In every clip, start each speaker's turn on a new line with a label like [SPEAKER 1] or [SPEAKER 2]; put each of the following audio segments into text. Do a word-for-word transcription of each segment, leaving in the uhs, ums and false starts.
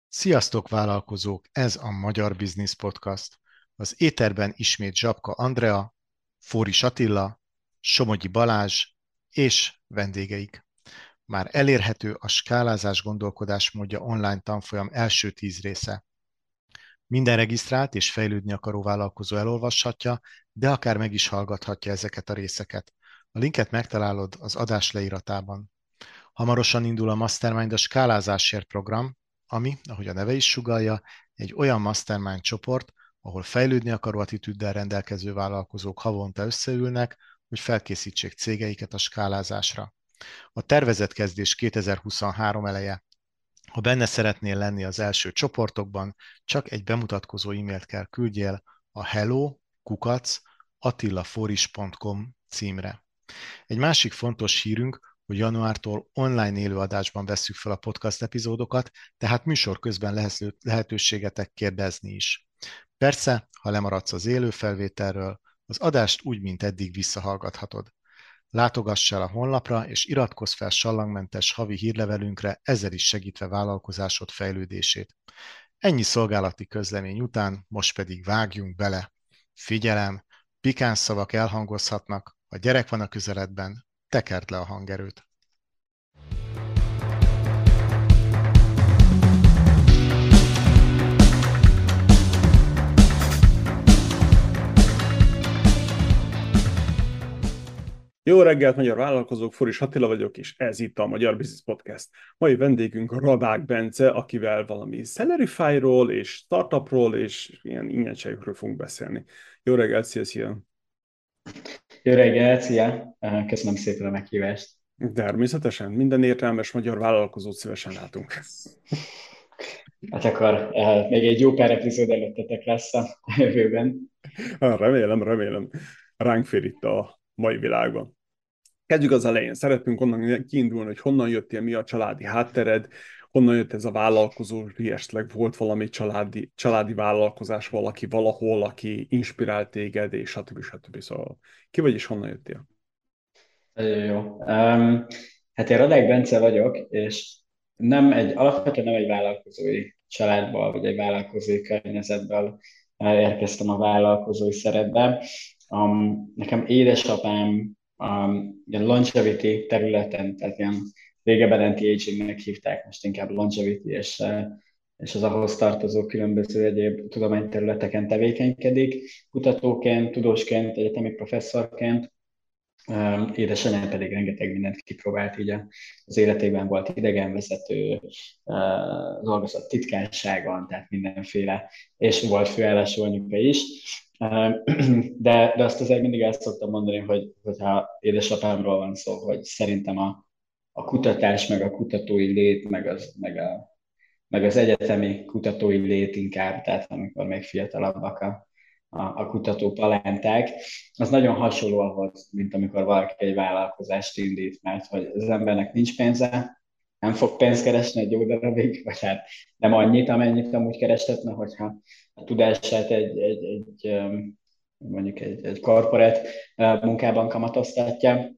[SPEAKER 1] Sziasztok, vállalkozók! Ez a Magyar Business Podcast. Az éterben ismét Zsapka Andrea, Fóris Attila, Somogyi Balázs és vendégeik. Már elérhető a skálázás gondolkodásmódja online tanfolyam első tíz része. Minden regisztrált és fejlődni akaró vállalkozó elolvashatja, de akár meg is hallgathatja ezeket a részeket. A linket megtalálod az adás leíratában. Hamarosan indul a Mastermind a skálázásért program, ami, ahogy a neve is sugallja, egy olyan mastermind csoport, ahol fejlődni akaró attitűddel rendelkező vállalkozók havonta összeülnek, hogy felkészítsék cégeiket a skálázásra. A tervezett kezdés kétezer-huszonhárom eleje. Ha benne szeretnél lenni az első csoportokban, csak egy bemutatkozó e-mailt kell küldjél a hello kukac attilaforis pont com címre. Egy másik fontos hírünk, hogy januártól online élőadásban vesszük fel a podcast epizódokat, tehát műsor közben lehet lehetőségetek kérdezni is. Persze, ha lemaradsz az élő felvételről, az adást úgy, mint eddig visszahallgathatod. Látogass el a honlapra, és iratkozz fel sallangmentes havi hírlevelünkre, ezzel is segítve vállalkozásod fejlődését. Ennyi szolgálati közlemény után, most pedig vágjunk bele. Figyelem, pikáns szavak elhangozhatnak, ha gyerek van a közeledben, tekerd le a hangerőt.
[SPEAKER 2] Jó reggelt, magyar vállalkozók, Fóris Attila vagyok, és ez itt a Magyar Business Podcast. Mai vendégünk a Radák Bence, akivel valami Salarify-ról és startupról és ilyen ingyenségekről fogunk beszélni. Jó reggelt, szia, szia!
[SPEAKER 3] Jó reggelt, szia! Köszönöm szépen a meghívást.
[SPEAKER 2] Természetesen, minden értelmes magyar vállalkozót szívesen látunk.
[SPEAKER 3] Hát akkor uh, még egy jó pár epizód előttetek lesz a jövőben.
[SPEAKER 2] Remélem, remélem. Ránk fér itt a mai világban. Kezdjük az elején. Szeretnénk onnan kiindulni, hogy honnan jöttél, mi a családi háttered, honnan jött ez a vállalkozó, esetleg volt valami családi, családi vállalkozás, valaki valahol, aki inspirált téged, és stb. stb. Szóval ki vagy és honnan jöttél?
[SPEAKER 3] Nagyon jó. Um, hát én Radák Bence vagyok, és nem egy, alapvetően nem egy vállalkozói családból, vagy egy vállalkozói környezetből érkeztem a vállalkozói szerepbe. Um, nekem édesapám um, ilyen longevity területen, tehát ilyen régebben anti-agingnek hívták, most inkább longevity, és, és az ahhoz tartozó különböző egyéb tudományterületeken tevékenykedik, kutatóként, tudósként, egyetemi professzorként. Édesanyám pedig rengeteg mindent kipróbált, így az életében volt idegenvezető, dolgozott titkárságon, tehát mindenféle, és volt főállású anyuka is. De, de azt azért mindig el szoktam mondani, hogy, hogyha édesapámról van szó, hogy szerintem a, a kutatás, meg a kutatói lét, meg az, meg, a, meg az egyetemi kutatói lét inkább, tehát amikor még fiatalabbak a, a, a kutató palánták, az nagyon hasonló ahhoz, mint amikor valaki egy vállalkozást indít, mert hogy az embernek nincs pénze, nem fog pénzt keresni egy jó darabig, vagy hát nem annyit, amennyit amúgy kerestetne, hogyha a tudását egy, egy, egy mondjuk egy, egy korporát munkában kamatoztatja.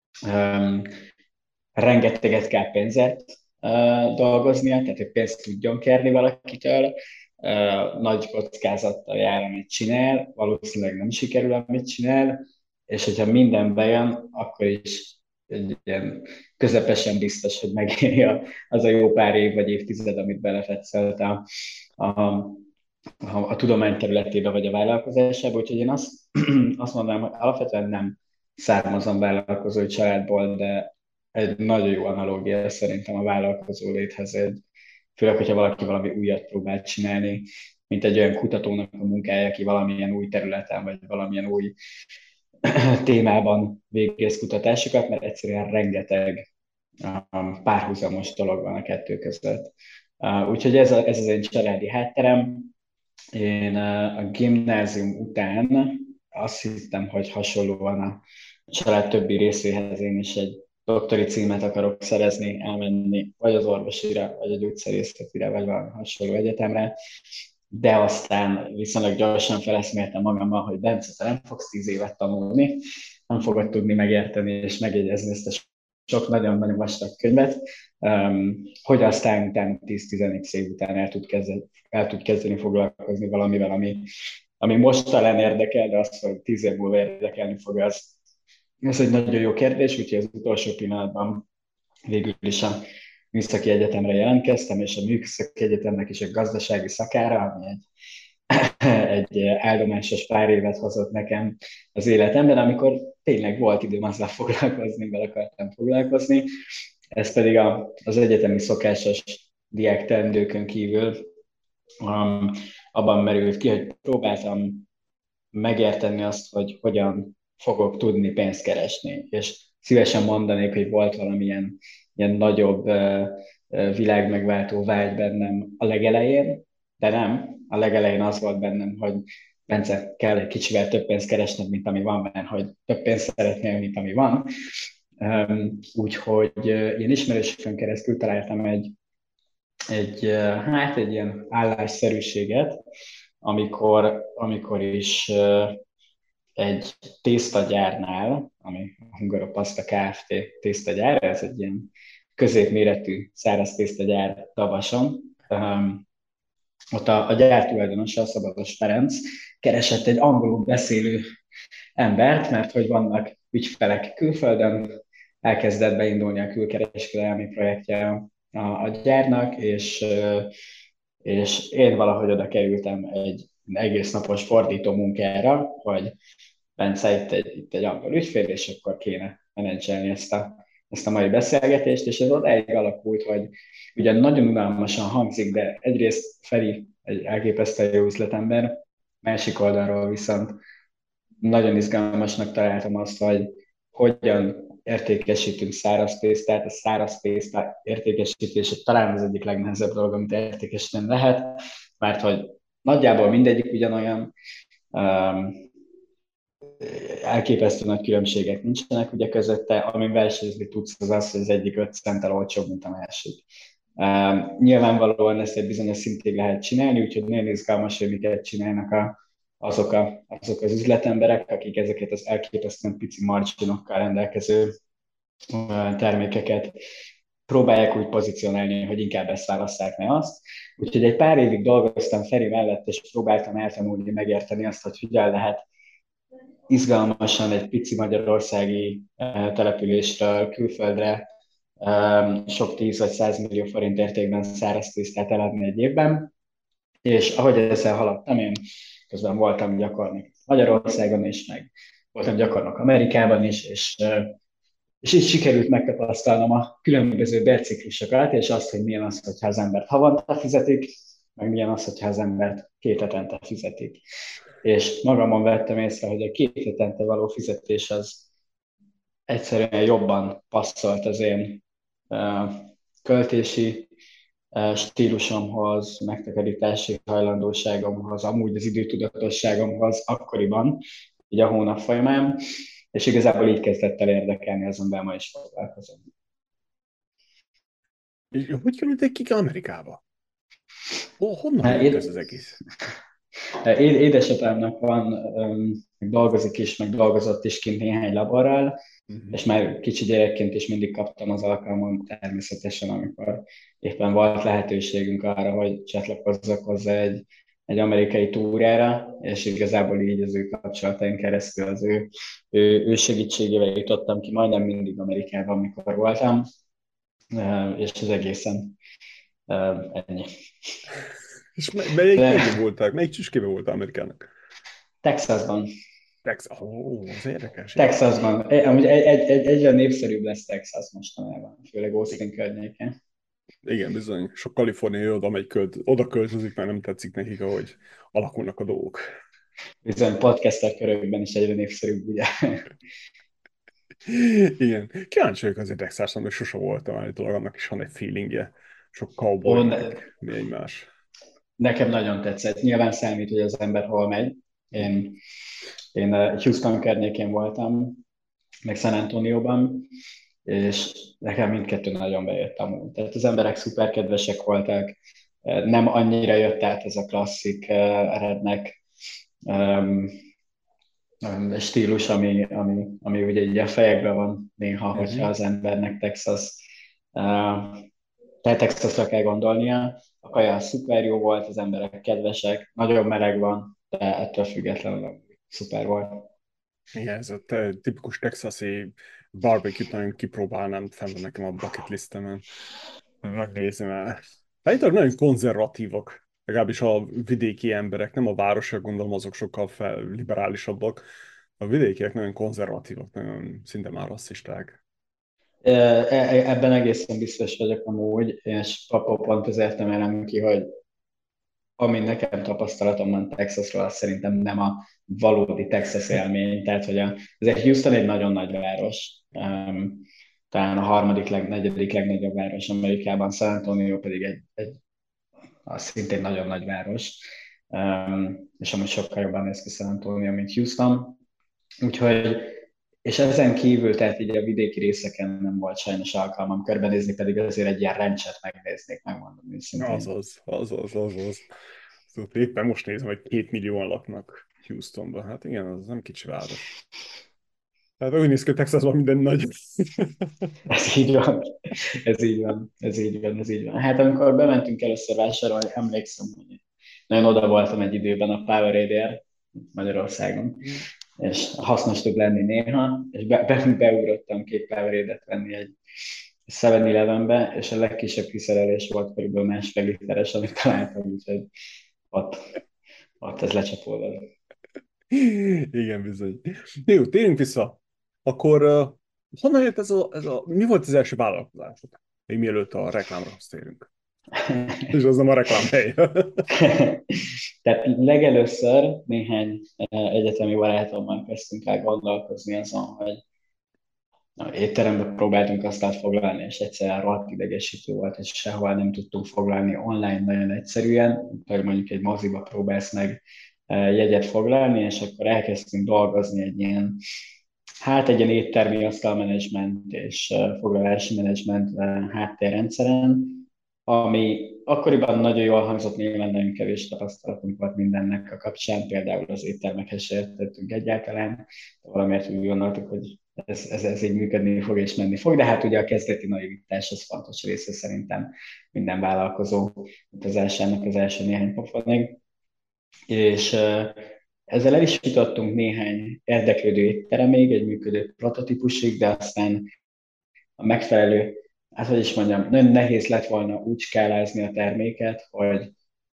[SPEAKER 3] Rengeteget kell pénzért dolgoznia, tehát hogy pénzt tudjon kérni valakitől, nagy kockázattal jár, amit csinál, valószínűleg nem sikerül, amit csinál, és hogyha minden bejön, akkor is egy ilyen közepesen biztos, hogy megéri az a jó pár év vagy évtized, amit belefetszelt a, a, a, a tudomány területébe vagy a vállalkozásába. Úgyhogy én azt, azt mondanám, hogy alapvetően nem származom vállalkozói családból, de egy nagyon jó analógia szerintem a vállalkozó léthez, egy, főleg, hogyha valaki valami újat próbál csinálni, mint egy olyan kutatónak a munkája, aki valamilyen új területen, vagy valamilyen új témában végez kutatásokat, mert egyszerűen rengeteg um, párhuzamos dolog van a kettő között. Uh, úgyhogy ez, a, ez az én családi hátterem. Én uh, a gimnázium után azt hittem, hogy hasonlóan a család többi részéhez én is egy doktori címet akarok szerezni, elmenni vagy az orvosira, vagy a gyógyszerészetire, vagy valami hasonló egyetemre, de aztán viszonylag gyorsan feleszméltem magammal, hogy Bence, te nem fogsz tíz évet tanulni, nem fogod tudni megérteni és megjegyezni ezt a sok nagyon-nagyon vastag könyvet, um, hogy aztán utána tíz-tizenegy év után el tud, kezdeni, el tud kezdeni foglalkozni valamivel, ami, ami most talán érdekel, de azt, hogy tíz év múlva érdekelni fog, az, ez egy nagyon jó kérdés, úgyhogy az utolsó pillanatban végül is a Műszaki Egyetemre jelentkeztem, és a Műszaki Egyetemnek is egy gazdasági szakára, ami egy, egy áldomásos pár évet hozott nekem az életemben, amikor tényleg volt időm azzal foglalkozni, amivel akartam foglalkozni. Ez pedig a, az egyetemi szokásos diák teendőkön kívül um, abban merült ki, hogy próbáltam megérteni azt, hogy hogyan fogok tudni pénzt keresni. És szívesen mondanék, hogy volt valamilyen ilyen nagyobb uh, világmegváltó vágy bennem a legelején, de nem. A legelején az volt bennem, hogy Bence, kell egy kicsivel több pénzt keresned, mint ami van benne, hogy több pénzt szeretnél, mint ami van. Um, úgyhogy uh, én ismerősökön keresztül találtam egy, egy, uh, hát egy ilyen állásszerűséget, amikor, amikor is uh, egy tésztagyárnál, ami a Hungaropasz Kft. Tésztagyár, ez egy ilyen középméretű száraz tésztagyár Tavason. Um, ott a, a gyár tulajdonosa, Szabados Ferenc keresett egy angolul beszélő embert, mert hogy vannak ügyfelek külföldön, elkezdett beindulni a külkereskedelmi projektje a, a gyárnak, és, és én valahogy oda kerültem egy egész napos fordító munkára, hogy Bence, itt egy, itt egy angol ügyfél, és akkor kéne menedzselni ezt a, ezt a mai beszélgetést, és ez odáig alakult, hogy ugyan nagyon unalmasan hangzik, de egyrészt Feri egy elképesztően jó üzletember, másik oldalról viszont nagyon izgalmasnak találtam azt, hogy hogyan értékesítünk száraz tésztát. A száraz tészta értékesítése talán az egyik legnehezebb dolog, amit értékesíteni lehet, mert hogy nagyjából mindegyik ugyanolyan, um, elképesztő nagy különbségek nincsenek ugye közötte, amin versenyezni tudsz, az az, hogy az egyik öt centtel olcsóbb, mint a másik. Um, nyilvánvalóan ezt egy bizonyos szintig lehet csinálni, úgyhogy nagyon izgalmas, hogy miket csinálnak a, azok, a, azok az üzletemberek, akik ezeket az elképesztően pici marginokkal rendelkező uh, termékeket próbálják úgy pozícionálni, hogy inkább ezt válasszák, ne azt. Úgyhogy egy pár évig dolgoztam Feri mellett, és próbáltam eltanulni, megérteni azt, hogy hogyan lehet izgalmasan egy pici magyarországi uh, településről külföldre um, sok tíz vagy százmillió forint értékben száraz tésztát eladni egy évben. És ahogy ezzel haladtam, én közben voltam gyakornok Magyarországon is, meg voltam gyakornok Amerikában is, és, uh, és így sikerült megtapasztalnom a különböző bérciklusokat, és azt, hogy milyen az, hogyha az embert havonta fizetik, meg milyen az, hogyha az embert két hetente fizetik. És magamon vettem észre, hogy a két hetente való fizetés az egyszerűen jobban passzolt az én uh, költési uh, stílusomhoz, megtakarítási hajlandóságomhoz, amúgy az időtudatosságomhoz akkoriban, így a hónap folyamán, és igazából így kezdett el érdekelni, azonban ma is foglalkozom.
[SPEAKER 2] És hogy kerültek ki Amerikába? Oh, honnan jött ez az egész?
[SPEAKER 3] Édesapámnak van, um, dolgozik is, meg dolgozott is kint néhány laborral, uh-huh. és már kicsi gyerekként is mindig kaptam az alkalmon természetesen, amikor éppen volt lehetőségünk arra, hogy csatlakozzak hozzá egy, egy amerikai túrára, és igazából így az ő kapcsolatain keresztül az ő, ő, ő segítségével jutottam ki majdnem mindig Amerikában, amikor voltam, és az egészen ennyi.
[SPEAKER 2] És melyik De... voltak? Melyik csücskében voltál Amerikának?
[SPEAKER 3] Texasban.
[SPEAKER 2] Texas. Ó, az érdekes.
[SPEAKER 3] Texasban. Amúgy egy, egy, egy, egyre népszerűbb lesz Texas mostanában, főleg Austin környéken.
[SPEAKER 2] Igen, bizony. Sok kaliforniai oda megy költ, oda költözik, mert nem tetszik nekik, ahogy alakulnak a dolgok.
[SPEAKER 3] Bizony, podcaster körökben is egyre népszerűbb, ugye?
[SPEAKER 2] Igen. Kíváncsi vagyok azért Texason, hogy sose voltam állítólag, annak is van egy feelingje. Sok cowboy,
[SPEAKER 3] On...
[SPEAKER 2] meg mi egymás.
[SPEAKER 3] Nekem nagyon tetszett. Nyilván számít, hogy az ember hol megy. Én, én Houston környékén voltam, meg San Antonióban, és nekem mindkettő nagyon bejött amúgy. Tehát az emberek szuper kedvesek voltak, nem annyira jött át ez a klasszik uh, redneck um, um, stílus, ami, ami, ami ugye így a fejekben van néha, uh-huh. hogyha az embernek Texas uh, tehát Texasra kell gondolnia, a kaja szuper jó volt, az emberek kedvesek, nagyon meleg van, de ettől függetlenül szuper volt.
[SPEAKER 2] Igen, ez a te, tipikus texasi barbecue-t nagyon kipróbálnám, fenn van nekem a bucket listemen. Megnézem el. Állítólag nagyon konzervatívak, legalábbis a vidéki emberek, nem a városok, gondolom azok sokkal fel, liberálisabbak. A vidékiek nagyon konzervatívak, nagyon szinte már rasszisták.
[SPEAKER 3] E- e- Ebben egészen biztos vagyok amúgy, és papa pont azért emelem ki, hogy ami nekem tapasztalatom van Texasról, az szerintem nem a valódi Texas élmény, tehát hogy a, azért Houston egy nagyon nagy város, um, talán a harmadik, leg, negyedik legnagyobb város Amerikában, San Antonio pedig egy, egy az szintén nagyon nagy város, um, és amúgy sokkal jobban néz ki San Antonio, mint Houston, úgyhogy és ezen kívül, tehát így a vidéki részeken nem volt sajnos alkalmam körbenézni, pedig azért egy ilyen rencset megnéznék, megmondom őszintén.
[SPEAKER 2] Azaz, azaz, azaz. Szóval éppen most nézem, hogy két millióan laknak Houstonban. Hát igen, az nem kicsi város. Hát úgy néz ki, hogy Texasban minden nagy.
[SPEAKER 3] Ez így van, ez így van, ez így van, ez így van. Hát amikor bementünk először vásárolni, emlékszem, hogy nagyon oda voltam egy időben a Powerade-ért Magyarországon, és hasznos tud lenni néha, és be, be, beugrottam két Powerade-et venni egy seven eleven-be, és a legkisebb kiszerelés volt körülbelül másfél literes, amit találtam, úgyhogy ott, ott ez lecsapódott.
[SPEAKER 2] Igen, bizony. Jó, térjünk vissza. Akkor uh, honnan jött ez a, ez a... Mi volt az első vállalkozásod? Még mielőtt a reklámra térünk. És az nem a reklám hely.
[SPEAKER 3] Tehát legelőször néhány eh, egyetemi barátommal kezdtünk el gondolkozni azon, hogy na, étterembe próbáltunk asztalt foglalni, és egyszerűen rohadt idegesítő volt, és sehol nem tudtunk foglalni online nagyon egyszerűen, vagy mondjuk egy moziba próbálsz meg eh, jegyet foglalni, és akkor elkezdtünk dolgozni egy ilyen, hát egy ilyen éttermi asztalmenedzsment és eh, foglalási menedzsment eh, háttérrendszeren, ami akkoriban nagyon jól hangzott, nyilván nagyon kevés tapasztalatunk volt mindennek a kapcsán, például az éttermekhez se értettünk egyáltalán, valamiért úgy gondoltuk, hogy ez, ez, ez így működni fog és menni fog, de hát ugye a kezdeti naivitás az fontos része szerintem minden vállalkozó utazásának az első néhány pofonig, és ezzel el is jutottunk néhány érdeklődő étteremig, egy működő prototípusig, de aztán a megfelelő, hát hogy is mondjam, nagyon nehéz lett volna úgy skálázni a terméket, hogy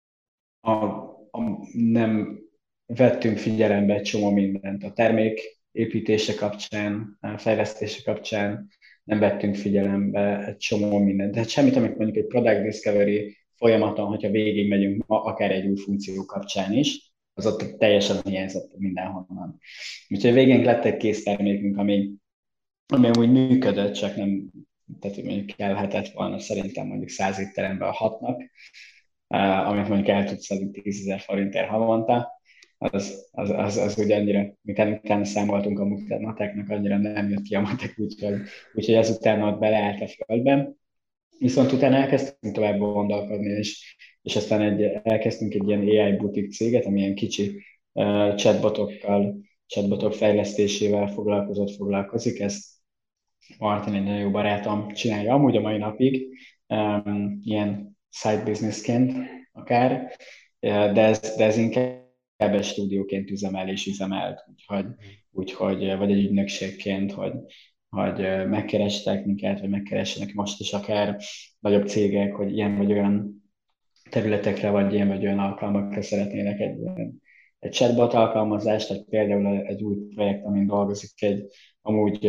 [SPEAKER 3] a, a, nem vettünk figyelembe egy csomó mindent. A termék építése kapcsán, a fejlesztése kapcsán nem vettünk figyelembe egy csomó mindent. Tehát semmit, amit mondjuk egy product discovery folyamaton, hogyha végig megyünk ma, akár egy új funkció kapcsán is, az ott teljesen hiányzott mindenhonnan. Úgyhogy végén lett egy kész termékünk, ami, ami amúgy működött, csak nem, tehát mondjuk kellhetett volna szerintem mondjuk száz étteremben a hatnak, uh, amit mondjuk el tudsz adni tízezer forintért havonta, az, az, az, az ugye annyira, miután utána számoltunk a mateknak, annyira nem jött ki a matek, úgyhogy, úgyhogy ezután ott beleállt a földben. Viszont utána elkezdtünk tovább gondolkodni, és, és aztán egy, elkezdtünk egy ilyen á i butik céget, ami ilyen kicsi uh, chatbotokkal, chatbotok fejlesztésével foglalkozott, foglalkozik. Ezt Martin, egy nagyon jó barátom csinálja amúgy a mai napig, um, ilyen side businessként akár, de ez, de ez inkább egy stúdióként üzemel és üzemelt, úgyhogy, úgyhogy vagy egy ügynökségként, hogy, hogy megkerestek minket, vagy megkeressenek most is akár nagyobb cégek, hogy ilyen vagy olyan területekre, vagy ilyen vagy olyan alkalmakra szeretnének egy, egy chatbot alkalmazást, vagy például egy új projekt, amin dolgozik egy amúgy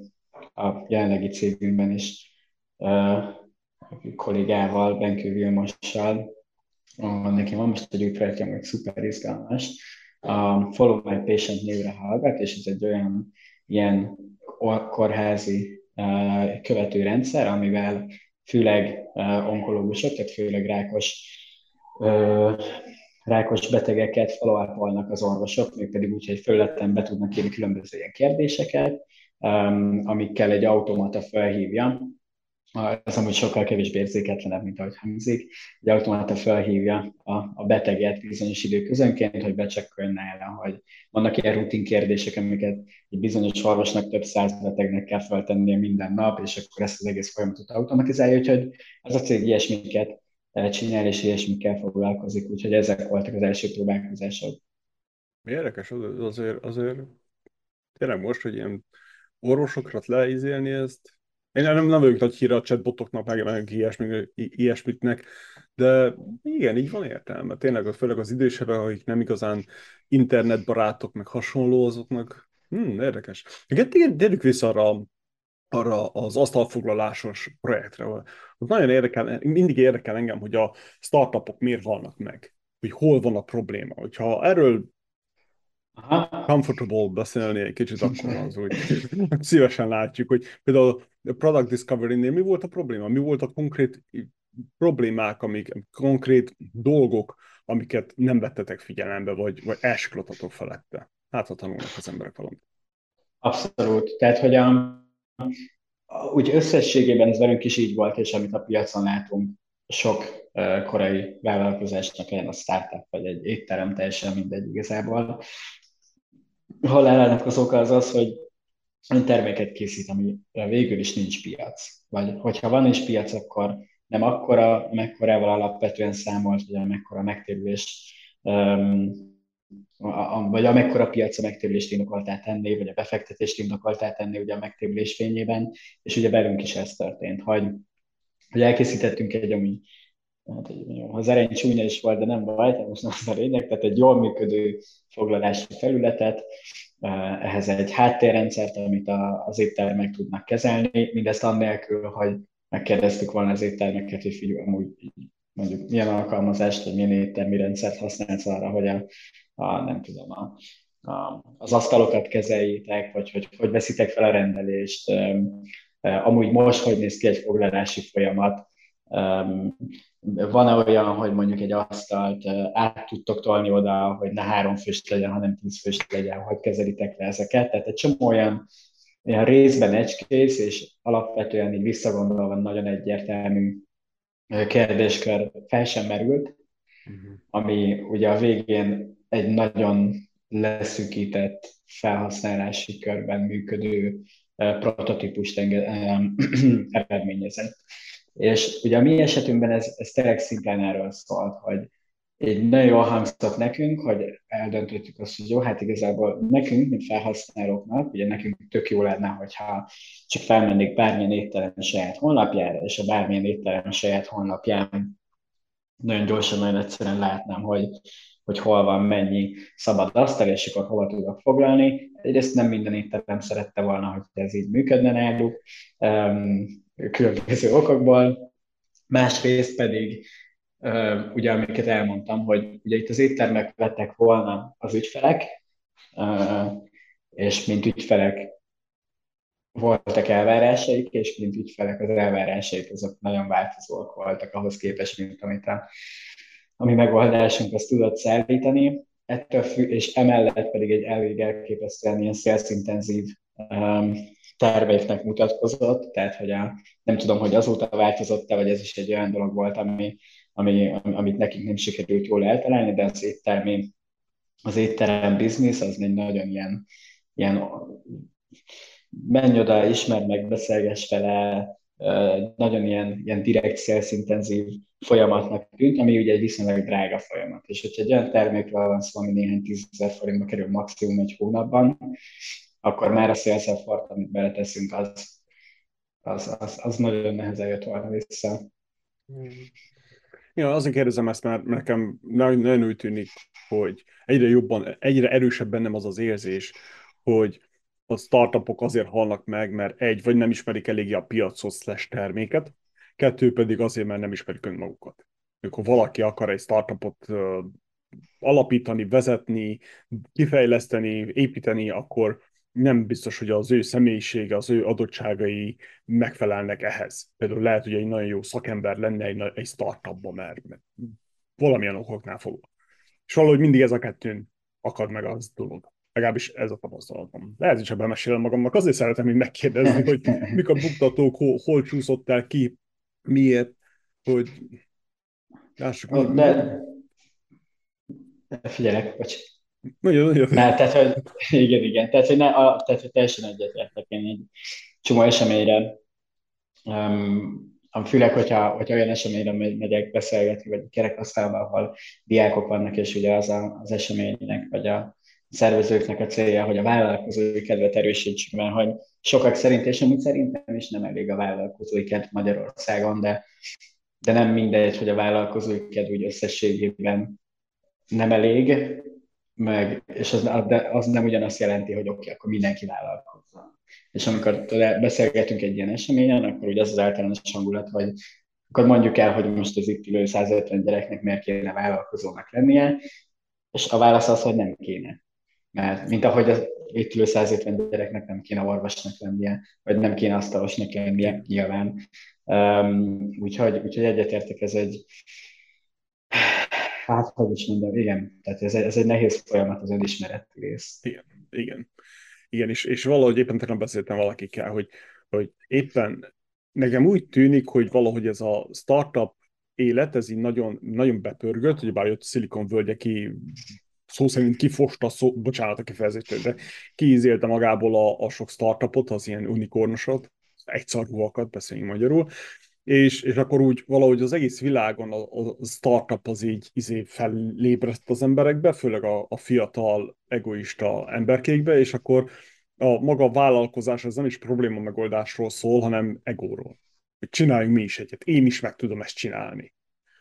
[SPEAKER 3] a jelenlegi cégünkben is kollégával, Benkő Vilmossal, neki van most egy új projektje, ami szuper izgalmas. A Follow My Patient névre hallgat, és ez egy olyan ilyen kórházi uh, követőrendszer, amivel főleg uh, onkológusok, tehát főleg rákos, uh, rákos betegeket follow-upolnak az orvosok, mégpedig úgy, hogy felületen be tudnak írni különböző ilyen kérdéseket, um, amikkel egy automata felhívja az amúgy sokkal kevésbé érzéketlenebb, mint ahogy hangzik. Ugye automata felhívja a, a beteget bizonyos időközönként, hogy becsekkoljon nála, hogy vannak ilyen rutin kérdések, amiket egy bizonyos orvosnak több száz betegnek kell feltennie minden nap, és akkor ezt az egész folyamatot automatizálja, úgyhogy az a cég ilyesmiket csinál, és ilyesmikkel foglalkozik, úgyhogy ezek voltak az első próbálkozások.
[SPEAKER 2] Érdekes, az, azért, azért tényleg most, hogy ilyen orvosokra leizélni ezt. Én nem, nem vagyok nagy híre a chatbotoknak, meg, meg ilyesmi, ilyesmitnek, de igen, így van értelme. Tényleg, főleg az idősebbek, akik nem igazán internetbarátok, meg hasonló, azoknak hmm, érdekes. Igen, térjük vissza arra, arra az asztalfoglalásos projektre. Az nagyon érdekel, mindig érdekel engem, hogy a startupok miért halnak meg, hogy hol van a probléma. Hogyha erről
[SPEAKER 3] Aha.
[SPEAKER 2] comfortable beszélni egy kicsit, akkor az úgy szívesen látjuk, hogy például a Product Discovery-nél mi volt a probléma? Mi volt a konkrét problémák, amik, konkrét dolgok, amiket nem vettetek figyelembe, vagy, vagy elsiklottatok felette? Hát, ha tanulnak az emberek valamit.
[SPEAKER 3] Abszolút. Tehát, hogy a, úgy összességében ez velünk is így volt, és amit a piacon látunk, sok uh, korai vállalkozásnak, legyen a startup vagy egy étterem, teljesen mindegy igazából. Halálának az oka az az, hogy olyan terméket készít, ami végül is nincs piac. Vagy hogyha van is piac, akkor nem akkora, amekkorával alapvetően számolt, vagy amekkora megtérülés, um, vagy amekkora piac a megtérülést indokoltá tenni, vagy a befektetést indokoltá tenni ugye a megtérülés fényében, és ugye velünk is ez történt, hogy, hogy elkészítettünk egy, ami hát, az erény csúnya is volt, de nem baj, tehát most nem az a lényeg, tehát egy jól működő foglalási felületet, ehhez egy háttérrendszert, amit a, az éttermek tudnak kezelni, mindezt annélkül, hogy megkérdeztük volna az éttermeket, hogy figyelj, amúgy mondjuk milyen alkalmazást, vagy milyen éttermi rendszert használsz arra, hogy a, a nem tudom, a, a, az asztalokat kezeljétek, vagy hogy, hogy veszitek fel a rendelést, amúgy most hogy néz ki egy foglalási folyamat, van-e olyan, hogy mondjuk egy asztalt át tudtok tolni oda, hogy ne három fős legyen, hanem tíz fős legyen, hogy kezelitek le ezeket. Tehát egy csomó olyan, olyan részben egykész, és alapvetően így visszagondolva nagyon egyértelmű kérdéskör fel sem merült, uh-huh. ami ugye a végén egy nagyon leszűkített felhasználási körben működő prototípust eredményezett. És ugye a mi esetünkben ez, ez tényleg szimplán erről szólt, hogy így nagyon jól hangzott nekünk, hogy eldöntöttük azt, hogy jó, hát igazából nekünk, mint felhasználóknak, ugye nekünk tök jó lenne, hogyha csak felmennék bármilyen étterem saját honlapjára, és a bármilyen étterem saját honlapján nagyon gyorsan, nagyon egyszerűen látnám, hogy, hogy hol van mennyi szabad asztal, és akkor hova tudok foglalni. Egyrészt nem minden étterem szerette volna, hogy ez így működne náluk, um, különböző okokból. Másrészt pedig, uh, ugye amiket elmondtam, hogy ugye itt az éttermek lettek volna az ügyfelek, uh, és mint ügyfelek voltak elvárásaik, és mint ügyfelek az elvárásaik azok nagyon változóak voltak ahhoz képest, mint amit a, a mi megoldásunk azt tudott szállítani. Ettől függ, és emellett pedig egy elég elképesztően ilyen szélszintenzív um, terveiknek mutatkozott, tehát hogy a, nem tudom, hogy azóta változott-e, vagy ez is egy olyan dolog volt, ami, ami, amit nekünk nem sikerült jól eltalálni, de az éttermi, az étterem biznisz az egy nagyon ilyen, ilyen menj oda, ismerd meg, beszélgess vele, nagyon ilyen, ilyen direkt szélszintenzív folyamatnak tűnt, ami ugye egy viszonylag drága folyamat. És hogyha egy olyan termékről van szó, ami néhány tízezer forintba kerül maximum egy hónapban, akkor már a sales effort, amit beleteszünk, az, az, az, az nagyon nehezen jött volna vissza.
[SPEAKER 2] Ja, azért kérdezem ezt, mert nekem nagyon, nagyon úgy tűnik, hogy egyre jobban, egyre erősebb bennem az az érzés, hogy a startupok azért halnak meg, mert egy, vagy nem ismerik eléggé a piacot slash terméket, kettő pedig azért, mert nem ismerik önmagukat. Amikor valaki akar egy startupot uh, alapítani, vezetni, kifejleszteni, építeni, akkor nem biztos, hogy az ő személyisége, az ő adottságai megfelelnek ehhez. Például lehet, hogy egy nagyon jó szakember lenne egy, egy startupban, mert, mert valamilyen okoknál fogva. És valahogy mindig ez a kettőn akad meg az dolog. Legalábbis ez a tapasztalatom. Lehet, is ebben mesélem magamnak. Azért szeretem így megkérdezni, hogy mik a buktatók, hol, hol csúszottál ki, miért, hogy lássuk, mi, mi...
[SPEAKER 3] De figyelek, bocs.
[SPEAKER 2] Nagyon, nagyon.
[SPEAKER 3] Ne, tehát, hogy igen, igen. Tehát, hogy, ne, a, tehát, hogy teljesen egyetértek én egy csomó eseményre. Um, főleg, hogyha, hogyha olyan eseményre megy, megyek beszélgetni, vagy kerekasztalban, ahol diákok vannak, és ugye az a, az eseménynek, vagy a szervezőknek a célja, hogy a vállalkozói kedvet erősítsük, mert hogy sokak szerint, és amúgy szerintem is nem elég a vállalkozói kedv Magyarországon, de, de nem mindegy, hogy a vállalkozói kedv úgy összességében nem elég, meg, és az, de az nem ugyanazt jelenti, hogy oké, okay, akkor mindenki vállalkozza. És amikor beszélgetünk egy ilyen eseményen, akkor ugye az az általános hangulat, hogy akkor mondjuk el, hogy most az itt ülő száz ötven gyereknek miért kéne vállalkozónak lennie, és a válasz az, hogy nem kéne. Mert mint ahogy az itt ülő száz ötven gyereknek nem kéne orvosnak lennie, vagy nem kéne asztalosnak lennie, nyilván. Um, úgyhogy, úgyhogy egyetértek, ez egy hát, hogy is mondom, igen. Tehát ez egy, ez egy nehéz folyamat, az önismereti rész.
[SPEAKER 2] Igen, igen. Igen, és, és valahogy éppen tegnap beszéltem valakikkel, hogy, hogy éppen nekem úgy tűnik, hogy valahogy ez a startup élet, ez így nagyon, nagyon bepörgött, hogy bár jött a Silicon völgye ki, szó szerint kifosta, szó, bocsánat a kifejezést, de kiízélte magából a, a sok startupot, az ilyen unikornosot, egyszarúakat, beszéljünk magyarul, és, és akkor úgy valahogy az egész világon a, a startup az így izé felébredt az emberekbe, főleg a, a fiatal, egoista emberkékbe, és akkor a maga a vállalkozás az nem is probléma megoldásról szól, hanem egóról. Hogy csináljunk mi is egyet, én is meg tudom ezt csinálni.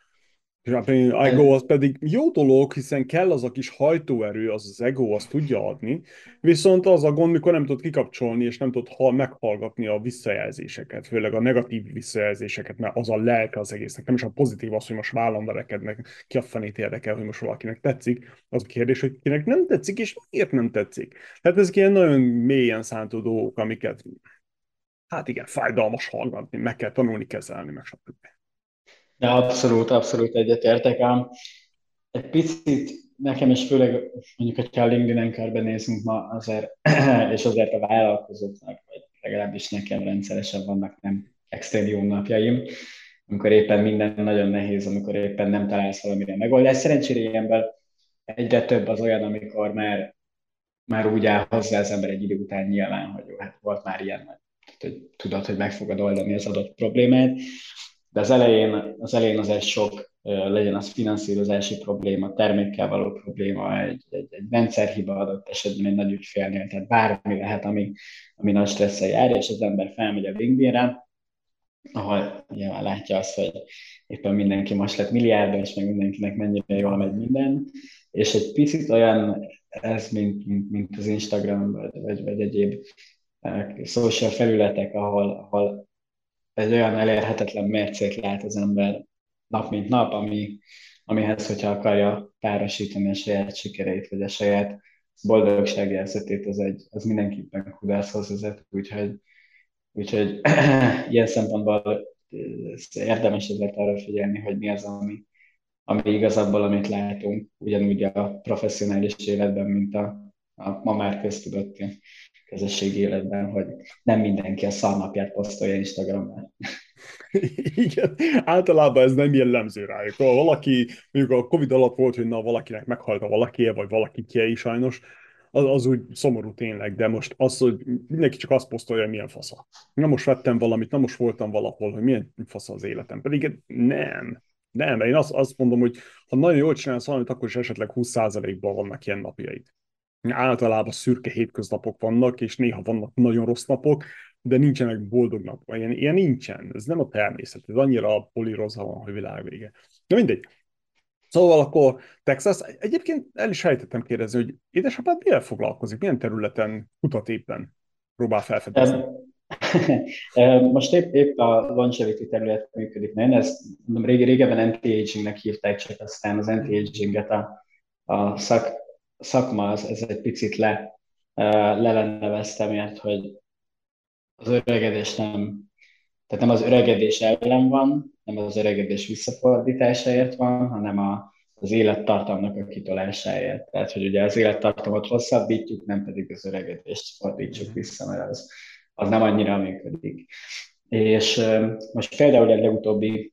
[SPEAKER 2] És a ego az pedig jó dolog, hiszen kell az a kis hajtóerő, az az ego, azt tudja adni, viszont az a gond, mikor nem tud kikapcsolni, és nem tud meghallgatni a visszajelzéseket, főleg a negatív visszajelzéseket, mert az a lelke az egésznek, nem is a pozitív az, hogy most vállam verekednek, ki a fenét érdekel, hogy most valakinek tetszik, az a kérdés, hogy kinek nem tetszik, és miért nem tetszik. Tehát ezek ilyen nagyon mélyen szántó dolgok, amiket, hát igen, fájdalmas hallgatni, meg kell tanulni kezelni, meg stb.
[SPEAKER 3] De abszolút, abszolút egyetértek. Ám egy picit nekem is főleg, mondjuk, hogyha a LinkedIn-en körbenézünk ma, azért, és azért a vállalkozóknak, vagy legalábbis nekem rendszeresen vannak nem extrém jó napjaim, amikor éppen minden nagyon nehéz, amikor éppen nem találsz valamire megoldást. Szerencsére ilyenben egyre több az olyan, amikor már, már úgy áll hozzá az ember egy idő után nyilván, hogy jó, hát volt már ilyen, hogy tudod, hogy meg fogod oldani az adott problémát. De az elején, az elején azért sok, legyen az finanszírozási probléma, termékkel való probléma, egy, egy, egy rendszerhiba adott esetben egy nagy ügyfélnél, tehát bármi lehet, ami, ami nagy stresszel jár, és az ember felmegy a LinkedIn-re, ahol nyilván látja azt, hogy éppen mindenki most lett milliárdos, meg mindenkinek mennyire jól megy minden, és egy picit olyan ez, mint, mint, mint az Instagram, vagy, vagy, vagy egyéb social felületek, ahol, ahol egy olyan elérhetetlen mércét lát az ember nap mint nap, ami, amihez, hogyha akarja párosítani a saját sikereit, vagy a saját boldogságérzetét, az, egy, az mindenképpen kudarchoz vezet, úgyhogy, úgyhogy ilyen szempontból érdemes ezért arra figyelni, hogy mi az, ami, ami igazából, amit látunk, ugyanúgy a professzionális életben, mint a, a ma már köztudott közösségi életben, hogy nem mindenki a szarnapját posztolja Instagramon.
[SPEAKER 2] Igen, általában ez nem jellemző rájuk. Ha valaki, mondjuk a Covid alatt volt, hogy na valakinek meghalt a valakie, vagy valaki kiei sajnos, az, az úgy szomorú tényleg, de most az, hogy mindenki csak azt posztolja, hogy milyen fasza. Na most vettem valamit, na most voltam valahol, hogy milyen fasza az életem. Pedig nem. Nem, én azt, azt mondom, hogy ha nagyon jól csinálsz valamit, akkor is esetleg húsz százalékban vannak ilyen napjaid. Általában szürke hétköznapok vannak, és néha vannak nagyon rossz napok, de nincsenek boldog napok. Ilyen, ilyen nincsen. Ez nem a természet. Ez annyira polírozva van, hogy világvége. De mindegy. Szóval akkor Texas, egyébként el is helytettem kérdezni, hogy édesapád mivel foglalkozik? Milyen területen kutat éppen? Próbál felfedezni.
[SPEAKER 3] Most épp, épp a longevity terület működik, nem? Ezt mondom, régebben anti-agingnek hívták, csak aztán az anti-aginget a, a szak, szakma az, ez egy picit le, lelennevezte, mert hogy az öregedés nem, tehát nem az öregedés ellen van, nem az öregedés visszafordításáért van, hanem a, az élettartamnak a kitolásáért. Tehát, hogy ugye az élettartamot hosszabbítjuk, nem pedig az öregedést fordítsuk vissza, mert az, az nem annyira működik. És most például egy legutóbbi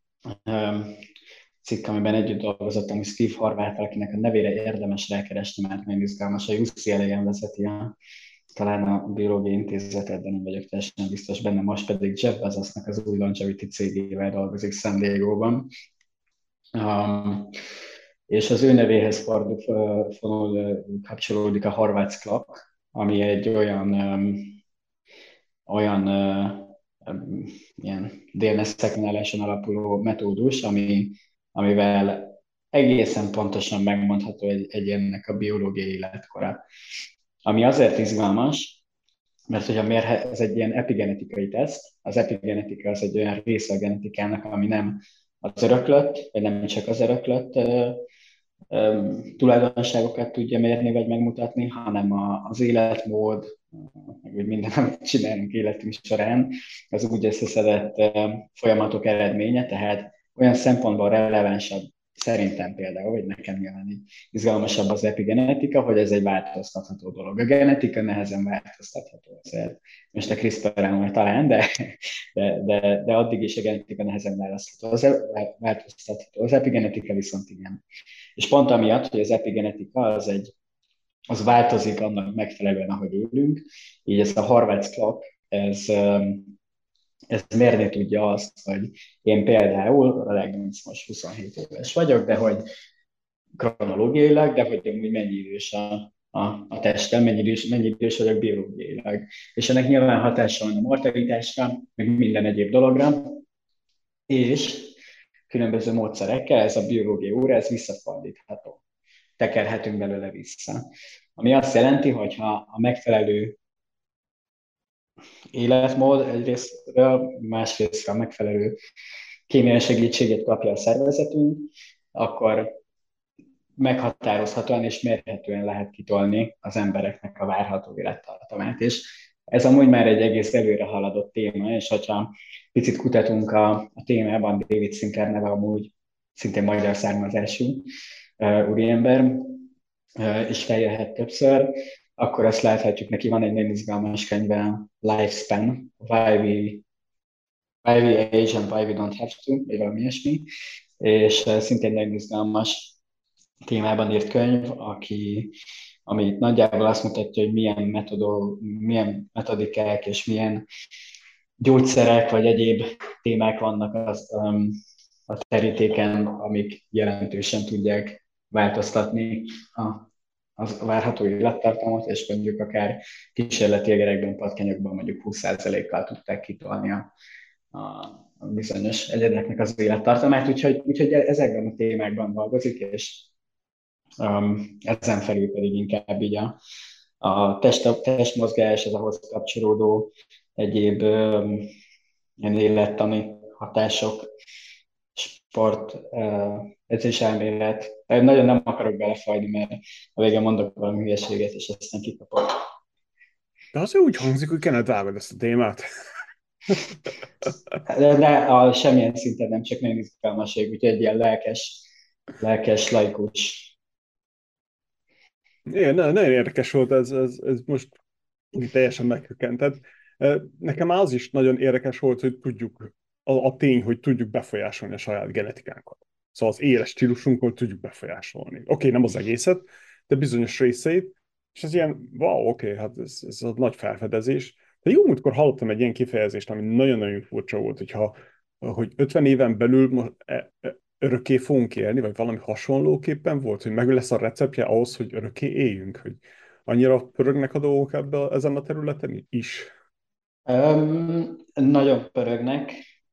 [SPEAKER 3] cikk, amiben együtt dolgozottam, hogy Steve Horvath, akinek a nevére érdemes rákeresni, mert nagyon izgalmas, a u cé el á-en vezeti a, talán a Biológiai Intézetet, de nem vagyok teljesen biztos benne, most pedig Jeff Bezosnak az új Longevity cégével dolgozik San Diego-ban. Um, és az ő nevéhez fordul, fordul, kapcsolódik a Horvath Clock, ami egy olyan, um, olyan uh, um, ilyen dé en es szekvenáláson alapuló metódus, ami, amivel egészen pontosan megmondható egy egyénnek a biológiai életkora. Ami azért izgalmas, mert hogyha mérhe, ez egy ilyen epigenetikai teszt, az epigenetika az egy olyan része a genetikának, ami nem az öröklött, vagy nem csak az öröklött ö, ö, tulajdonságokat tudja mérni, vagy megmutatni, hanem a, az életmód, meg úgy minden, amit csinálunk életünk során, az úgy összeszedett ö, folyamatok eredménye, tehát olyan szempontból relevánsabb szerintem például, vagy nekem nyilván így izgalmasabb az epigenetika, hogy ez egy változtatható dolog. A genetika nehezen változtatható azért. Most a CRISPR-en talán, de, de, de, de addig is a genetika nehezen választható. Az, változtatható. Az epigenetika viszont igen. És pont amiatt, hogy az epigenetika az egy az változik annak megfelelően, ahogy élünk, így ez a Horvath Clock, ez ez mérni tudja azt, hogy én például, a legnagyobb most huszonhét éves vagyok, de hogy kronológiailag, de hogy amúgy mennyi idős a, a, a testem, mennyi idős, mennyi idős vagyok biológiailag. És ennek nyilván hatása van a mortalitásra, meg minden egyéb dologra, és különböző módszerekkel ez a biológiai óra, ez visszafordítható. Tekerhetünk belőle vissza. Ami azt jelenti, hogy ha a megfelelő életmód egyrésztről, másrészt a megfelelő kémiai segítséget kapja a szervezetünk, akkor meghatározhatóan és mérhetően lehet kitolni az embereknek a várható élettartamát. És ez amúgy már egy egész előre haladott téma, és ha picit kutatunk a, a témában, David Sinclair neve amúgy szintén magyar származású uh, úriember, uh, és feljöhet többször, akkor azt láthatjuk, neki van egy nagyon izgalmas könyve, Lifespan, Why We, why we Age and Why We Don't Have To, vagy valami ilyesmi, és uh, szintén nagyon izgalmas témában írt könyv, aki, ami nagyjából azt mutatja, hogy milyen, metodol, milyen metodikák és milyen gyógyszerek vagy egyéb témák vannak az, um, a terítéken, amik jelentősen tudják változtatni a az várható élettartamot, és mondjuk akár kísérleti egerekben, patkányokban mondjuk húsz százalékkal tudták kitolni a, a, a bizonyos egyedeknek az élettartamát, úgyhogy, úgyhogy ezekben a témákban dolgozik, és um, ezen felül pedig inkább így a, a test, a testmozgás, az ahhoz kapcsolódó egyéb um, ilyen élettani hatások, sport, uh, edzéselmélet. Nagyon nem akarok belefajni, mert a végén mondok valami hülyeséget, és aztán kikapok.
[SPEAKER 2] De azért úgy hangzik, hogy kellene vágod ezt a témát.
[SPEAKER 3] De, de a semmilyen szinten nem, csak nagyon izgalmaség, úgyhogy egy ilyen lelkes, lelkes, laikus.
[SPEAKER 2] Igen, nagyon érdekes volt ez, ez, ez most teljesen meghökkentett. Nekem az is nagyon érdekes volt, hogy tudjuk, a, a tény, hogy tudjuk befolyásolni a saját genetikánkat. Szóval az éles stílusunkat tudjuk befolyásolni. Oké, okay, nem az egészet, de bizonyos részeit, és ez ilyen, wow, oké, okay, hát ez, ez a nagy felfedezés. De jó múltkor hallottam egy ilyen kifejezést, ami nagyon-nagyon furcsa volt, hogyha, hogy ötven éven belül örökké fogunk élni, vagy valami hasonlóképpen volt, hogy meg lesz a receptje ahhoz, hogy örökké éljünk, hogy annyira pörögnek a dolgok ebben, ezen a területen is?
[SPEAKER 3] Um, nagyon pörögnek.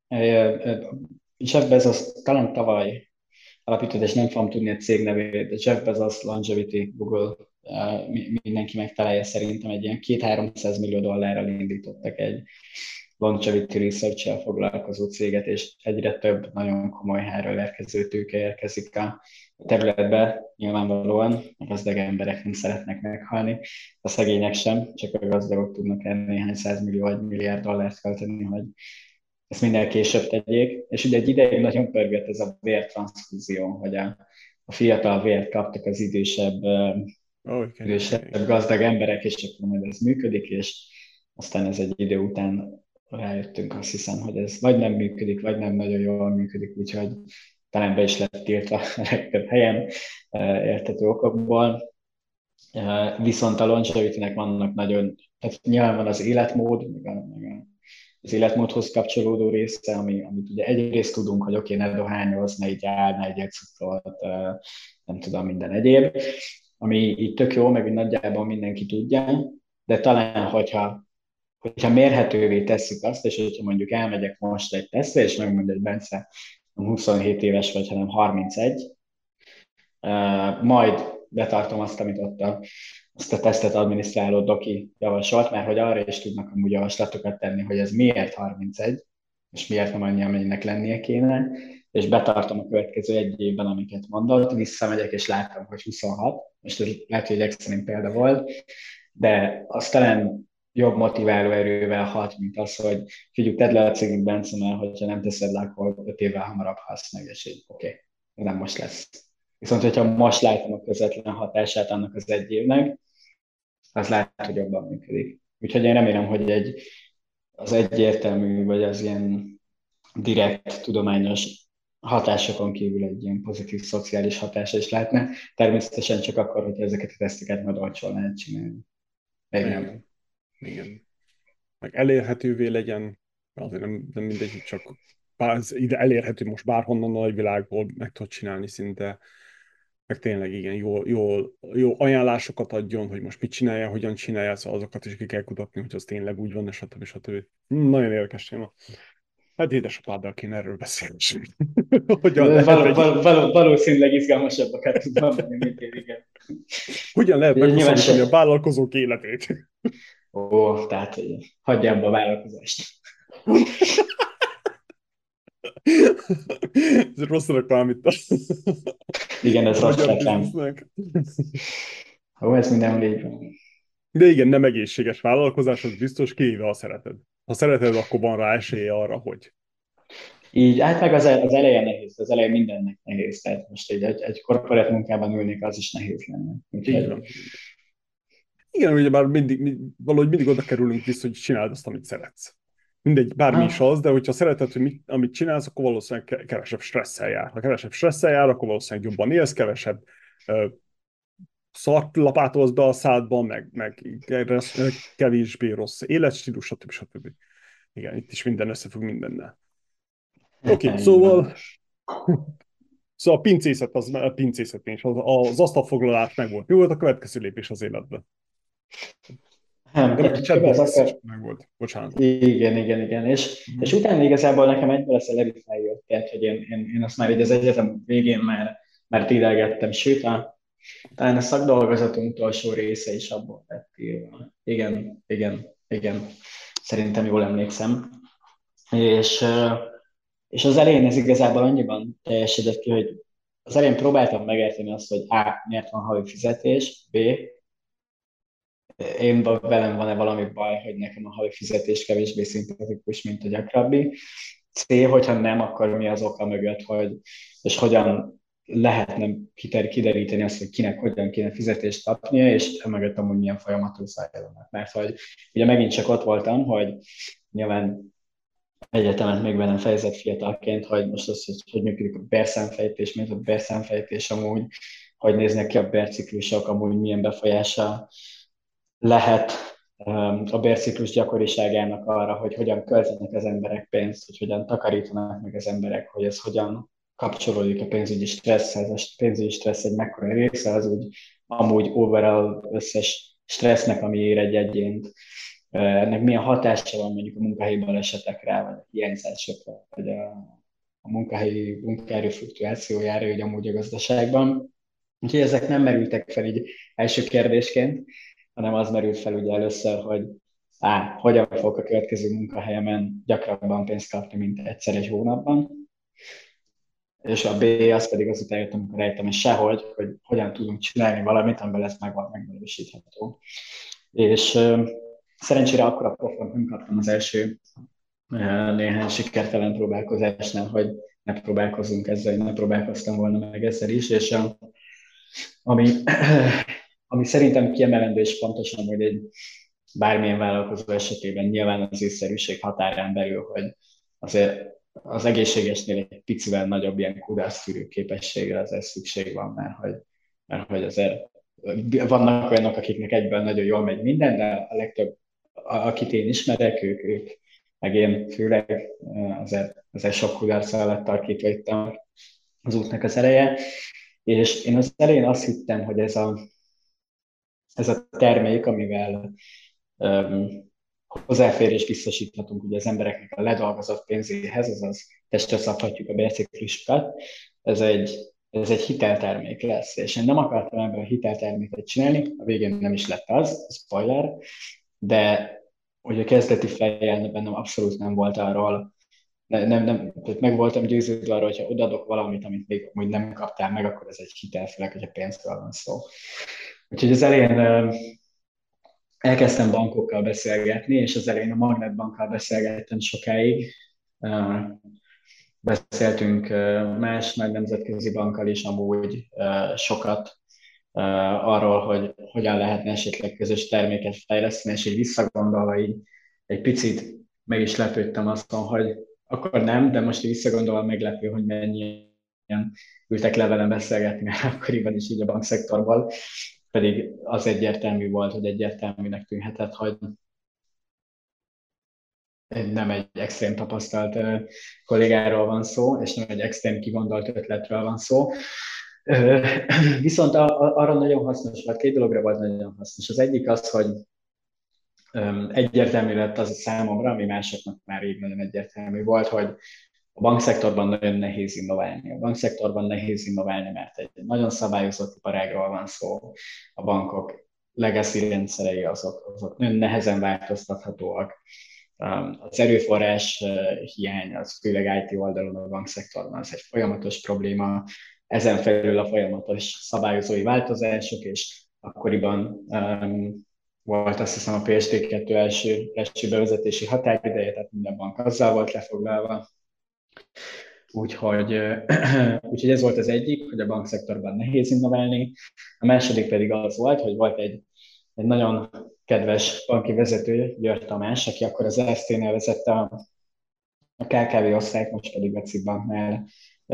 [SPEAKER 3] Jeff Bezos talán tavaly alapított, és nem fogom tudni a cég nevét, de Jeff Bezos, Longevity, Google, mindenki megtalálja szerintem, egy ilyen két-háromszáz millió dollárral indítottak egy longevity research-el foglalkozó céget, és egyre több nagyon komoly helyről érkező tőke érkezik a területbe, nyilvánvalóan a gazdag emberek nem szeretnek meghalni, a szegények sem, csak a gazdagok tudnak el néhány százmillió vagy milliárd dollárt költeni, hogy ezt minden később tegyék. És ugye egy ideig nagyon pörgött ez a vértranszfúzió, hogy a, a fiatal vért kaptak az idősebb,
[SPEAKER 2] Oh,
[SPEAKER 3] idősebb gazdag emberek, és akkor majd ez működik, és aztán ez egy idő után rájöttünk, azt hiszem, hogy ez vagy nem működik, vagy nem nagyon jól működik, úgyhogy talán be is lett tiltva a legtöbb helyen érthető okokból. Viszont a longevity-nek vannak nagyon, tehát nyilván van az életmód, meg, a, meg az életmódhoz kapcsolódó része, ami, amit ugye egyrészt tudunk, hogy oké, okay, ne dohányoz, ne így áll, ne egyél cukrot, nem tudom, minden egyéb, ami így tök jó, meg nagyjából mindenki tudja, de talán, hogyha, hogyha mérhetővé tesszük azt, és hogyha mondjuk elmegyek most egy tesztre, és megmondja, hogy Bence, nem huszonhét éves vagy, hanem harmincegy, majd betartom azt, amit ott a, azt a tesztet adminisztráló doki javasolt, mert hogy arra is tudnak amúgy javaslatokat tenni, hogy ez miért harmincegy, és miért nem annyi, amennyinek lennie kéne, és betartom a következő egy évben, amiket mondott, visszamegyek, és látom, hogy huszonhat, most ez lehet, hogy egy extrém példa volt, de az talán jobb motiváló erővel hat, mint az, hogy figyelj, tedd le a cigit, Bence, mert hogyha nem teszed le, akkor öt évvel hamarabb halsz meg, és így oké, okay, nem most lesz. Viszont, hogyha most látom a közvetlen hatását annak az egy évnek, az lehet, hogy jobban működik. Úgyhogy én remélem, hogy egy, az egyértelmű, vagy az ilyen direkt, tudományos hatásokon kívül egy ilyen pozitív szociális hatása is lehetne. Természetesen csak akkor, hogyha ezeket a teszteket majd olcsón lehet csinálni.
[SPEAKER 2] Igen. Igen. Meg elérhetővé legyen, azért nem, nem mindegy, hogy csak bár, ide elérhető most bárhonnan a nagyvilágból meg tud csinálni szinte, meg tényleg igen, jó, jó, jó ajánlásokat adjon, hogy most mit csinálja, hogyan csinálja, szóval azokat is ki kell kutatni, hogy az tényleg úgy van, és stb. stb. Nagyon érdekes téma. Hát édesapáddal kéne erről beszélni. Hogyan lehet
[SPEAKER 3] val,
[SPEAKER 2] egy...
[SPEAKER 3] val, val, valószínűleg izgalmasabbakat tud mondani, mint én, igen.
[SPEAKER 2] Hogyan lehet meghosszabbítani a vállalkozók életét?
[SPEAKER 3] Ó, tehát hagyja abba a vállalkozást.
[SPEAKER 2] Ez rossz reklám itt.
[SPEAKER 3] Igen, ez rossz reklám. Ó, ez mindenhol így van.
[SPEAKER 2] De igen, nem egészséges vállalkozás, az biztos, kivéve ha szereted. Ha szereted, akkor van rá esélye arra, hogy...
[SPEAKER 3] Így, hát meg az, az eleje nehéz, az eleje mindennek nehéz. Tehát most egy, egy, egy korporát munkában ülnék, az is nehéz lenne. Úgyhogy...
[SPEAKER 2] Igen, ugye bár mindig, mindig, valahogy mindig oda kerülünk vissza, hogy csináld azt, amit szeretsz. Mindegy, bármi is az, de hogyha szereted, hogy mit, amit csinálsz, akkor valószínűleg kevesebb stresszel jár. Ha kevesebb stresszel jár, akkor valószínűleg jobban élsz, kevesebb uh, szart lapátolsz be a szádban, meg, meg kevésbé rossz életstílus, stb. stb. Igen, itt is minden összefügg mindennel. Oké, okay, szóval... Szóval a pincészet, az, a pincészet is, az, az asztalfoglalás meg volt. Mi volt a következő lépés az életben?
[SPEAKER 3] Nem,
[SPEAKER 2] de
[SPEAKER 3] meg csak az akar...
[SPEAKER 2] meg volt. Bocsánat.
[SPEAKER 3] Igen, igen, igen. És, mm. és utána igazából nekem egyből a Celery feljött, tehát, hogy én, én, én azt már így az egyetem végén már, már tédelgettem, sőt, a, talán a szakdolgozatom utolsó része is abból lett írva. Igen, igen, igen. Szerintem jól emlékszem. És, és az elején ez igazából annyiban teljesedett ki, hogy az elején próbáltam megérteni azt, hogy A. miért van havi fizetés, B. én velem van-e valami baj, hogy nekem a havi fizetés kevésbé szimpatikus, mint a gyakrabbi. C. hogyha nem, akkor mi az oka mögött, hogy, és hogyan lehetne kideríteni azt, hogy kinek hogyan kéne fizetést kapnia, és emögött amúgy milyen folyamatok zajlanak. Mert hogy ugye megint csak ott voltam, hogy nyilván egyetemet még velem fejezett fiatalként, hogy most az, hogy hogy működik a bérszámfejtés, mint a bérszámfejtés amúgy, hogy néznek ki a bérciklusok, amúgy milyen befolyása lehet a bérciklus gyakoriságának arra, hogy hogyan költenek az emberek pénzt, hogy hogyan takarítanak meg az emberek, hogy ez hogyan kapcsolódik a pénzügyi stresszhez. A pénzügyi stressz egy mekkora része, az úgy amúgy overall összes stressznek, ami ér egy egyént. Ennek milyen hatása van mondjuk a munkahelyi balesetekre, vagy a hiányzásokra, vagy a, a munkahelyi munkaerő fluktuációjára, úgy amúgy a gazdaságban. Úgyhogy ezek nem merültek fel így első kérdésként, hanem az merült fel ugye először, hogy á, hogyan fogok a következő munkahelyemen gyakrabban pénzt kapni, mint egyszer egy hónapban. És a B, az pedig azután jött, amikor rejtem, és sehogy, hogy hogyan tudunk csinálni valamit, amivel ez meg van megvalósítható. És uh, szerencsére akkor a pofont nem kaptam az első uh, néhány sikertelen próbálkozásnál, hogy ne próbálkozzunk ezzel, ne próbálkoztam volna meg ezzel is, és uh, Ami, ami szerintem kiemelendő és pontosan, hogy egy bármilyen vállalkozó esetében nyilván az észszerűség határán belül, hogy azért az egészségesnél egy picivel nagyobb ilyen kudarctűrő képességre azért szükség van, mert hogy, mert hogy azért vannak olyanok, akiknek egyből nagyon jól megy minden, de a legtöbb, akit én ismerek, ők, ők meg én főleg azért, azért sok kudarc alatt tarkítva itt az útnak az eleje. És én az elején azt hittem, hogy ez a, ez a termék, amivel um, hozzáférés biztosíthatunk ugye az embereknek a ledolgozott pénzéhez, azaz testre szabhatjuk a bérciklusokat, ez egy, ez egy hiteltermék lesz. És én nem akartam ebből a hitelterméket csinálni, a végén nem is lett az, spoiler, de ugye a kezdeti fejjel bennem abszolút nem volt arról, nem, nem, nem, meg voltam győződve arról, hogyha odaadok valamit, amit még amúgy nem kaptál meg, akkor ez egy hitel, főleg, hogyha pénzről van szó. Úgyhogy az elején elkezdtem bankokkal beszélgetni, és az elején a Magnetbankkal beszélgettem sokáig. Beszéltünk más nagy nemzetközi bankkal is amúgy sokat arról, hogy hogyan lehetne esetleg közös terméket fejleszteni, és így visszagondolva így egy picit meg is lepődtem azon, hogy akkor nem, de most visszagondolva meglepő, hogy mennyien ültek le velem beszélgetni, mert akkoriban is így a bankszektorból, pedig az egyértelmű volt, hogy egyértelműnek tűnhetett, hogy nem egy extrém tapasztalt kollégáról van szó, és nem egy extrém kigondolt ötletről van szó. Viszont arra nagyon hasznos volt, két dologra volt nagyon hasznos. Az egyik az, hogy egyértelmű lett az a számomra, ami másoknak már így nagyon egyértelmű volt, hogy a bankszektorban nagyon nehéz innoválni. A bankszektorban nehéz innoválni, mert egy nagyon szabályozott iparágról van szó. A bankok legacy rendszerei azok, azok nagyon nehezen változtathatóak. Az erőforrás hiány, az főleg i té oldalon a bankszektorban, az egy folyamatos probléma. Ezen felül a folyamatos szabályozói változások, és akkoriban um, volt azt hiszem a pé es té kettő első, első bevezetési határideje, tehát minden bank azzal volt lefoglalva. Úgyhogy, úgyhogy ez volt az egyik, hogy a bankszektorban nehéz innoválni. A második pedig az volt, hogy volt egy, egy nagyon kedves banki vezető, György Tamás, aki akkor az er es té-nél vezette a, a ká ká vé osztályt, most pedig a cé i banknál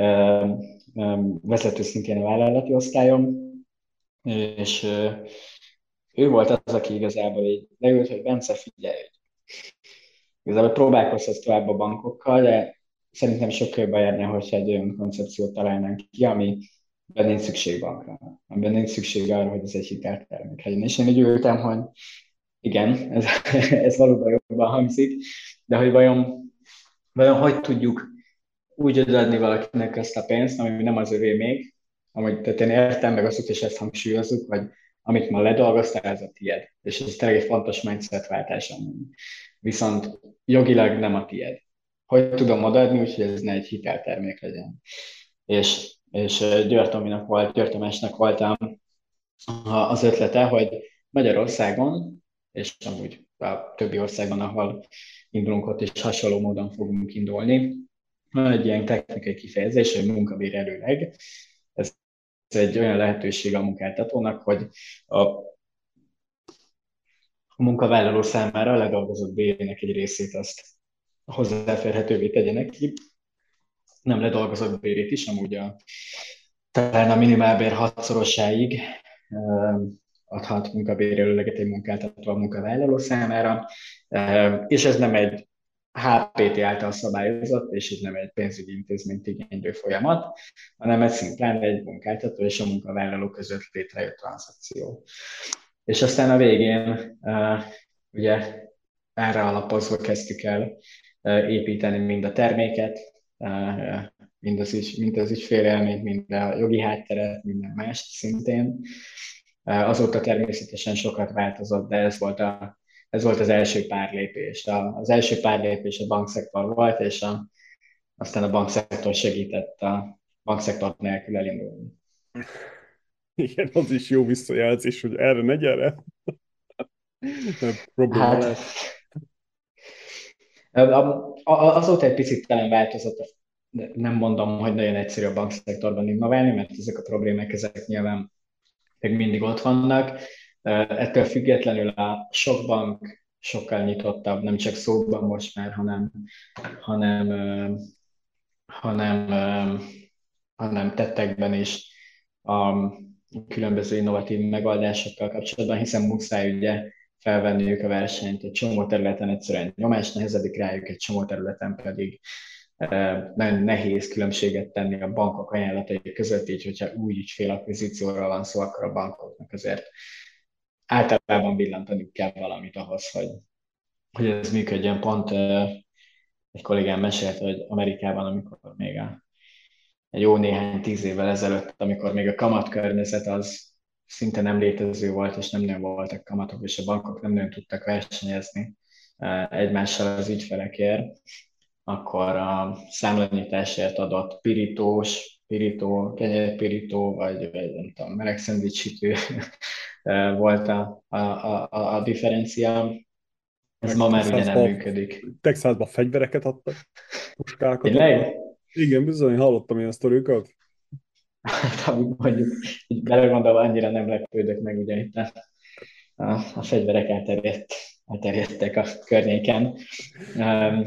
[SPEAKER 3] vezető szintén a vállalati osztályon, és ő volt az, aki igazából így leült, hogy Bence, figyelj, igazából próbálkozhatsz tovább a bankokkal, de szerintem sokkal jobban járna, hogyha egy olyan koncepciót találnánk ki, ami nincs szükség bankra, amiben nincs szükség arra, hogy ez egy hiteltermék legyen. És én így ültem, hogy igen, ez, ez valóban jobban hangzik, de hogy vajon, vajon hogy tudjuk úgy adni valakinek ezt a pénzt, ami nem az övé még, amúgy, tehát én értem, meg azt is ezt hangsúlyozzuk, hogy amit ma ledolgoztál, ez a tied. És ez tényleg egy fontos mindsetváltás. Viszont jogilag nem a tied. Hogy tudom odaadni, úgyhogy ez ne egy hiteltermék legyen. És, és György Tominak volt, György Tamásnak volt az ötlete, hogy Magyarországon, és amúgy a többi országban, ahol indulunk, ott is hasonló módon fogunk indulni. Van egy ilyen technikai kifejezés, hogy munkabérelőleg. Ez egy olyan lehetőség a munkáltatónak, hogy a, a munkavállaló számára a ledolgozott bérének egy részét azt hozzáférhetővé tegyenek ki. Nem ledolgozott bérét is, amúgy a, talán a minimálbér hatszorosáig adhat munkabérelőleget egy munkáltató a munkavállaló számára, és ez nem egy há pé té által szabályozott, és így nem egy pénzügyi intézményt igénylő folyamat, hanem ez szimplán egy munkáltató és a munkavállaló között létrejött tranzakció. És aztán a végén ugye erre alapozva kezdtük el építeni mind a terméket, mind az, is, mind az ügyfélélményt, mind a jogi hátteret, minden mást szintén. Azóta természetesen sokat változott, de ez volt, a, ez volt az első pár lépés. Az első pár lépés a bankszektor volt, és a, aztán a bankszektor segített a bankszektor nélkül elindulni.
[SPEAKER 2] Igen, az is jó visszajelzés, hogy erre ne gyere. Probléma
[SPEAKER 3] hát, azóta egy picit talán változott, nem mondom, hogy nagyon egyszerű a bankszektorban innoválni, mert ezek a problémák, ezek nyilván még mindig ott vannak. Ettől függetlenül a sok bank sokkal nyitottabb, nem csak szóban most már, hanem, hanem, hanem, hanem tettekben is a különböző innovatív megoldásokkal kapcsolatban, hiszen muszáj ugye felvenniük a versenyt. Egy csomó területen egyszerűen nyomás nehezedik rájuk, egy csomó területen pedig nagyon nehéz különbséget tenni a bankok ajánlatai között, így hogyha új ügyfélakvizícióra van szó, akkor a bankoknak azért általában villantani kell valamit ahhoz, hogy, hogy ez működjön. Pont egy kollégám mesélt, hogy Amerikában, amikor még a, egy jó néhány tíz évvel ezelőtt, amikor még a kamatkörnyezet az szinte nem létező volt, és nem nagyon voltak kamatok, és a bankok nem nagyon tudtak versenyezni egymással az ügyfelekért, akkor a számlanyításért adott pirítós, pirító, kenyérpirító, vagy, vagy nem tudom, meleg szendvicsítő volt a, a, a, a differencia. Ez
[SPEAKER 2] Meg
[SPEAKER 3] ma már ugye nem
[SPEAKER 2] Texasban-
[SPEAKER 3] működik.
[SPEAKER 2] Texasban fegyvereket adtak, puskákat
[SPEAKER 3] Tényleg?
[SPEAKER 2] adtak. Igen, bizony, hallottam ilyen sztorikat.
[SPEAKER 3] Hát, amúgy mondjuk, így belegondolva annyira nem lepődök meg, ugye itt a, a, a fegyverek elterjedt, elterjedtek a környéken. Um,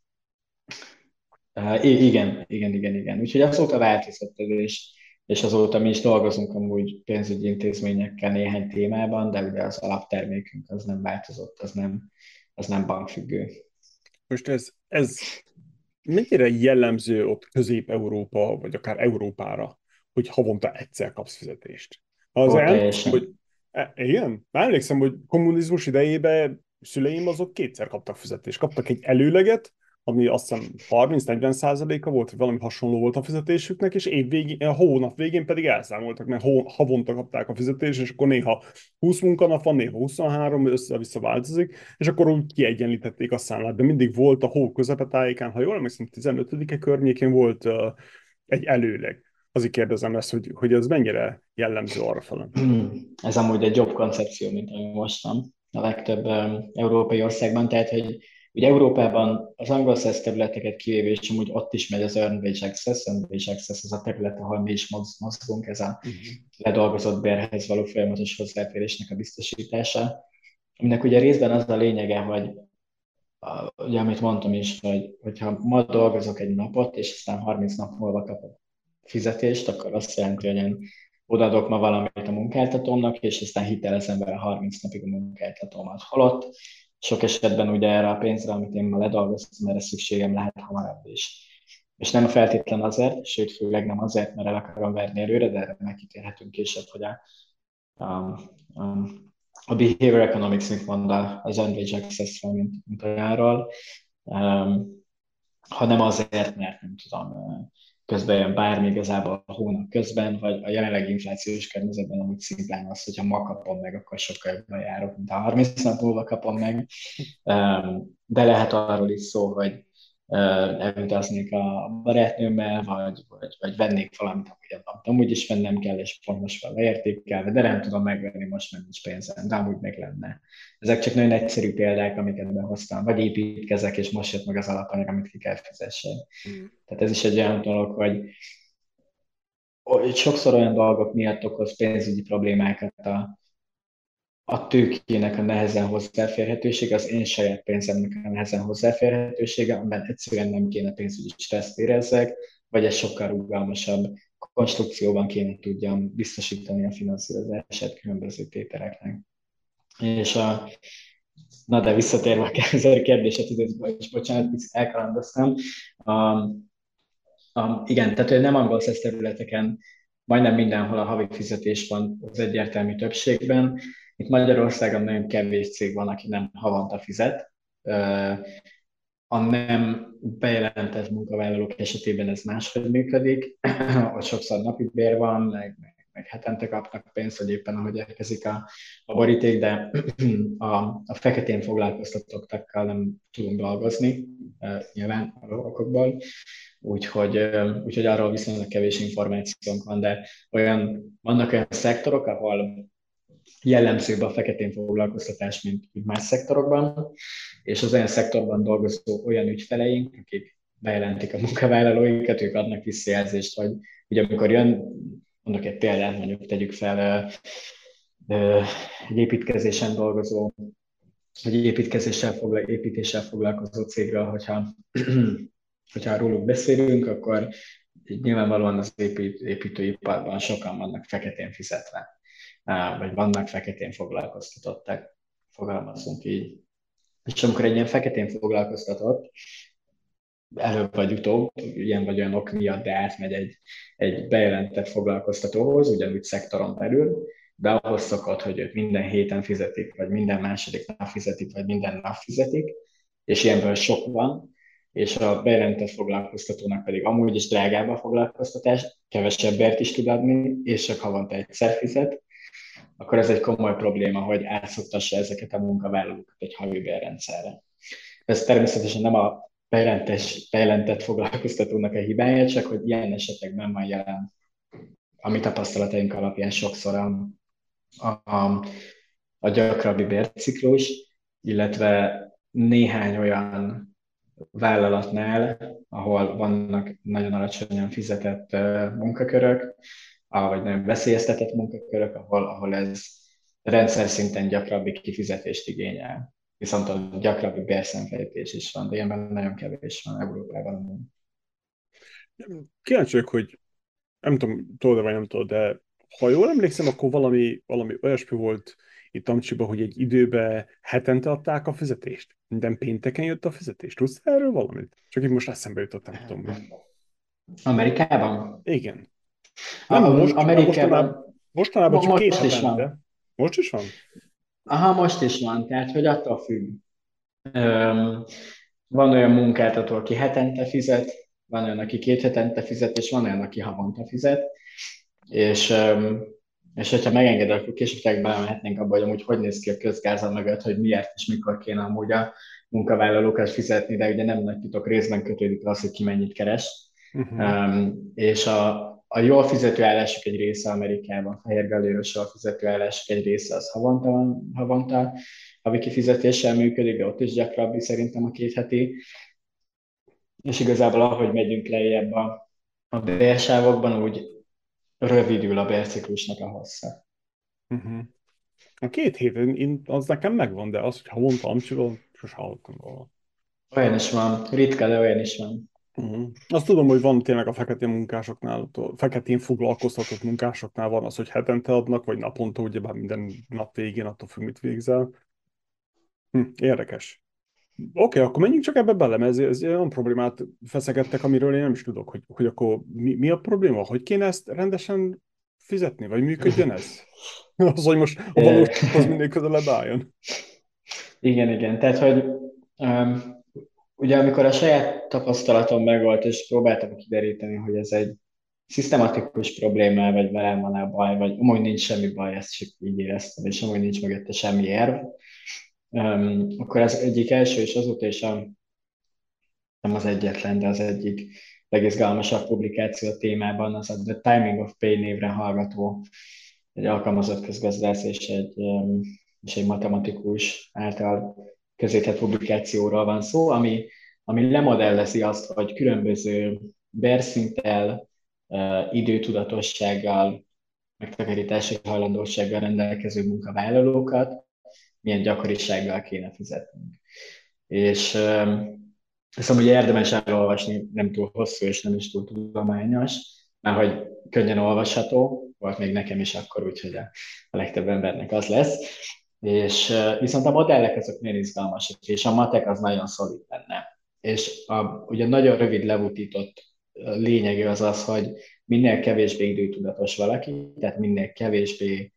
[SPEAKER 3] uh, igen, igen, igen, igen. Úgyhogy azóta változott ez, és, és azóta mi is dolgozunk amúgy pénzügyi intézményekkel néhány témában, de ugye az alaptermékünk az nem változott, az nem, az nem bankfüggő.
[SPEAKER 2] Most ez, ez mennyire jellemző ott Közép-Európa, vagy akár Európára, hogy havonta egyszer kapsz fizetést? Az
[SPEAKER 3] Ó,
[SPEAKER 2] emlékszem,
[SPEAKER 3] teljesen.
[SPEAKER 2] hogy e, igen? Emlékszem, hogy kommunizmus idejében szüleim azok kétszer kaptak fizetést. Kaptak egy előleget, ami azt hiszem harminc-negyven százaléka volt, vagy valami hasonló volt a fizetésüknek, és év végén, a hónap végén pedig elszámoltak, mert hó, havonta kapták a fizetést, és akkor néha húsz munkanap van, néha huszonhárom, össze-vissza változik, és akkor úgy kiegyenlítették a számlát, de mindig volt a hó közepetájékán, ha jól emlékszem, tizenötödike környékén volt uh, egy előleg. Azért kérdezem ezt, hogy, hogy ez mennyire jellemző arra felem.
[SPEAKER 3] Ez amúgy egy jobb koncepció, mint ami most van a legtöbb um, európai országban, tehát hogy ugye Európában az angol száz területeket kivéve, és amúgy ott is megy az Earned Wage Access, Earned Wage Access az a terület, ahol mi is mozgunk, ez a ledolgozott bérhez való folyamatos hozzáférésnek a biztosítása, aminek ugye részben az a lényege, hogy a, ugye amit mondtam is, hogy hogyha ma dolgozok egy napot, és aztán harminc nap múlva kapok fizetést, akkor azt jelenti, hogy én odaadok ma valamit a munkáltatómnak, és aztán hitelezem vele harminc napig a munkáltatómat. Holott sok esetben ugye erre a pénzre, amit én ma ledolgoztam, erre szükségem lehet hamarabb is. És nem feltétlen azért, sőt, főleg nem azért, mert el akarom verni előre, de erre megkitérhetünk később, hogy a, a, a, a behavior economics, mint mond az Earned Wage Access-ről, mint, mint olyanról, um, hanem azért, mert nem tudom, közben jön bármi igazából a hónap közben, vagy a jelenlegi inflációs környezetben amúgy szimplán az, hogyha ma kapom meg, akkor sokkal jobban járok, mint ha harminc nap múlva kapom meg. De lehet arról is szó, hogy elutaznék a barátnőmmel, vagy, vagy, vagy vennék valamit, amit amúgy is vennem kell, és pont most van leértékelve, de nem tudom megvenni most, mert nincs pénzem, de amúgy meg lenne. Ezek csak nagyon egyszerű példák, amiket behoztam, vagy építkezek, és most jött meg az alapanyag, amit ki kell fizessen. Mm. Tehát ez is egy olyan dolog, hogy, hogy sokszor olyan dolgok miatt okoz pénzügyi problémákat a, a tőkének a nehezen hozzáférhetősége, az én saját pénzemnek a nehezen hozzáférhetősége, amiben egyszerűen nem kéne pénzügyi stresszt érezzek, vagy egy sokkal rugalmasabb konstrukcióban kéne tudjam biztosítani a finanszírozását különböző tételeknek. És a, na de visszatérve a kérdésre, és bocsánat, elkalandoztam. Um, um, igen, tehát nem angol száz területeken majdnem mindenhol a havi fizetés van az egyértelmű többségben. Itt Magyarországon nagyon kevés cég van, aki nem havonta fizet. A nem bejelentett munkavállalók esetében ez máshogy működik, ott sokszor napi bér van, meg, meg, meg hetente kapnak pénzt, hogy éppen ahogy érkezik a, a boríték, de a, a feketén foglalkoztatottakkal nem tudunk dolgozni, nyilván a okokból. Úgyhogy, úgyhogy arról viszonylag kevés információnk van, de olyan, vannak olyan szektorok, ahol jellemzőbb a feketén foglalkoztatás, mint más szektorokban, és az olyan szektorban dolgozó olyan ügyfeleink, akik bejelentik a munkavállalóikat, ők adnak visszajelzést, hogy ugye amikor jön mondok egy példát, mondjuk tegyük fel egy építkezésen dolgozó, vagy építkezéssel foglal, építéssel foglalkozó cégről, hogyha, hogyha róluk beszélünk, akkor nyilvánvalóan az épít, építőiparban sokan vannak feketén fizetve, vagy vannak feketén foglalkoztatottak, fogalmazunk így. És amikor egy ilyen feketén foglalkoztatott, előbb vagy utóbb, ilyen vagy olyan ok miatt, de átmegy egy, egy bejelentett foglalkoztatóhoz, ugyanúgy szektoron belül, de ahhoz szokott, hogy őt minden héten fizetik, vagy minden második nap fizetik, vagy minden nap fizetik, és ilyenből sok van, és a bejelentett foglalkoztatónak pedig amúgy is drágább a foglalkoztatás, kevesebbért is tud adni, és csak havonta egyszer fizet, akkor ez egy komoly probléma, hogy átszoktassa ezeket a munkavállalókat egy havi bérrendszerre. Ez természetesen nem a bejelentett foglalkoztatónak a hibája, csak hogy ilyen esetekben van jelen a mi tapasztalataink alapján sokszor a, a, a gyakrabbi bérciklus, illetve néhány olyan vállalatnál, ahol vannak nagyon alacsonyan fizetett munkakörök, vagy nagyon veszélyeztetett munkakörök, ahol, ahol ez rendszer szinten gyakrabbi kifizetést igényel. Viszont a gyakrabbi bérszemfejtés is van, de ilyenben nagyon kevés van Európában.
[SPEAKER 2] Kíváncsi vagyok, hogy nem tudom, tudod vagy nem tudod, de ha jól emlékszem, akkor valami, valami olyasmi volt itt Amcsiban, hogy egy időben hetente adták a fizetést. Minden pénteken jött a fizetés. Tudsz erről valamit? Csak itt most eszembe jutott, nem tudom.
[SPEAKER 3] Amerikában?
[SPEAKER 2] Igen. Nem,
[SPEAKER 3] a,
[SPEAKER 2] most,
[SPEAKER 3] Amerikában,
[SPEAKER 2] mostanában, mostanában csak
[SPEAKER 3] most
[SPEAKER 2] két
[SPEAKER 3] is
[SPEAKER 2] hetente.
[SPEAKER 3] van.
[SPEAKER 2] Most is van?
[SPEAKER 3] Aha, most is van, tehát hogy attól függ. Um, van olyan munkáltató, aki hetente fizet, van olyan, aki két hetente fizet, és van olyan, aki havonta fizet. És, um, és hogyha megengeded, akkor később belemehetnénk abba, hogy amúgy hogy néz ki a közgáza mögött, hogy miért és mikor kéne amúgy a munkavállalókat fizetni, de ugye nem nagy titok, részben kötődik az, hogy ki mennyit keres. Uh-huh. Um, és a, a jól fizető állások egy része Amerikában, fehérgalléros jól fizető állások egy része az havonta, havonta havi kifizetéssel működik, de ott is gyakrabbi szerintem a két heti. És igazából ahogy megyünk lejjebb a, a bérsávokban, úgy rövidül a bérciklusnak a hossza.
[SPEAKER 2] Uh-huh. A két hét, én, az nekem megvan, de az, hogy havonta Amcsival, sose hallottam róla.
[SPEAKER 3] Olyan is van, ritka, de olyan is van.
[SPEAKER 2] Uh-huh. Azt tudom, hogy van tényleg a feketén munkásoknál, a feketén foglalkoztatott munkásoknál van az, hogy hetente adnak, vagy naponta, ugyebár minden nap végén, attól függ, mit végzel. Hm, érdekes. Oké, okay, akkor menjünk csak ebbe bele, mert ez, ez olyan problémát feszegettek, amiről én nem is tudok, hogy, hogy akkor mi, mi a probléma? Hogy kéne ezt rendesen fizetni, vagy működjön ez? Az, hogy most a valósághoz minél közelebb álljon.
[SPEAKER 3] Igen, igen. Tehát, hogy um, ugye amikor a saját tapasztalatom megvolt, és próbáltam kideríteni, hogy ez egy szisztematikus probléma, vagy velem van a baj, vagy amúgy nincs semmi baj, ezt csak így éreztem, és amúgy nincs mögötte semmi érv, um, akkor az egyik első, és azóta is a, nem az egyetlen, de az egyik legizgalmasabb publikáció a témában, az a The Timing of Pay névre hallgató, egy alkalmazott közgazdász és egy, um, és egy matematikus által közétett publikációról van szó, ami, ami lemodellezi azt, hogy különböző bérszinttel, uh, időtudatossággal, megtakarítási hajlandósággal rendelkező munkavállalókat milyen gyakorisággal kéne fizetnünk. És um, ezt amúgy érdemes elolvasni, nem túl hosszú és nem is túl tudományos, mert hogy könnyen olvasható, volt még nekem is akkor, úgyhogy a, a legtöbb embernek az lesz. És uh, viszont a modellek azok nagyon izgalmasak, és a matek az nagyon szolid benne. És a, ugye nagyon rövid lebutított lényege az az, hogy minél kevésbé időtudatos valaki, tehát minél kevésbé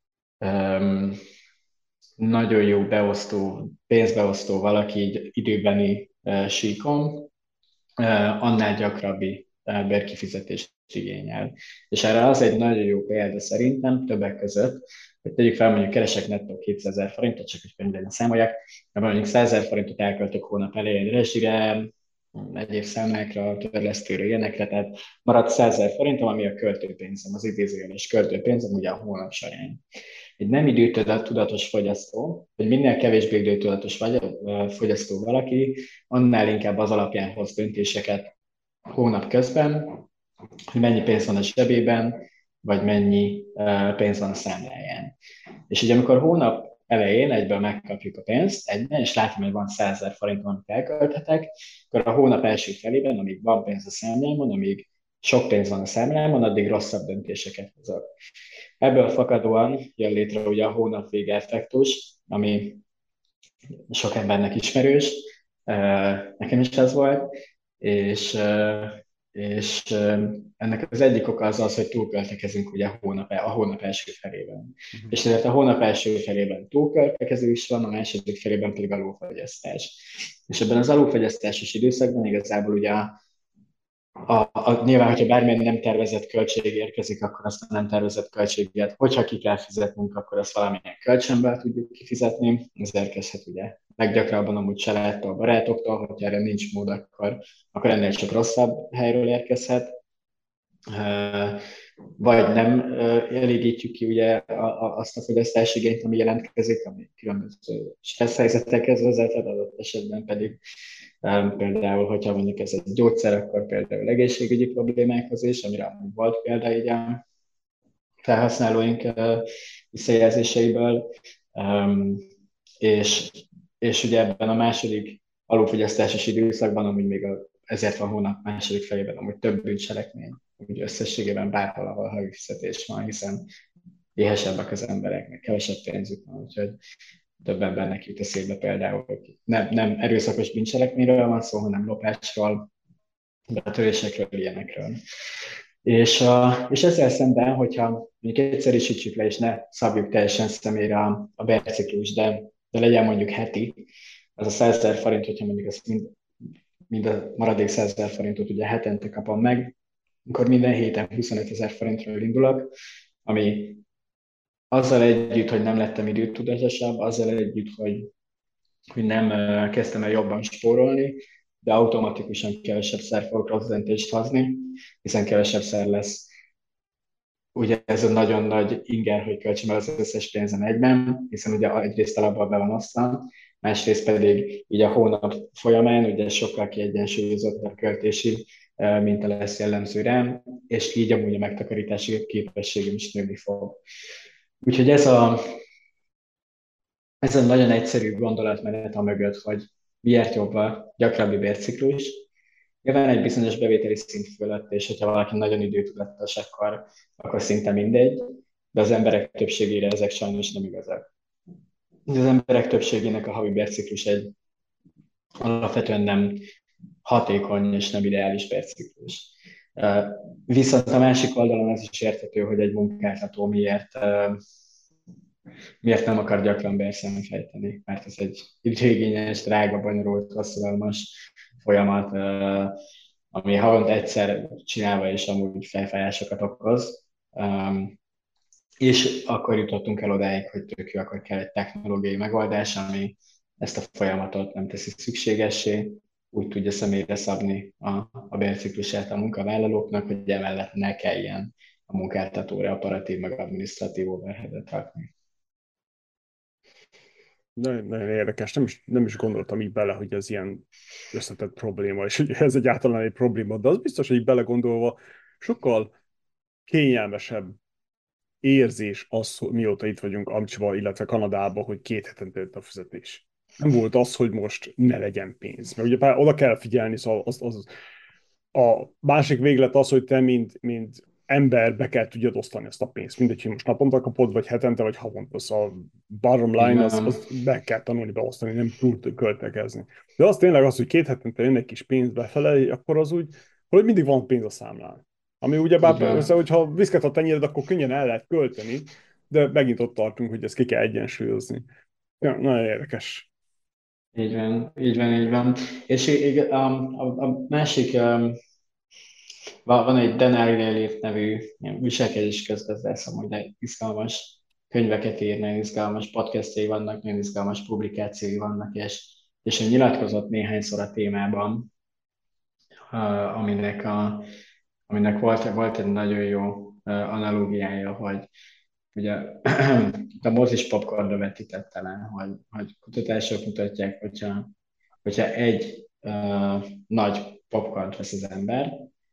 [SPEAKER 3] um, nagyon jó beosztó, pénzbeosztó valaki így időbeni uh, síkon, uh, annál gyakrabbi uh, bérkifizetést igényel. És erre az egy nagyon jó példa szerintem többek között, hogy tegyük fel, mondjuk keresek nettó kétszázezer forintot, csak hogy könyvben számolják, mert mondjuk százezer forintot elköltök hónap elején rezsire, egyéb számlákra, törlesztőre, ilyenekre, tehát maradt százezer forintom, ami a költőpénzem, az idézőjeles költőpénzem ugye a hónap során. Egy nem időtudatos fogyasztó, hogy minél kevésbé időtudatos vagy, fogyasztó valaki, annál inkább az alapján hoz döntéseket hónap közben, hogy mennyi pénz van a zsebében, vagy mennyi pénz van a számláján. És ugye amikor hónap elején egyből megkapjuk a pénzt egyben, és látom, hogy van százezer forint, amit elkölthetek, akkor a hónap első felében, amíg van pénz a számlámon, amíg sok pénz van a számlámon, addig rosszabb döntéseket hozok. Ebből fakadóan jön létre ugye a hónapvége effektus, ami sok embernek ismerős, nekem is ez volt, és, és ennek az egyik oka az az, hogy túlköltekezünk ugye a hónap, a hónap első felében. Uh-huh. És ezért a hónap első felében túlköltekezés van, a második felében pedig alulfogyasztás. És ebben az alulfogyasztásos időszakban igazából ugye a A, a, nyilván, hogyha bármilyen nem tervezett költség érkezik, akkor azt a nem tervezett költséget, hogyha ki kell fizetnünk, akkor azt valamilyen kölcsönből tudjuk kifizetni. Ez érkezhet ugye leggyakrabban amúgy családtól, barátoktól, hogyha erre nincs mód, akkor, akkor ennél csak rosszabb helyről érkezhet. Vagy nem elégítjük ki ugye azt a fogyasztási igényt, ami jelentkezik, ami különböző stressz helyzetekhez vezethet, adott esetben pedig például, hogyha mondjuk ez egy gyógyszer, akkor például egészségügyi problémákhoz is, amire volt példa így a felhasználóink visszajelzéseiből, és, és ugye ebben a második alulfogyasztásos időszakban, amúgy még a, ezért van hónap második felében, amúgy több bűncselekmény, úgy összességében bárhol, ahol havi fizetés van, hiszen éhesebbek az embereknek, kevesebb pénzük van, úgyhogy több embernek jut eszébe például, hogy nem, nem erőszakos bűncselekményről van szó, hanem lopásról, betörésekről, ilyenekről. És, a, és ezzel szemben, hogyha mondjuk egyszerűsítsük le, és ne szabjuk teljesen személyre a, a bérciklus, de, de legyen mondjuk heti, az a százezer forint, hogyha mondjuk ezt mind, mind a maradék százezer forintot ugye hetente kapom meg, akkor minden héten huszonötezer forintról indulok, ami azzal együtt, hogy nem lettem időtudatosabb, azzal együtt, hogy, hogy nem kezdtem el jobban spórolni, de automatikusan kevesebb szer fogok rossz döntést hozni, hiszen kevesebb szer lesz. Ugye ez a nagyon nagy inger, hogy költsem el az összes pénzem egyben, hiszen ugye egyrészt alapban be van osztva, másrészt pedig így a hónap folyamán ugye sokkal kiegyensúlyozott a költési minta lesz jellemző rám, és így amúgy a megtakarítási képességem is nőni fog. Úgyhogy ez a, ez a nagyon egyszerű gondolatmenet a mögött, hogy miért jobb a gyakrabbi bérciklus. Nyilván egy bizonyos bevételi szint fölött, és hogyha valaki nagyon időtudatos, akkor, akkor szinte mindegy, de az emberek többségére ezek sajnos nem igazak. Az emberek többségének a havi bérciklus egy alapvetően nem hatékony és nem ideális bérciklus. Viszont a másik oldalon az is érthető, hogy egy munkáltató miért, miért nem akar gyakran bérszámot fejteni, mert ez egy időigényes, drága, bonyolult, hosszadalmas folyamat, ami havonta egyszer csinálva és amúgy fejfájásokat okoz. És akkor jutottunk el odáig, hogy tök jó, akkor kell egy technológiai megoldás, ami ezt a folyamatot nem teszi szükségessé, úgy tudja személyre szabni a, a bérciklusát a munkavállalóknak, hogy emellett ne kelljen a munkáltatóra operatív meg adminisztratív overheadet rakni.
[SPEAKER 2] Nagyon, nagyon érdekes, nem is, nem is gondoltam így bele, hogy ez ilyen összetett probléma, és hogy ez egyáltalán egy probléma, de az biztos, hogy így belegondolva sokkal kényelmesebb érzés az, mióta itt vagyunk Amcsiba, illetve Kanadában, hogy két hetente jött a fizetés. Nem volt az, hogy most ne legyen pénz. Mert ugye oda kell figyelni, szóval az, az, a másik véglet az, hogy te, mint, mint ember be kell tudjad osztani ezt a pénzt. Mindegy, hogy most naponta kapod, vagy hetente, vagy havonta. Szóval bottom line, az, az be kell tanulni beosztani, nem túl költekezni. De az tényleg az, hogy két hetente jön egy kis pénz befele, akkor az úgy, hogy mindig van pénz a számlán. Ami ugyebár persze, hogyha viszket a tenyered, akkor könnyen el lehet költeni, de megint ott tartunk, hogy ezt ki kell egyensúlyozni. Ja, nagyon érdekes.
[SPEAKER 3] Így van, így van, így van. És a, a, a másik, um, van egy Dan Ariely nevű viselkedés közgazdász, amúgy de izgalmas könyveket ír, nagyon izgalmas podcastjai vannak, nagyon izgalmas publikációi vannak, és, és ő nyilatkozott néhányszor a témában, uh, aminek, a, aminek volt, volt egy nagyon jó uh, analógiája, hogy ugye a mozis popcornra vetítette le, hogy, hogy kutatások mutatják, hogyha, hogyha egy uh, nagy popcornt vesz az ember,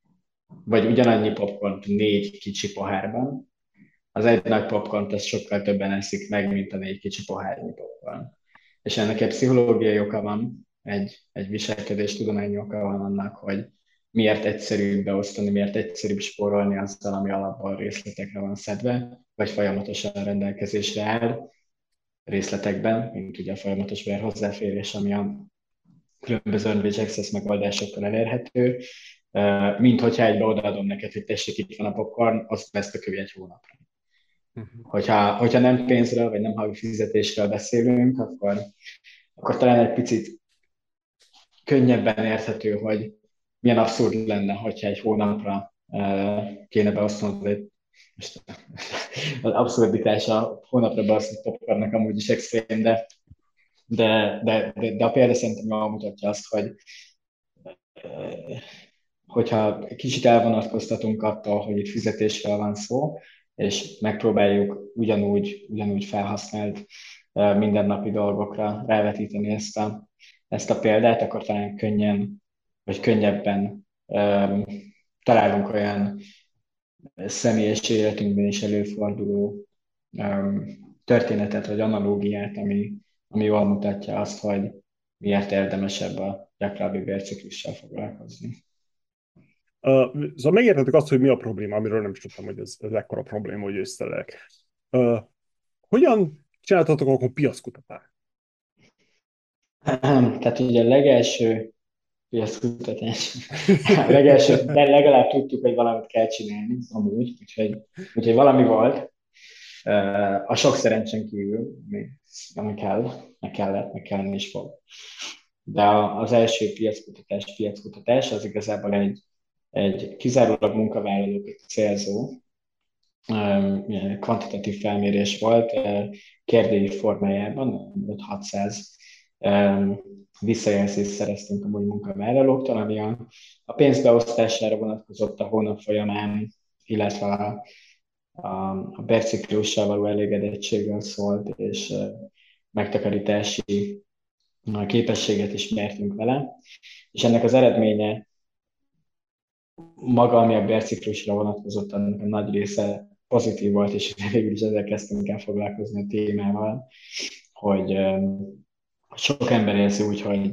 [SPEAKER 3] vagy ugyanannyi popcornt négy kicsi pohárban, az egy nagy popcornt az sokkal többen eszik meg, mint a négy kicsi pohárnyi popcorn. És ennek egy pszichológiai oka van, egy, egy viselkedés tudományi oka van annak, hogy miért egyszerűbb beosztani, miért egyszerűbb spórolni azzal, ami alapból részletekre van szedve, vagy folyamatosan rendelkezésre áll részletekben, mint ugye a folyamatos web hozzáférés, ami a különböző Unreach Access megoldásokkal elérhető, mint hogyha egybe odaadom neked, hogy tessék, itt van a popcorn, azt vesz a kövi egy hónapra.
[SPEAKER 2] Uh-huh.
[SPEAKER 3] Hogyha, hogyha nem pénzről, vagy nem havi fizetésről beszélünk, akkor, akkor talán egy picit könnyebben érthető, hogy milyen abszurd lenne, hogyha egy hónapra uh, kéne beosztanod egy most az abszurditás a hónapra beosztott popcornnak amúgy is extrém, de, de, de, de, de a példa szerintem jól mutatja azt, hogy uh, hogyha kicsit elvonatkoztatunk attól, hogy itt fizetésről van szó, és megpróbáljuk ugyanúgy, ugyanúgy felhasznált uh, mindennapi dolgokra rávetíteni ezt a, ezt a példát, akkor talán könnyen, vagy könnyebben um, találunk olyan személyes életünkben is előforduló um, történetet, vagy analógiát, ami, ami jól mutatja azt, hogy miért érdemesebb a gyakrabbi bérciklissal foglalkozni.
[SPEAKER 2] Uh, szóval megértettük azt, hogy mi a probléma, amiről nem is tudtam, hogy ez, ez ekkora probléma, hogy összelek. Uh, hogyan csináltatok akkor piackutatást?
[SPEAKER 3] Tehát ugye a legelső piackutatás, a legelső, de legalább tudtuk, hogy valamit kell csinálni, amúgy, úgyhogy, úgyhogy valami volt. Uh, a sok szerencsen kívül, ami, ami kell, meg kellett, meg kellene is fog. De az első piackutatás, piackutatás az igazából egy, egy kizárólag munkavállalókat célzó um, kvantitatív felmérés volt, uh, kérdőív formájában, öt-hatszáz um, visszajelzést szereztünk a munkavállalóktól, ami a, a pénzbeosztására vonatkozott a hónap folyamán, illetve a, a, a bérciklussal való elégedettségről szólt, és uh, megtakarítási képességet is mértünk vele, és ennek az eredménye maga, ami a bérciklusra vonatkozott, annak a nagy része pozitív volt, és végül is ezzel kezdtünk el foglalkozni a témával, hogy sok ember érzi úgy, hogy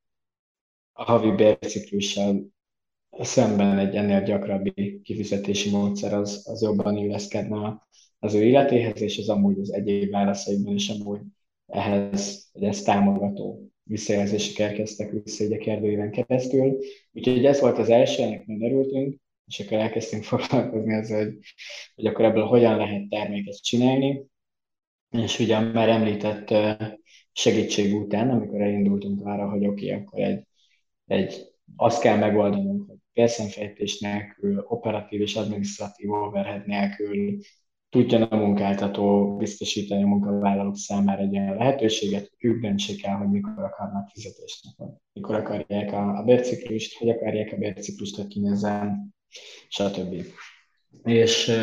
[SPEAKER 3] a havi bérciklussal szemben egy ennél gyakrabbi kifizetési módszer az, az jobban illeszkedne az ő életéhez, és az amúgy az egyéb válaszaikban is amúgy ehhez, vagy ezt támogató visszajelzések érkeztek vissza egy a kérdőíven keresztül. Úgyhogy ez volt az első, ennek nem örültünk, és akkor elkezdtünk foglalkozni ezzel, hogy, hogy akkor ebből hogyan lehet terméket csinálni. És ugye már említett segítség után, amikor elindultunk arra, hogy oké, okay, akkor egy, egy, azt kell megoldanunk, hogy bérszemfejtés nélkül, operatív és adminisztratív overhead nélkül tudjon a munkáltató biztosítani a munkavállalók számára egy olyan lehetőséget, hogy ők döntsék el, hogy mikor akarnak fizetésnek, mikor akarják a, a bérciklust, hogy akarják a bérciklust, hogy kinézzen, stb. És,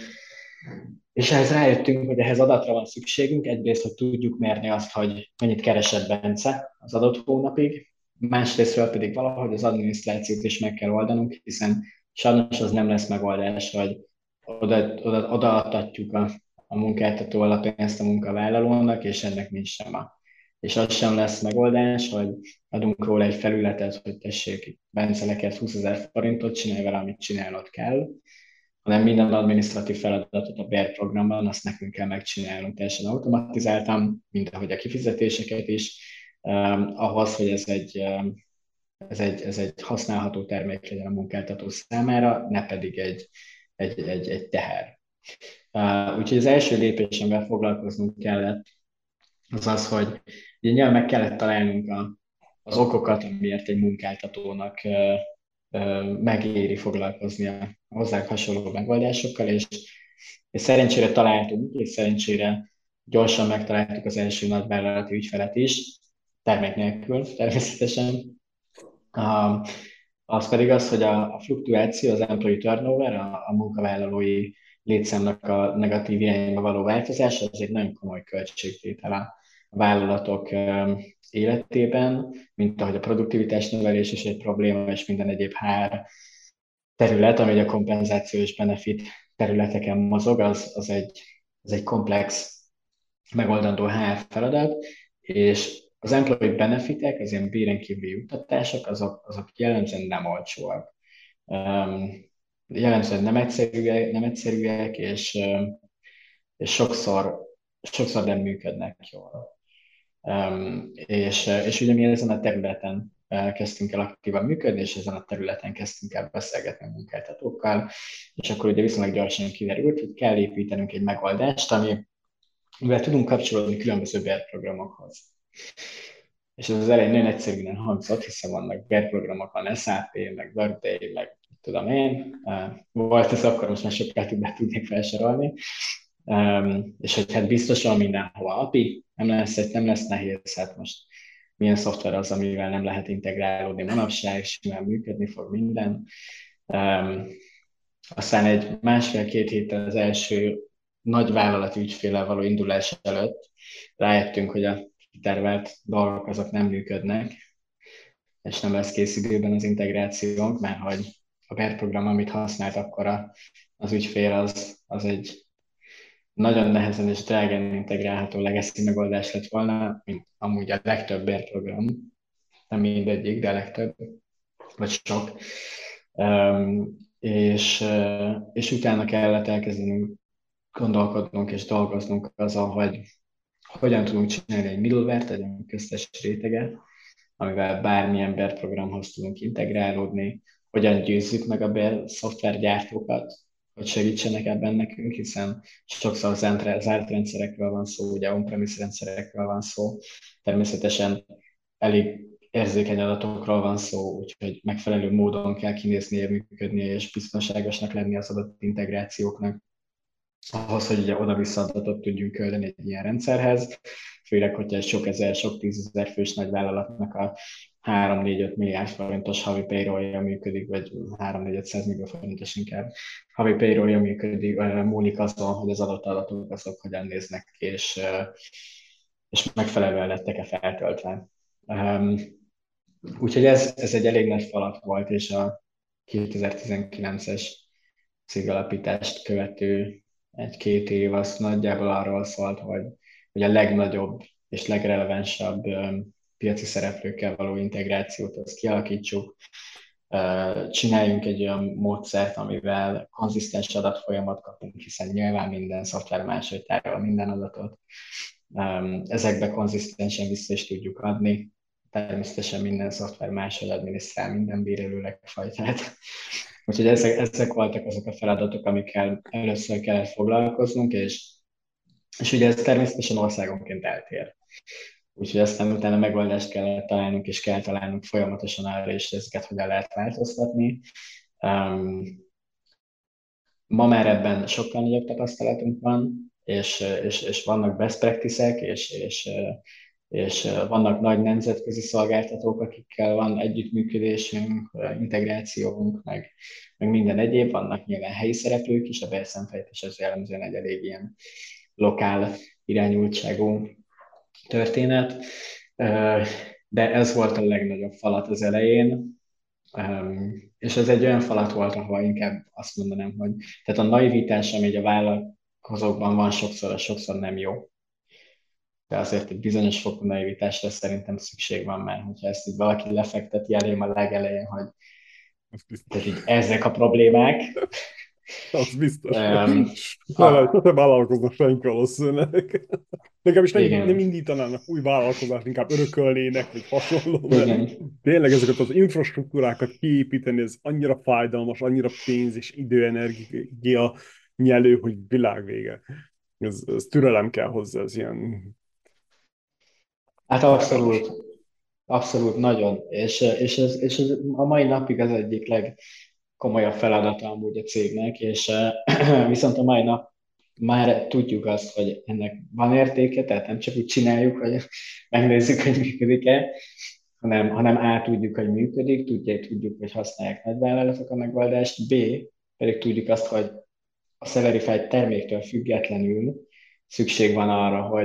[SPEAKER 3] és ehhez rájöttünk, hogy ehhez adatra van szükségünk, egyrészt, hogy tudjuk mérni azt, hogy mennyit keresett Bence az adott hónapig, másrésztről pedig valahogy az adminisztrációt is meg kell oldanunk, hiszen sajnos az nem lesz megoldás, hogy oda, oda, odaadtatjuk a, a munkáltató alapján a munkavállalónak, és ennek nincs sem a. És az sem lesz megoldás, hogy adunk róla egy felületet, hogy tessék, Bence, neked húszezer forintot, csinálj vele, amit csinálnod kell, hanem minden adminisztratív feladatot a bérprogramban, azt nekünk kell megcsinálnunk teljesen automatizáltan, mint ahogy a kifizetéseket is, um, ahhoz, hogy ez egy, um, ez, egy, ez egy használható termék legyen a munkáltató számára, ne pedig egy, egy, egy, egy teher. Uh, úgyhogy az első lépés, amivel foglalkoznunk kellett, az az, hogy ugye nyilván meg kellett találnunk a, az okokat, amiért egy munkáltatónak uh, uh, megéri foglalkozni a hozzánk hasonló megoldásokkal, és, és szerencsére találtunk, és szerencsére gyorsan megtaláltuk az első nagyvállalati ügyfelet is, termék nélkül természetesen. Uh, az pedig az, hogy a, a fluktuáció, az employee turnover, a, a munkavállalói létszámnak a negatív irányba való változása, az egy nagyon komoly költségtétel a vállalatok um, életében, mint ahogy a produktivitás növelés is egy probléma, és minden egyéb hár terület, ami a kompenzációs benefit területeken mozog, az, az, egy, az egy komplex megoldandó há er feladat, és az employee benefitek, az ilyen béren kívüli juttatások, azok, azok jellemzően nem olcsóak. Um, jellemzően nem egyszerűek, nem egyszerűek és, um, és sokszor, sokszor nem működnek jól. Um, és, és ugye mi ezen a területen uh, kezdtünk el aktívan működni, és ezen a területen kezdtünk el beszélgetni a munkáltatókkal, és akkor ugye viszonylag gyorsan kiderült, hogy kell építenünk egy megoldást, ami mivel tudunk kapcsolódni különböző bérprogramokhoz. És ez az elején nagyon egyszerűen hangzott, hiszen vannak bérprogramok, van es á pé, meg Workday, meg tudom én. Volt ez akkor, most már sokkal többet tudnék felsorolni. És hogy hát biztosan mindenhova á pé i, nem lesz, nem lesz nehéz, hát most milyen szoftver az, amivel nem lehet integrálódni manapság, simán működni fog minden. Aztán egy másfél-két héttel az első nagy vállalati ügyféllel való indulás előtt rájöttünk, hogy a tervelt dolgok azok nem működnek, és nem lesz kész időben az integrációnk, mert hogy a bérprogram, amit használt akkor az ügyfél, az, az egy nagyon nehezen és drágán integrálható legacy megoldás lett volna, mint amúgy a legtöbb bérprogram, nem mindegyik, de a legtöbb, vagy sok. Um, és, és utána kellett elkezdenünk gondolkodnunk és dolgoznunk azon, hogy hogyan tudunk csinálni egy middleware-t, egy köztes réteget, amivel bármilyen bérprogramhoz tudunk integrálódni, hogyan győzzük meg a bér szoftvergyártókat, hogy segítsenek ebben nekünk, hiszen sokszor zárt rendszerekről van szó, ugye on-premise rendszerekről van szó, természetesen elég érzékeny adatokról van szó, úgyhogy megfelelő módon kell kinéznie, működnie és biztonságosnak lenni az adott integrációknak, ahhoz, hogy ugye oda-vissza adatot tudjunk küldeni egy ilyen rendszerhez, főleg, hogyha egy sok ezer, sok tízezer fős nagyvállalatnak a három-négy-öt milliárd forintos havi payrollja működik, vagy három-négy-ötszáz millió forintos inkább havi payrollja működik, múlik azon, hogy az adott adatok azok hogyan néznek ki, és, és megfelelően lettek-e feltöltve. Úgyhogy ez, ez egy elég nagy falat volt, és a kétezer-tizenkilences cégalapítást követő egy-két év az nagyjából arról szólt, hogy, hogy a legnagyobb és legrelevánsabb um, piaci szereplőkkel való integrációt azt kialakítsuk, uh, csináljunk egy olyan módszert, amivel konzisztens adatfolyamat kapunk, hiszen nyilván minden szoftver máshogy tárol minden adatot. Um, ezekbe konzisztensen vissza is tudjuk adni. Természetesen minden szoftver máshogy adminisztrál minden bérelőleg fajtát. Úgyhogy ezek, ezek voltak azok a feladatok, amikkel először kellett foglalkoznunk, és, és ugye ez természetesen országonként eltér. Úgyhogy aztán utána megoldást kellett találnunk, és kell találnunk folyamatosan arra is, ezeket hogyan lehet változtatni. Um, ma már ebben sokkal nagyobb tapasztalatunk van, és, és, és vannak best practice-ek, és, és és vannak nagy nemzetközi szolgáltatók, akikkel van együttműködésünk, integrációnk, meg, meg minden egyéb, vannak nyilván helyi szereplők is, a bérszemfejtés az jellemzően egy elég ilyen lokál irányultságú történet, de ez volt a legnagyobb falat az elején, és ez egy olyan falat volt, ahol inkább azt mondanám, hogy tehát a naivitás, ami a vállalkozókban van sokszor, az sokszor nem jó. De azért egy bizonyos fokú naivitásra szerintem szükség van, mert hogyha ezt így valaki lefekteti elém a legelején, hogy tehát így ezek a problémák.
[SPEAKER 2] Az biztos. Um, ha... Sose vállalkoznak senki valószínűleg. Legalábbis nem, nem indítanának új vállalkozást, inkább örökölnének, vagy hasonló. Tényleg ezeket az infrastruktúrákat kiépíteni, ez annyira fájdalmas, annyira pénz és időenergia nyelő, hogy világvége. Ez, ez türelem kell hozzá, ez ilyen...
[SPEAKER 3] Hát abszolút, abszolút nagyon, és, és, ez, és ez a mai napig az egyik legkomolyabb feladata amúgy a cégnek, és viszont a mai nap már tudjuk azt, hogy ennek van értéke, tehát nem csak úgy csináljuk, hogy megnézzük, hogy működik-e, hanem, hanem A, tudjuk, hogy működik, tudjuk, tudjuk, hogy használják nagyvállalatok a megoldást, B, pedig tudjuk azt, hogy a Severify terméktől függetlenül szükség van arra, hogy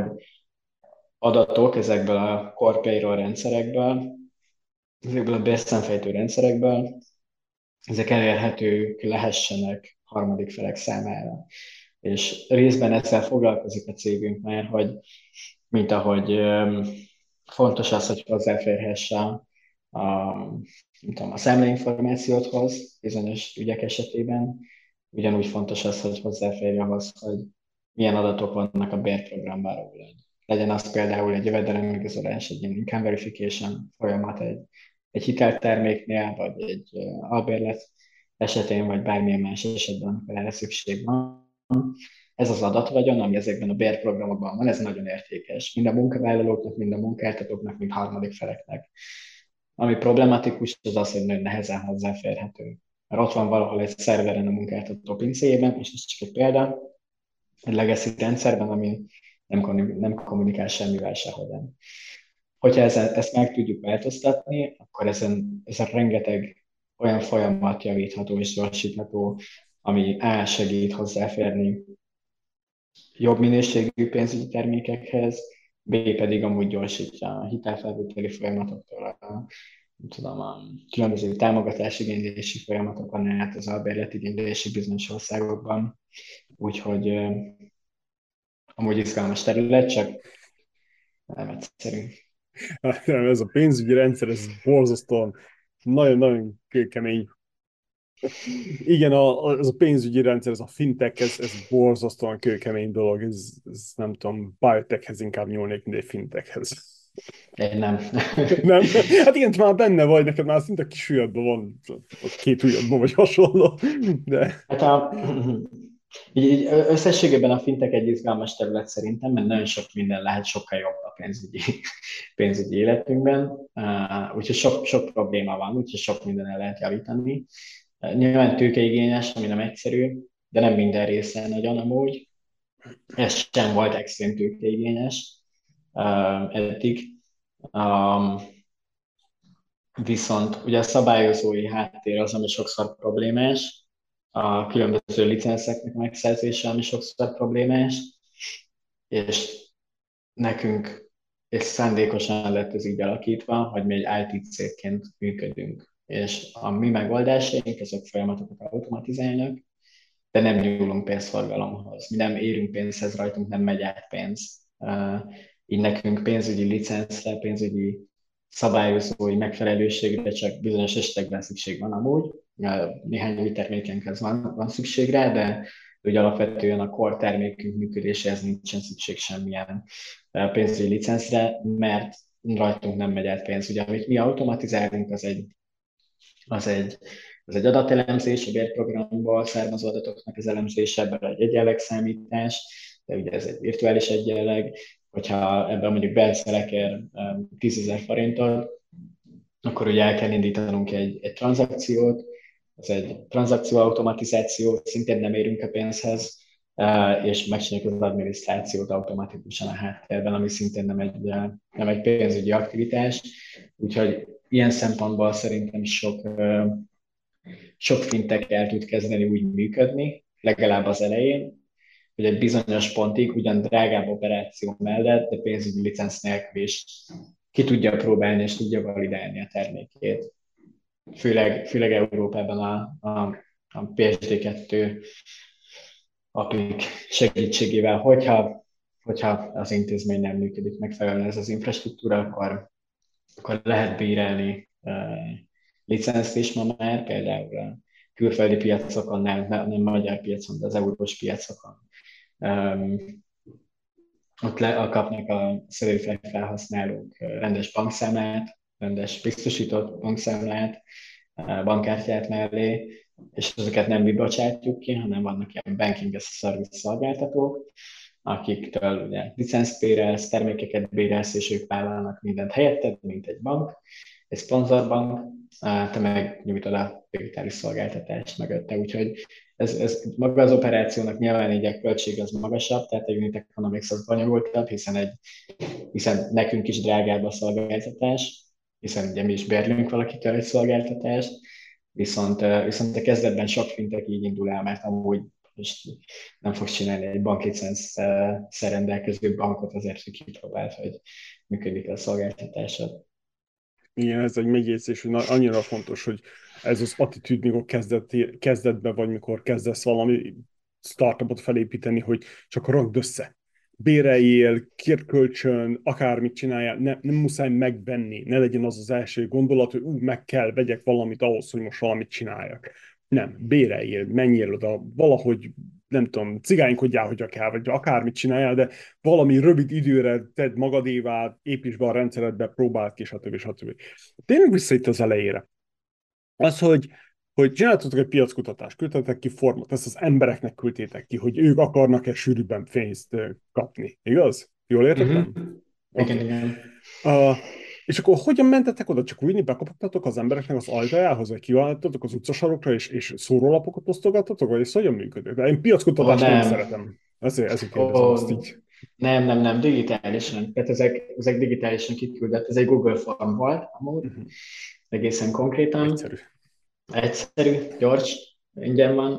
[SPEAKER 3] adatok ezekből a core payroll rendszerekből, ezekből a bérszámfejtő rendszerekből ezek elérhetők lehessenek harmadik felek számára. És részben ezzel foglalkozik a cégünk már, hogy mint ahogy öm, fontos az, hogy hozzáférhess a, a, nem tudom, a számlainformációhoz bizonyos ügyek esetében, ugyanúgy fontos az, hogy hozzáférj ahhoz, hogy milyen adatok vannak a bérprogramban rólad. Legyen az például egy jövedelemigazolás, egy ilyen income verification folyamat egy, egy hitelterméknél, vagy egy uh, albérlet esetén, vagy bármilyen más esetben, amikor erre szükség van. Ez az adatvagyon, ami ezekben a bérprogramokban van, ez nagyon értékes. Mind a munkavállalóknak, mind a munkáltatóknak, mind harmadik feleknek. Ami problematikus, az az, hogy nagyon nehezen hozzáférhető. Mert ott van valahol egy szerveren a munkáltató pincéjében, és ez csak egy példa, egy legacy rendszerben, ami nem, nem kommunikál semmivel sehogyan. Hogyha ezen, ezt meg tudjuk változtatni, akkor ezen, ezen rengeteg olyan folyamat javítható és gyorsítható, ami A segít hozzáférni jobb minőségű pénzügyi termékekhez, B pedig amúgy gyorsítja a hitelfelvételi folyamatoktól, a, nem tudom, a különböző támogatásigénylési folyamatokon át az albérletigénylési bizonyos országokban. Úgyhogy amúgy izgalmas terület, csak nem egyszerű.
[SPEAKER 2] Hát, ez a pénzügyi rendszer, ez borzasztóan nagyon-nagyon kemény. Igen, a, az a pénzügyi rendszer, ez a fintech, ez, ez borzasztóan kőkemény dolog, ez, ez nem tudom, biotechhez inkább nyúlnék, mint egy fintechhez.
[SPEAKER 3] Én nem.
[SPEAKER 2] Nem? Hát igen, már benne vagy, neked már szinte a kis ujjadban van, a két ujjadban vagy hasonló, de...
[SPEAKER 3] Hát a, így, így összességében a fintech egy izgalmas terület szerintem, mert nagyon sok minden lehet sokkal jobb a pénzügyi, pénzügyi életünkben, uh, úgyhogy sok, sok probléma van, úgyhogy sok minden el lehet javítani. Uh, nyilván tőkeigényes, ami nem egyszerű, de nem minden része nagyon amúgy. Ez sem volt extrém tőkeigényes uh, eddig. Um, viszont ugye a szabályozói háttér az, ami sokszor problémás, a különböző licenszeknek megszerzése, ami sokszor problémás, és nekünk, és szándékosan lett ez így alakítva, hogy mi egy i té cégként működünk, és a mi megoldásaink, ezek folyamatokat automatizálnak, de nem nyúlunk pénzforgalomhoz. Mi nem érünk pénzhez, rajtunk nem megy át pénz. Így nekünk pénzügyi licenszre, pénzügyi szabályozói megfelelőségre csak bizonyos esetekben szükség van amúgy. Néhány új termékenkhez van, van szükség rá, de ugye alapvetően a core termékünk működéséhez nincsen szükség semmilyen pénzügyi licenszre, mert rajtunk nem megy át pénz. Ugye, amit mi automatizálunk, az egy, az egy, az egy adatelemzés, a bérprogramból származó adatoknak az elemzése, ebből egy egyenlegszámítás, de ugye ez egy virtuális egyenleg, hogyha ebben mondjuk Bence lekér tízezer forintot, akkor ugye el kell indítanunk egy, egy tranzakciót, ez egy tranzakció automatizáció, szintén nem érünk a pénzhez, és megcsináljuk az adminisztrációt automatikusan a háttérben, ami szintén nem egy, nem egy pénzügyi aktivitás. Úgyhogy ilyen szempontból szerintem sok, sok fintech el tud kezdeni úgy működni, legalább az elején, hogy egy bizonyos pontig ugyan drágább operáció mellett, de pénzügyi licenc nélkül is ki tudja próbálni és tudja validálni a termékét. Főleg, főleg Európában a, a, a pé es dé kettő apik segítségével, hogyha, hogyha az intézmény nem működik megfelelően ez az infrastruktúra, akkor, akkor lehet bírálni uh, licenzt is ma már, például a külföldi piacokon, nem, nem magyar piacon, de az eurós piacokon. Um, ott le, kapnak a szerűfej felhasználók rendes bankszámlát, rendes biztosított bankszámlát, bankkártyát mellé, és ezeket nem mi bocsátjuk ki, hanem vannak ilyen banking as a service szolgáltatók, akiktől ugye licenzt bérelsz, termékeket bérelsz, és ők vállalnak mindent helyetted, mint egy bank, egy szponzorbank, te meg nyújtod a digitális szolgáltatást mögötte. Úgyhogy ez, ez maga az operációnak nyilván így a költség az magasabb, tehát a unit economics az bonyolultabb, hiszen, egy, hiszen nekünk is drágább a szolgáltatás, hiszen ugye mi is bérlünk valakitől egy szolgáltatást, viszont, viszont a kezdetben sok fintech így indul el, mert amúgy és nem fogsz csinálni egy banklicenszel rendelkező bankot azért, hogy kipróbáld, hogy működik a szolgáltatásod.
[SPEAKER 2] Igen, ez egy megjegyzés, hogy na- annyira fontos, hogy ez az attitűd, mikor kezdet, kezdetben vagy, mikor kezdesz valami startupot felépíteni, hogy csak rakd össze. Béreljél, kérd kölcsön, akármit csináljál, ne, nem muszáj megvenni, ne legyen az az első gondolat, hogy ú, meg kell, vegyek valamit ahhoz, hogy most valamit csináljak. Nem, béreljél, menjél oda, valahogy, nem tudom, cigánykodjál, hogyha kell, vagy akármit csináljál, de valami rövid időre tedd magadévá, építsd be a rendszeredbe, próbáld ki, stb. stb. Tényleg vissza itt az elejére. Az, hogy, hogy csináltatok egy piackutatást, küldtetek ki formát, ezt az embereknek küldtétek ki, hogy ők akarnak-e sűrűbben pénzt kapni. Igaz? Jól
[SPEAKER 3] Uh-huh.
[SPEAKER 2] értettem? Oké.
[SPEAKER 3] Igen,
[SPEAKER 2] Okay.
[SPEAKER 3] igen.
[SPEAKER 2] Uh, és akkor hogyan mentetek oda? Csak úgy bekopogtatok az embereknek az ajtajához, vagy kiváltatok az utcasarokra, és, és szórólapokat osztogattatok, vagy ez hogyan működik? De én
[SPEAKER 3] Ó,
[SPEAKER 2] piackutatást nem
[SPEAKER 3] nem.
[SPEAKER 2] szeretem. Ezért, ezért kérdezem
[SPEAKER 3] Ó,
[SPEAKER 2] ezt így.
[SPEAKER 3] nem, nem, nem, digitálisan. Tehát ezek, ezek digitálisan kiküldött. Ez egy Google Form volt, amúgy,
[SPEAKER 2] Uh-huh.
[SPEAKER 3] egészen konkrétan.
[SPEAKER 2] Egyszerű.
[SPEAKER 3] Egyszerű, gyors, ingyen van.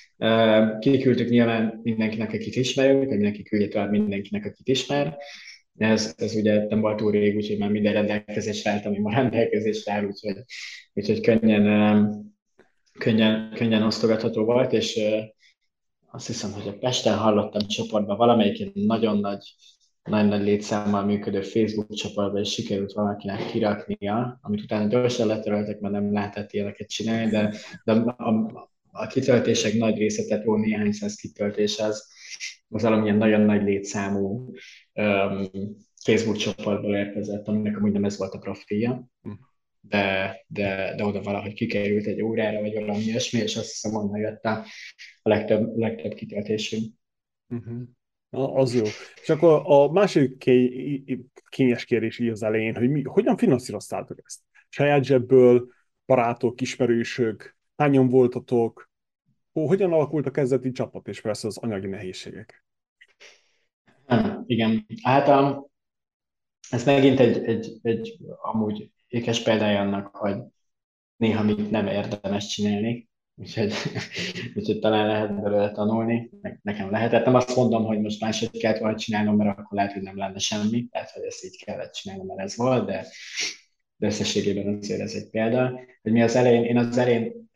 [SPEAKER 3] Ö, Kiküldtük nyilván mindenkinek, akit ismerünk, vagy mindenki küldje tovább mindenkinek, akit ismer. Ez, ez ugye nem volt túl rég, úgyhogy már minden rendelkezésre állt, ami ma rendelkezésre áll, úgyhogy, úgyhogy könnyen, ö, könnyen, könnyen osztogatható volt, és ö, azt hiszem, hogy a Pesten hallottam csoportban valamelyik egy nagyon nagy, nagyon nagy létszámmal működő Facebook csoportban is sikerült valakinek kiraknia, amit utána gyorsan letöröltek, mert nem lehetett ilyeneket csinálni, de, de a, a, a kitöltések nagy része, tehát jó néhány száz kitöltés az, az valamilyen nagyon nagy létszámú um, Facebook csoportból érkezett, aminek amúgy nem ez volt a profilja, de, de, de oda valahogy kikerült egy órára, vagy valami ilyesmi, és azt hiszem, onnan jött a, a legtöbb, legtöbb kitöltésünk.
[SPEAKER 2] Uh-huh. Az jó. És akkor a másik ké- kényes kérdés így az elején, hogy mi, hogyan finanszíroztátok ezt? Saját zsebből, barátok, ismerősök, hányan voltatok? Hogyan alakult a kezdeti csapat, és persze az anyagi nehézségek?
[SPEAKER 3] Nem, igen. Hát um, ez megint egy, egy, egy amúgy ékes példája annak, hogy néha mit nem érdemes csinálni, úgyhogy, úgyhogy talán lehet belőle tanulni, meg nekem lehetett. Nem azt mondom, hogy most máshogy kellett volna csinálnom, mert akkor lehet, hogy nem lenne semmi, tehát hogy ezt így kellett csinálnom, mert ez volt, de, de összességében azért ez egy példa. Hogy mi az elején, én az elején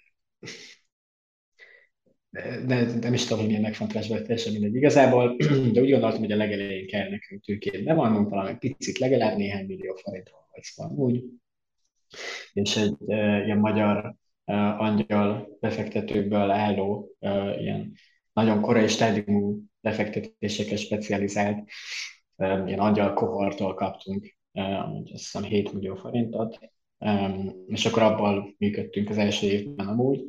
[SPEAKER 3] de nem is tudom, hogy milyen megfontolás volt, teljesen mindegy igazából, de úgy gondoltam, hogy a legelején kell nekünk tőkét bevannunk, valami picit, legalább néhány millió forintról vagy szóval úgy, és egy e, ilyen magyar e, angyal befektetőkből álló e, ilyen nagyon korai stádiumú befektetéseket specializált e, ilyen angyal kohortól kaptunk, e, azt hiszem hét millió forintot, e, és akkor abból működtünk az első évben amúgy,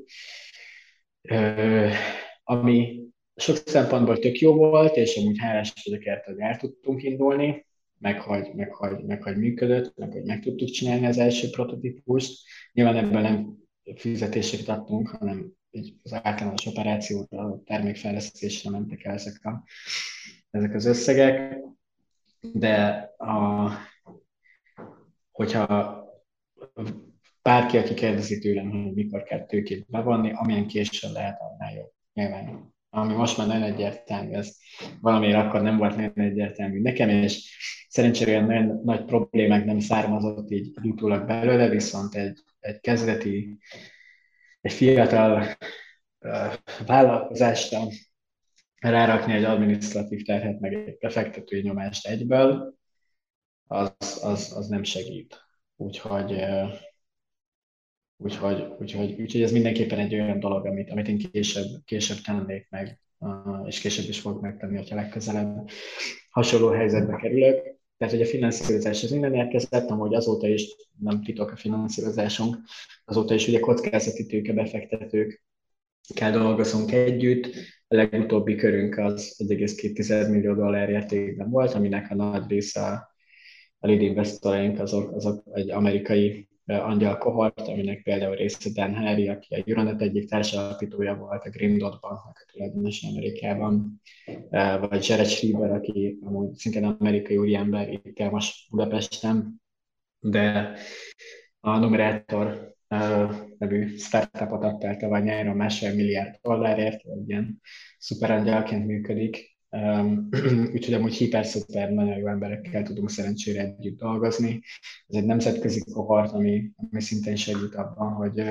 [SPEAKER 3] Ö, ami sok szempontból tök jó volt, és amúgy hálás vagyok érte, hogy el tudtunk indulni, meg hogy, meg, hogy, meg hogy működött, meg hogy meg tudtuk csinálni az első prototípust. Nyilván ebből nem fizetéseket adtunk, hanem így az általános operációra, a termékfejlesztésre mentek el ezek, a, ezek az összegek, de a, hogyha bárki, aki kérdezi tőlem, hogy mikor kell tőkét bevonni, amilyen későn lehet, annál jobb. Nyilván. Ami most már nagyon egyértelmű, ez valamiért akkor nem volt nagyon egyértelmű nekem, és szerencsére olyan nagyon nagy problémák nem származott így utólag belőle, viszont egy, egy kezdeti, egy fiatal uh, vállalkozásra rárakni egy adminisztratív terhet, meg egy befektetői nyomást egyből, az, az, az nem segít. Úgyhogy uh, Úgyhogy, úgyhogy, úgyhogy ez mindenképpen egy olyan dolog, amit, amit én később, később tennék meg, uh, és később is fogok megtenni, hogyha legközelebb hasonló helyzetbe kerülök. Tehát, hogy a finanszírozás az minden érkezett, amúgy azóta is nem titok a finanszírozásunk, azóta is ugye kockázati tőkebefektetőkkel dolgozunk együtt. A legutóbbi körünk az egy egész két millió dollár értékben volt, aminek a nagy része a lead investoraink azok, azok egy amerikai angyal kohort, aminek például része Dan Harry, aki a Euronet egyik társalapítója volt, a Green Dot Banknak a tulajdonos Amerikában, vagy Jared Schreiber, aki amúgy szintén amerikai úriember, itt él most Budapesten, de a Numerator nevű startupot adta el tavaly nyáron másfél milliárd dollárért, vagy ilyen szuperangyalként működik, Um, úgyhogy amúgy hiper-szuper nagyon jó emberekkel tudunk szerencsére együtt dolgozni. Ez egy nemzetközi kohort, ami, ami szintén segít abban, hogy,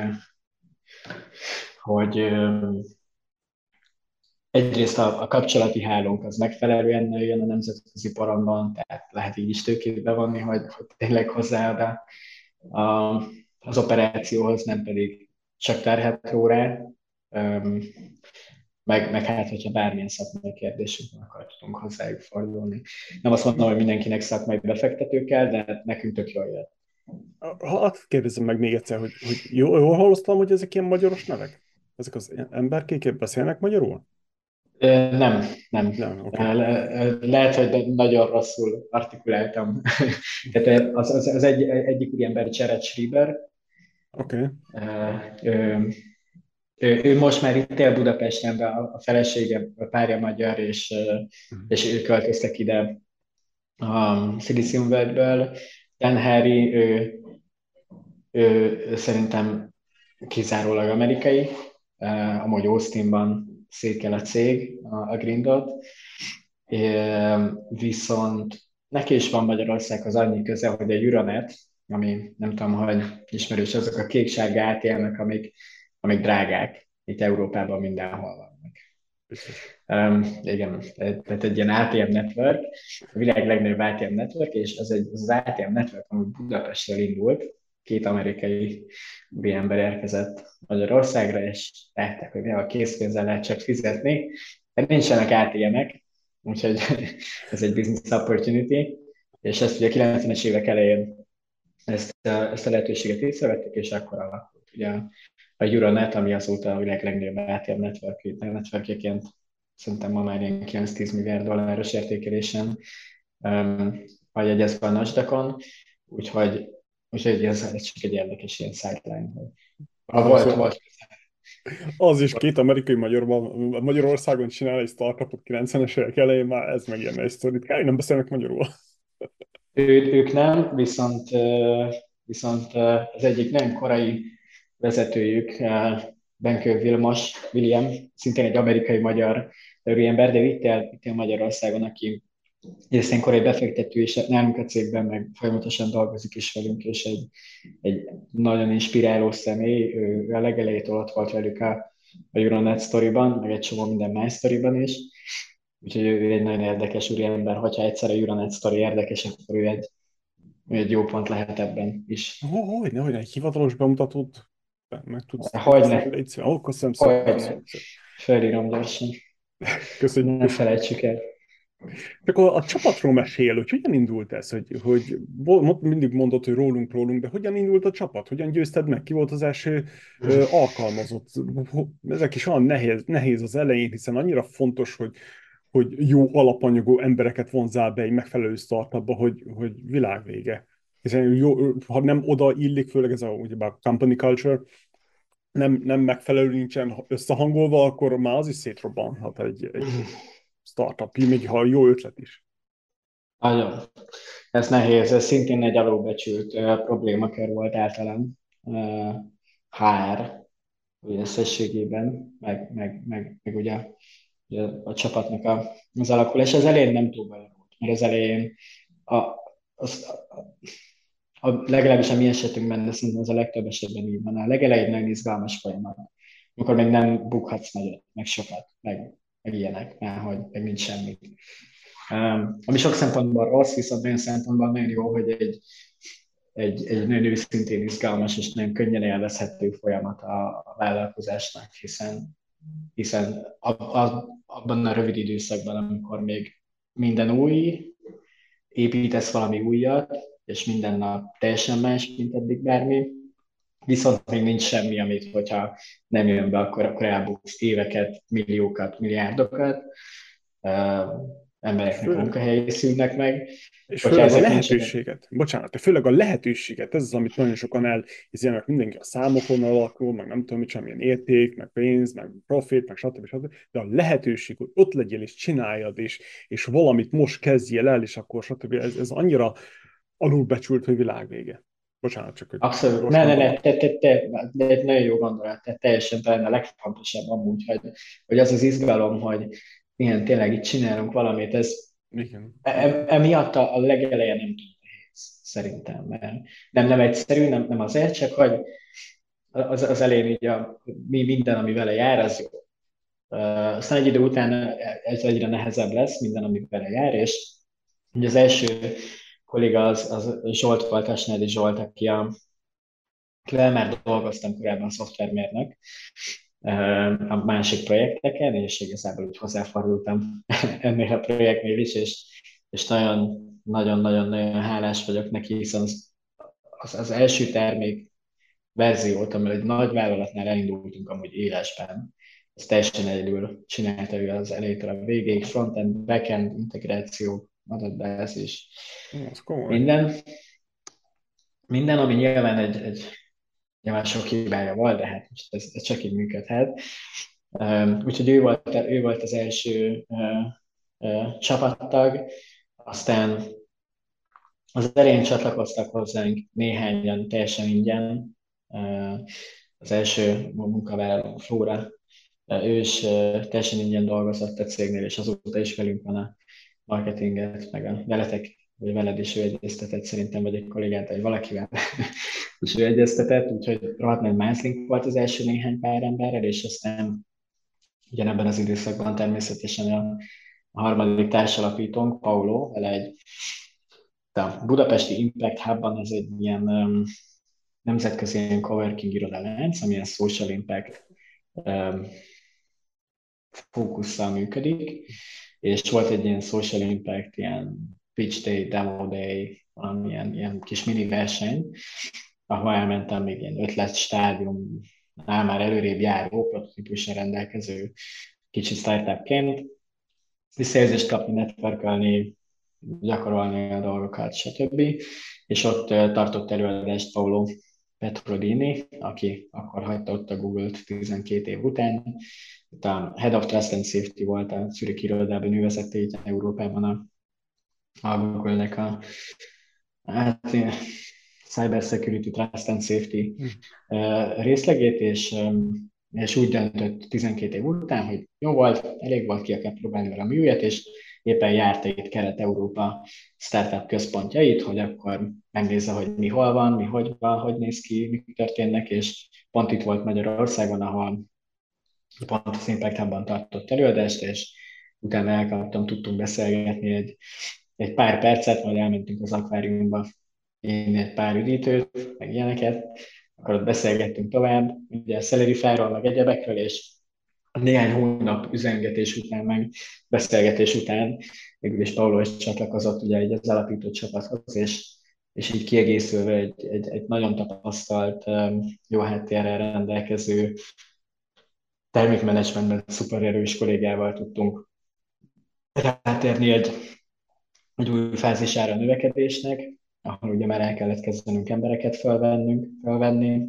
[SPEAKER 3] hogy egyrészt a, a kapcsolati hálónk az megfelelően nőjön a nemzetközi porondon, tehát lehet így is tőkét bevonni, hogy, hogy tényleg hozzáad a, a, az operációhoz, nem pedig csak terhet ró rá. Um, meg, meg hát, hogyha bármilyen szakmai kérdésünk van, akkor tudunk hozzájuk fordulni. Nem azt mondom, hogy mindenkinek szakmai befektető kell, de nekünk tök jól jött.
[SPEAKER 2] Ha kérdezem meg még egyszer, hogy, hogy jól, jól hallottam, hogy ezek ilyen magyaros nevek? Ezek az emberkék beszélnek magyarul?
[SPEAKER 3] Nem, nem.
[SPEAKER 2] Nem, okay.
[SPEAKER 3] Le, lehet, hogy nagyon rosszul artikuláltam. Tehát az, az, az egy, egyik úriember Jared Schreiber.
[SPEAKER 2] Okay.
[SPEAKER 3] Ő, ő, ő most már itt él Budapesten, de a felesége, a párja magyar, és, uh-huh. és ő költöztek ide a Szilíciumvölgyből. Dan Harry, ő, ő, ő szerintem kizárólag amerikai, amúgy Austinban székel a cég, a Green Dot, viszont neki is van Magyarországhoz annyi köze, hogy egy Euronet, ami nem tudom, hogy ismerős, azok a kék-sárga á té em-ek, amik, amik drágák, itt Európában mindenhol vannak. Um, igen, tehát egy ilyen á té em network, a világ legnagyobb á té em network, és az, egy, az á té em network, ami Budapestről indult, két amerikai úriember érkezett Magyarországra, és látták, hogy a készpénzzel lehet csak fizetni, de nincsenek á té em-ek, úgyhogy ez egy business opportunity, és ezt ugye a kilencvenes évek elején ezt, ezt a lehetőséget észrevették, és akkor alakult ugye a Euronet, ami azóta a világ legnagyobb á té em networkjeként szerintem ma már ilyen kilenc-tíz milliárd dolláros értékelésen um, a jegyezve a Nasdaqon, úgyhogy Úgyhogy ez, ez csak egy érdekes ilyen sideline. Ha volt,
[SPEAKER 2] szóval
[SPEAKER 3] volt.
[SPEAKER 2] Az is két amerikai Magyarban, Magyarországon csinál egy startupot kilencvenes évek elején, már ez meg ilyen egy sztorit. Kár, nem beszélnek magyarul.
[SPEAKER 3] Ő, ők nem, viszont, viszont az egyik nagyon korai vezetőjük, Benkő Vilmos, William, szintén egy amerikai-magyar ember, de itt él, itt él Magyarországon, aki egészen korai befektető, és nálunk a cégben meg folyamatosan dolgozik is velünk, és egy, egy nagyon inspiráló személy. Ő a legelejétől ott volt velük a, a Euronet sztoriban, meg egy csomó minden más sztoriban is. Úgyhogy ő egy nagyon érdekes úriember, hogyha egyszer a Euronet sztori érdekes, akkor ő egy, ő egy jó pont lehet ebben is.
[SPEAKER 2] Hogyne, hogyne, egy hivatalos bemutatót meg tudsz.
[SPEAKER 3] Hogyne.
[SPEAKER 2] Ó, köszönöm szépen.
[SPEAKER 3] Felírom gyorsan.
[SPEAKER 2] Köszönjük.
[SPEAKER 3] Ne felejtsük el.
[SPEAKER 2] Csak a, a csapatról mesél, hogy hogyan indult ez, hogy, hogy mindig mondod, hogy rólunk, rólunk, de hogyan indult a csapat? Hogyan győzted meg? Ki volt az első ö, alkalmazott? Ezek is olyan nehéz, nehéz az elején, hiszen annyira fontos, hogy, hogy jó alapanyagú embereket vonzál be egy megfelelő startupba, hogy, hogy világvége. Hiszen jó, ha nem oda illik, főleg ez a, a company culture, nem, nem megfelelő, nincsen összehangolva, akkor már az is szétrobbanhat egy, egy startup, még ha jó ötlet is.
[SPEAKER 3] Nagyon. Ez nehéz, ez szintén egy alulbecsült uh, problémakör volt általán. Uh, há er összességében, meg, meg, meg, meg ugye, ugye a csapatnak a, az alakulás. Az elején nem túl bonyolult, mert az elején a, az, a, a, legalábbis a mi esetünkben, de szerintem az a legtöbb esetben így van. A legelején nagyon izgalmas folyamat, amikor még nem bukhatsz nagyot, meg sokat, meg, meg ilyenek, mert hogy meg nincs semmi. Um, ami sok szempontból rossz, viszont olyan szempontból nagyon jó, hogy egy, egy, egy nagyon őszintén izgalmas és nagyon könnyen élvezhető folyamat a, a vállalkozásnak, hiszen, hiszen ab, ab, abban a rövid időszakban, amikor még minden új, építesz valami újat, és minden nap teljesen más, mint eddig bármi, viszont még nincs semmi, amit, hogyha nem jön be, akkor, akkor elbuksz éveket, milliókat, milliárdokat. Uh, embereknek a munkahelyi szűnnek meg.
[SPEAKER 2] És főleg a lehetőséget, nincsenek. bocsánat, de főleg a lehetőséget, ez az, amit nagyon sokan elhizzenek, mindenki a számokon alakul, meg nem tudom, mit sem, milyen érték, meg pénz, meg profit, meg stb. stb. De a lehetőség, hogy ott legyél és csináljad, és, és valamit most kezdjél el, és akkor stb. Ez, ez annyira alulbecsült, hogy világvége. Bocsánat, csak hogy...
[SPEAKER 3] Abszolút. Ne, ne, ne, te, te, te, de egy nagyon jó gondolat, te teljesen talán a legfontosabb amúgy, hogy, hogy az az izgalom, hogy ilyen tényleg itt csinálunk valamit, ez
[SPEAKER 2] Igen.
[SPEAKER 3] e- emiatt a, a legelején nem túl nehéz, szerintem, mert nem, nem egyszerű, nem, nem azért, csak hogy az, az elején így a, mi minden, ami vele jár, az jó. Uh, aztán egy idő után ez egyre nehezebb lesz, minden, ami vele jár, és ugye az első kolléga az, az Zsolt volt, Asnádi Zsolt, aki a, akivel már dolgoztam korábban szoftvermérnök uh, a másik projekteken, és igazából úgy hozzáfordultam ennél a projektnél is, és, és nagyon, nagyon-nagyon hálás vagyok neki, hiszen az, az, az első termék verziót, amivel egy nagy vállalatnál elindultunk amúgy élesben, ez teljesen egyedül csinálta ő az elejétől a végéig, frontend, backend, integráció, adatbázis,
[SPEAKER 2] Ó, az komoly.
[SPEAKER 3] minden. Minden, ami nyilván egy, egy nyilván sok hibája volt, de hát most ez, ez csak így működhet. Um, úgyhogy ő volt, ő volt az első uh, uh, csapattag, aztán az elején csatlakoztak hozzánk néhányan teljesen ingyen. Uh, az első munkavállaló Flóra, uh, ő is uh, teljesen ingyen dolgozott a cégnél, és azóta is velünk van a marketinget, meg a veletek, vagy veled is ő egyeztetett szerintem, vagy egy kollégát, vagy valakivel is ő egyeztetett, úgyhogy rohadt nagy mászlink volt az első néhány pár emberrel, és aztán ugyanebben az időszakban természetesen a, a harmadik társalapítónk, Paulo, vele egy a budapesti Impact Hubban, ez egy ilyen um, nemzetközi ilyen coworking irodalánc, ami ilyen social impact um, fókusszal működik, és volt egy ilyen social impact, ilyen pitch day, demo day, valamilyen ilyen kis mini verseny, ahol elmentem még ilyen ötlet stádiumnál már előrébb járó, prototípussal rendelkező kicsi startupként, visszajelzést kapni, networkelni, gyakorolni a dolgokat, stb. És ott tartott előadást Paolo Petrodini, aki akkor hagyta ott a Google-t tizenkét év után. Itt a Head of Trust and Safety volt a Zürich irodában, ő vezette így Európában a, a Google-nek a hát, Cyber Security Trust and Safety uh, részlegét, és, um, és úgy döntött tizenkét év után, hogy jó volt, elég volt, ki akar próbálni valami újat, és éppen járta itt Kelet-Európa startup központjait, hogy akkor megnézze, hogy mi hol van, mi hogy van, hogy néz ki, mi történnek, és pont itt volt Magyarországon, ahol pont az Impact Hubban tartott előadást, és utána elkaptam, tudtunk beszélgetni egy, egy pár percet, majd elmentünk az akváriumba, én egy pár üdítőt, meg ilyeneket, akkor ott beszélgettünk tovább, ugye a Celery File-ról, meg egyebekről, és néhány hónap üzengetés után, meg beszélgetés után végül is Paulo is csatlakozott ugye egy az alapító csapathoz, és, és így kiegészülve egy, egy, egy nagyon tapasztalt, jó háttérrel rendelkező termékmenedzsmentben szuper erős kollégával tudtunk rátérni egy, egy új fázisára a növekedésnek, ahol ugye már el kellett kezdenünk embereket felvennünk, felvenni.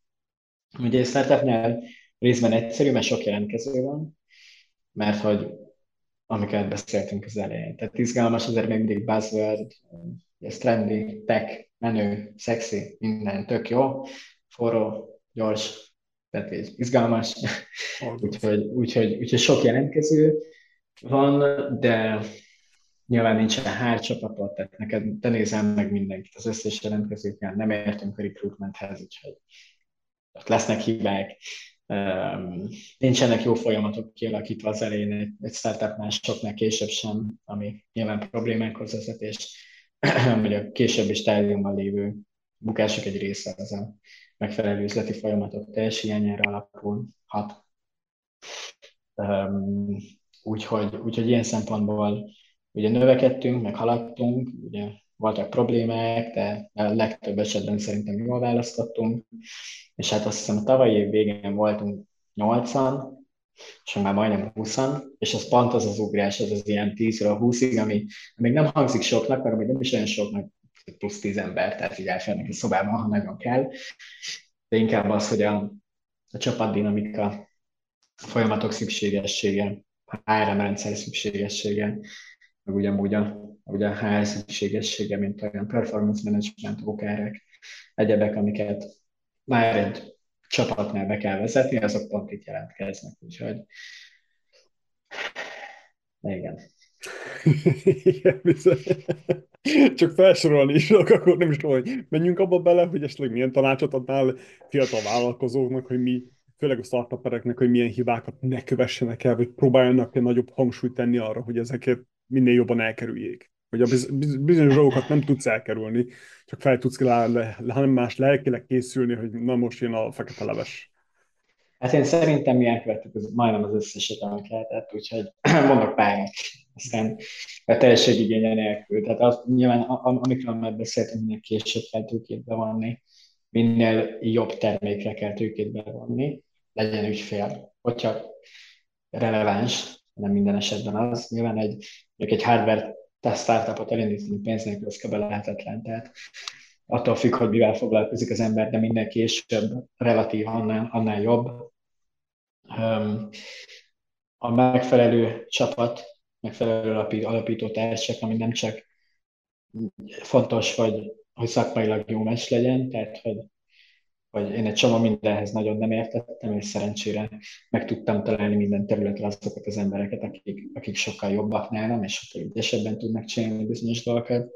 [SPEAKER 3] Ugye egy startupnál részben egyszerű, mert sok jelentkező van, mert hogy amiket beszéltünk az elején. Tehát izgalmas, azért még mindig buzzword, ez trendy, tech, menő, szexi, minden tök jó, forró, gyors, tehát így izgalmas. úgyhogy, úgyhogy, úgyhogy sok jelentkező van, de nyilván nincsen hár csapatot, tehát neked te nézel meg mindenkit, az összes jelentkezőkkel, nem értünk a recruitmenthez, úgyhogy ott lesznek hibák, um, nincsenek jó folyamatok kialakítva az elején egy, egy startupnál, soknál később sem, ami nyilván problémákhoz vezet, és hogy a későbbi stádiumban lévő bukások egy része az a megfelelő üzleti folyamatok teljes hiányára alapulhat. Um, úgyhogy, úgyhogy ilyen szempontból ugye növekedtünk, meg haladtunk, ugye voltak problémák, de a legtöbb esetben szerintem jól választottunk, és hát azt hiszem a tavalyi év végén voltunk nyolcan, és már majdnem húszan, és az pont az az ugrás, az az ilyen tízről húszig, ami még nem hangzik soknak, mert még nem is olyan soknak, plusz tíz ember, tehát így elférnek egy szobában, ha nagyon kell, de inkább az, hogy a, a csapatdinamika, a folyamatok szükségessége, a há er em rendszer szükségessége, meg ugyanúgy a, ugye a há er szükségessége, mint olyan performance management, o ká er-ek, egyebek, amiket már egy csapatnál be kell vezetni, azok pont itt jelentkeznek. Úgyhogy Igen.
[SPEAKER 2] Igen, bizony. Csak felsorolni is, akkor nem is tudom, hogy menjünk abba bele, hogy esetleg milyen tanácsot adnál fiatal vállalkozóknak, hogy mi, főleg a startupereknek, hogy milyen hibákat ne kövessenek el, vagy próbáljanak nagyobb hangsúlyt tenni arra, hogy ezeket minél jobban elkerüljék. Hogy a biz- biz- bizonyos dolgokat nem tudsz elkerülni, csak fel tudsz le, le, hanem más lelkileg készülni, hogy na most jön a fekete leves.
[SPEAKER 3] Hát én szerintem mi elkövettük az, majdnem az összeset, amit lehetett, úgyhogy mondok párat. Aztán a teljességigénye nélkül. Tehát az, nyilván, am- amikről már beszéltünk, minél később kell tőkét bevonni, minél jobb termékre kell tőkét bevonni, legyen ügyfél, hogyha releváns, nem minden esetben az. Nyilván egy, mondjuk egy hardware startupot elindítani pénz nélkül, az kb. Lehetetlen. Tehát attól függ, hogy mivel foglalkozik az ember, de minden később relatív annál, annál jobb. Um, a megfelelő csapat, megfelelő alapító társak, ami nem csak fontos, hogy, hogy szakmailag jó meccs legyen, tehát hogy, hogy én egy csomó mindenhez nagyon nem értettem, és szerencsére meg tudtam találni minden területre azokat az embereket, akik, akik sokkal jobbak nálam, és sokkal ügyesebben tudnak csinálni bizonyos dolgokat.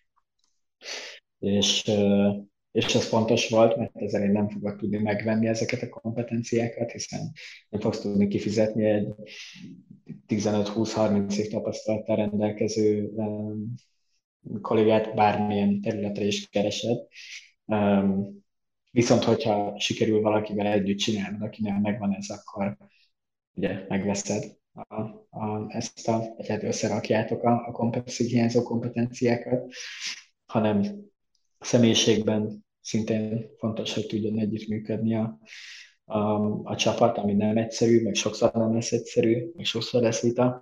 [SPEAKER 3] És, és ez fontos volt, mert ezzel én nem fogok tudni megvenni ezeket a kompetenciákat, hiszen nem fogsz tudni kifizetni egy tizenöt-húsz-harminc év tapasztalattal rendelkező um, kollégát bármilyen területre is keresed. Um, viszont, hogyha sikerül valakivel együtt csinálnod, akinek megvan ez, akkor ugye megveszed a, a, ezt a, vagy hát összerakjátok a, a kompetenszi, hiányzó kompetenciákat, hanem személyiségben szintén fontos, hogy tudjon együttműködni a, a, a csapat, ami nem egyszerű, meg sokszor nem lesz egyszerű, meg sokszor lesz vita.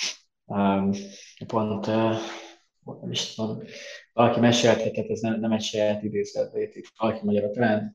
[SPEAKER 3] Um, pont, uh, nem is tudom, valaki meséltetett, ez nem, nem egy saját idézet, itt valaki magyarul talán,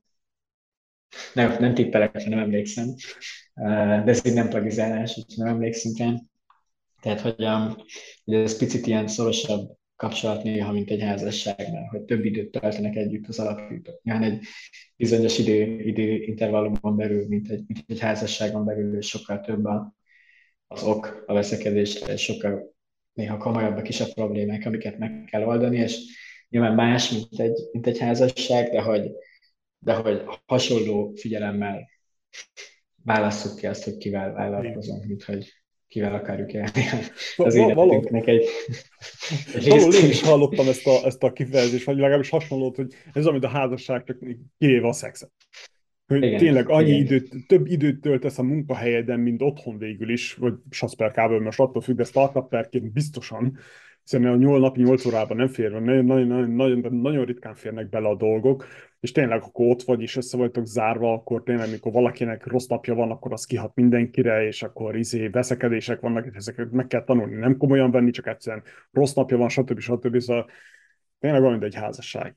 [SPEAKER 3] nem, nem tippelek, nem emlékszem, uh, de ez így nem plagizálás, úgyhogy nem emlékszünk rá. Tehát, hogy, um, hogy ez picit ilyen szorosabb kapcsolat néha, mint egy házasságnál, hogy több időt töltenek együtt az alapítók. Nyilván egy bizonyos idő, idő intervallumon belül, mint egy, mint egy házasságon belül, és sokkal több a, az ok a veszekedésre, és sokkal néha komolyabbak is a problémák, amiket meg kell oldani, és nyilván más, mint egy, mint egy házasság, de hogy, de hogy hasonló figyelemmel válasszuk ki azt, hogy kivel vállalkozunk, mint hogy kivel akarjuk élni az életünknek egy, egy
[SPEAKER 2] Valahol én is
[SPEAKER 3] részt.
[SPEAKER 2] hallottam ezt a, ezt a kifejezést, vagy legalábbis hasonlót, hogy ez amit a házasság, csak kivéve a szexet. Hogy
[SPEAKER 3] Igen,
[SPEAKER 2] tényleg annyi
[SPEAKER 3] igen.
[SPEAKER 2] időt, több időt töltesz a munkahelyeden, mint otthon végül is, vagy Sasper most attól függ, de startuperként biztosan, hiszen a nyolc napi nyolc órában nem fér, nagyon, nagyon, nagyon, nagyon ritkán férnek bele a dolgok, és tényleg, akkor ott vagy, és össze vagytok zárva, akkor tényleg, mikor valakinek rossz napja van, akkor az kihat mindenkire, és akkor izé, veszekedések vannak, és ezeket meg kell tanulni, nem komolyan venni, csak egyszerűen rossz napja van, stb. stb. Szóval tényleg olyan, mint egy házasság.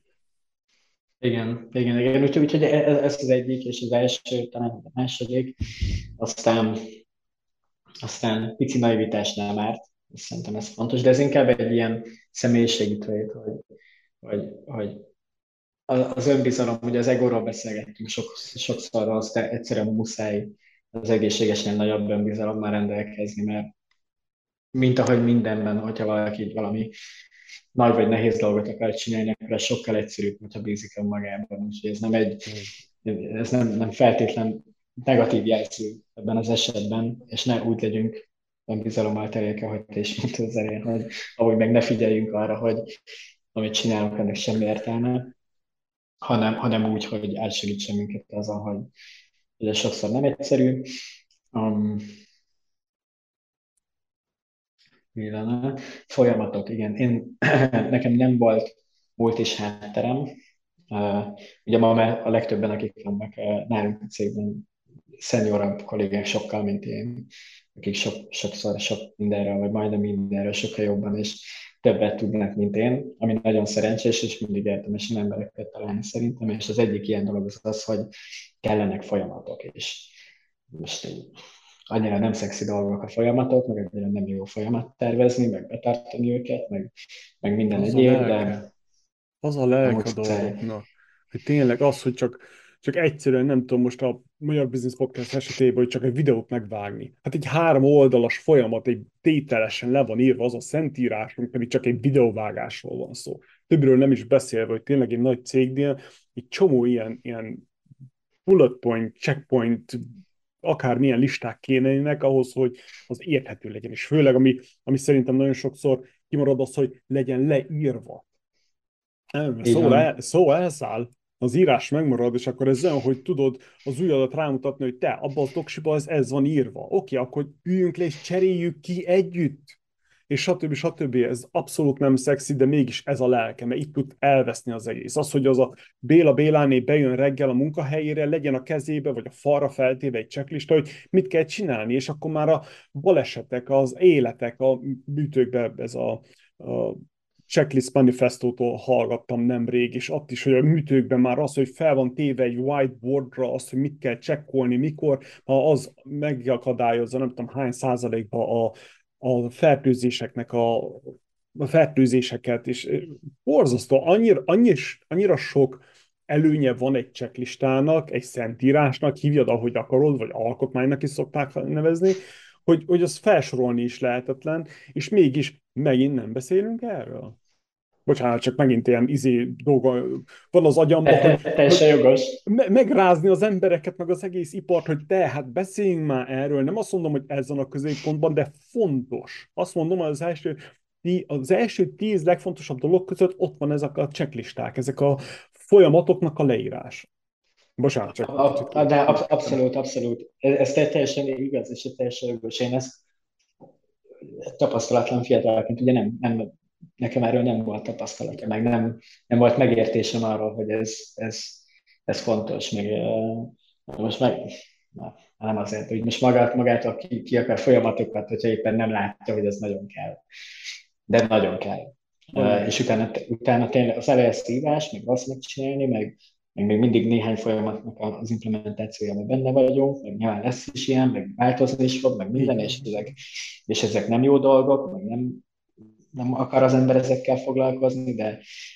[SPEAKER 3] Igen, igen, igen. Úgyhogy, úgyhogy ez, ez az egyik, és az első, talán a második. Aztán, aztán pici naivitás nem árt, szerintem ez fontos, de ez inkább egy ilyen személyiségi trait, hogy, hogy, hogy az önbizalom, ugye az egóról beszélgettünk sok, sokszor, az de egyszerűen muszáj az egészségesnél nagyobb önbizalommal rendelkezni, mert mint ahogy mindenben, hogyha valaki valami nagy vagy nehéz dolgot akar csinálni, akkor ez sokkal egyszerűbb, hogyha bízik önmagában. Úgyhogy ez nem egy, ez nem, nem feltétlen negatív jelző ebben az esetben, és ne úgy legyünk önbizalommal teréke, hogy te is mondtad az elején, hogy ahogy meg ne figyeljünk arra, hogy amit csinálunk, ennek semmi értelme, hanem, hanem úgy, hogy elsegítsen minket azon, hogy, hogy ez sokszor nem egyszerű. Um, mi lenne? Folyamatok, igen. Én, nekem nem volt múlt is hátterem. Uh, ugye ma már a legtöbben, akik vannak uh, nálunk a cégben, szeniorabb kollégák sokkal, mint én, akik sok, sokszor sok mindenről, vagy majdnem mindenről sokkal jobban és többet tudnak, mint én, ami nagyon szerencsés, és mindig érdemes embereket találni szerintem, és az egyik ilyen dolog az az, hogy kellenek folyamatok, és most így annyira nem szexi dolgok a folyamatok, meg annyira nem jó folyamat tervezni, meg betartani őket, meg, meg minden
[SPEAKER 2] Az a
[SPEAKER 3] egyéb,
[SPEAKER 2] lelke.
[SPEAKER 3] de
[SPEAKER 2] Az a
[SPEAKER 3] nem
[SPEAKER 2] lelke a
[SPEAKER 3] muszáj.
[SPEAKER 2] dolgoknak. Hogy tényleg az, hogy csak csak egyszerűen nem tudom most a Magyar Business Podcast esetében, hogy csak egy videót megvágni. Hát egy három oldalas folyamat, egy tételesen le van írva az a szentírásunk, pedig csak egy videóvágásról van szó. Többről nem is beszélve, hogy tényleg egy nagy cégnél egy csomó ilyen, ilyen bullet point, checkpoint, akármilyen listák kénenek ahhoz, hogy az érthető legyen. És főleg, ami, ami szerintem nagyon sokszor kimarad az, hogy legyen leírva. Nem,
[SPEAKER 3] Így
[SPEAKER 2] szó, el,
[SPEAKER 3] van.
[SPEAKER 2] szó elszáll, az írás megmarad, és akkor ez olyan, hogy tudod az ujjadat rámutatni, hogy te, abban az doksiban ez, ez van írva. Oké, akkor üljünk le és cseréljük ki együtt. És stb. stb. Ez abszolút nem szexi, de mégis ez a lelke, mert itt tud elveszni az egész. Az, hogy az a Béla Béláné bejön reggel a munkahelyére, legyen a kezébe, vagy a falra feltéve egy checklista, hogy mit kell csinálni, és akkor már a balesetek, az életek, a műtőkbe ez a, a checklist manifestótól hallgattam nemrég, és ott is, hogy a műtőkben már az, hogy fel van téve egy whiteboardra, az, hogy mit kell csekkolni, mikor, ha az megakadályozza, nem tudom hány százalékba a, a fertőzéseknek a, a fertőzéseket, és borzasztó, annyira, annyira, annyira sok előnye van egy checklistának, egy szentírásnak, hívjad, ahogy akarod, vagy alkotmánynak is szokták nevezni, hogy, hogy az felsorolni is lehetetlen, és mégis megint nem beszélünk erről. Bocsánat, csak megint ilyen izé dolga van az agyamban,
[SPEAKER 3] Te,
[SPEAKER 2] hogy,
[SPEAKER 3] te,
[SPEAKER 2] hogy
[SPEAKER 3] teljesen jogos.
[SPEAKER 2] me- megrázni az embereket, meg az egész ipart, hogy te, hát beszéljünk már erről. Nem azt mondom, hogy ez van a középpontban, de fontos. Azt mondom, hogy az első, az első tíz legfontosabb dolog között ott van ezek a checklisták, ezek a folyamatoknak a leírás. Bocsánat, csak kicsit
[SPEAKER 3] A, a, de absz-
[SPEAKER 2] kivettem.
[SPEAKER 3] abszolút, abszolút. Ez, ez te- teljesen igaz, és ez teljesen jogos. Én ezt tapasztalatlan fiatalként, ugye nem, nem, nekem erről nem volt tapasztalata, meg nem, nem volt megértésem arról, hogy ez, ez, ez fontos, meg eh, most meg, na, nem azért, hogy most magát, magától ki, ki akar folyamatokat, hogyha éppen nem látja, hogy ez nagyon kell. De nagyon kell.
[SPEAKER 2] Nagyon
[SPEAKER 3] És
[SPEAKER 2] kell.
[SPEAKER 3] utána, utána tényleg az elején szívás, meg azt megcsinálni, meg, meg még mindig néhány folyamatnak az implementációjában benne vagyunk, meg nyilván lesz is ilyen, meg változni is fog, meg
[SPEAKER 2] Így
[SPEAKER 3] minden, és
[SPEAKER 2] van.
[SPEAKER 3] ezek, és ezek nem jó dolgok, meg nem, nem akar az ember ezekkel foglalkozni, de,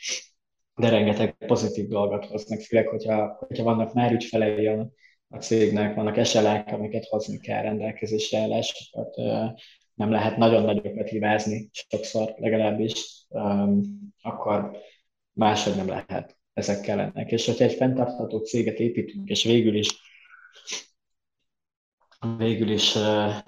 [SPEAKER 3] de rengeteg pozitív dolgot hoznak, főleg, hogyha, hogyha vannak már ügyfelei a, a cégnek, vannak es el á-k, amiket hozni kell rendelkezésre állásokat, nem lehet nagyon nagyokat hibázni, sokszor legalábbis, akkor máshogy nem lehet ezek kellenek. És hogyha egy fenntartható céget építünk, és végül is végül is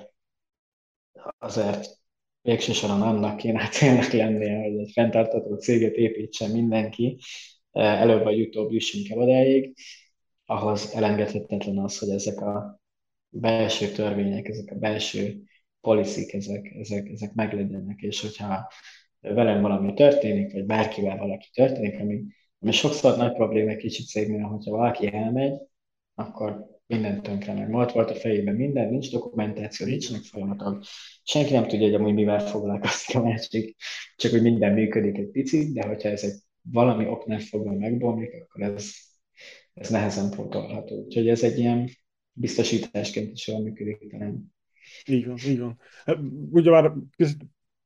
[SPEAKER 3] azért végső soron annak kéne a célnak lennie, hogy egy fenntartható céget építsen mindenki, előbb vagy utóbb jussunk el odáig, ahhoz elengedhetetlen az, hogy ezek a belső törvények, ezek a belső policy ezek, ezek, ezek meglegyenek, és hogyha velem valami történik, vagy bárkivel valaki történik, ami, ami sokszor nagy probléma egy kicsit cégnél, hogyha valaki elmegy, akkor minden tönkre meg. Volt volt a fejében minden, nincs dokumentáció, nincsenek folyamatok. Senki nem tudja, hogy amúgy mivel foglalkozik a másik, csak hogy minden működik egy picit, de hogyha ez egy valami oknál fogva megbomlik, akkor ez, ez nehezen pótolható. Úgyhogy ez egy ilyen biztosításként is jól működik talán.
[SPEAKER 2] Így van, így van. Hát, ugyebár kicsit,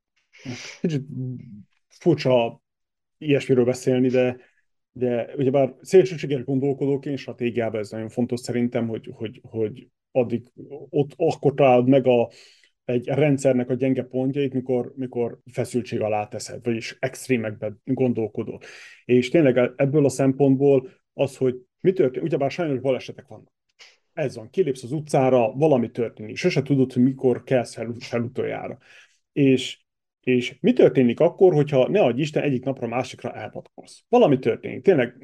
[SPEAKER 2] kicsit furcsa ilyesmiről beszélni, de, de ugyebár szélsőséges gondolkodóként stratégiában ez nagyon fontos szerintem, hogy, hogy, hogy addig ott akkor találod meg a, egy rendszernek a gyenge pontjait, mikor, mikor feszültség alá teszed, vagyis extrémekben gondolkodol. És tényleg ebből a szempontból az, hogy mi történik, ugyebár sajnos balesetek vannak. Ez van, kilépsz az utcára, valami történik. Sose tudod, hogy mikor kelsz fel, fel utoljára. És, és mi történik akkor, hogyha ne adj Isten egyik napra másikra elpatkolsz? Valami történik. Tényleg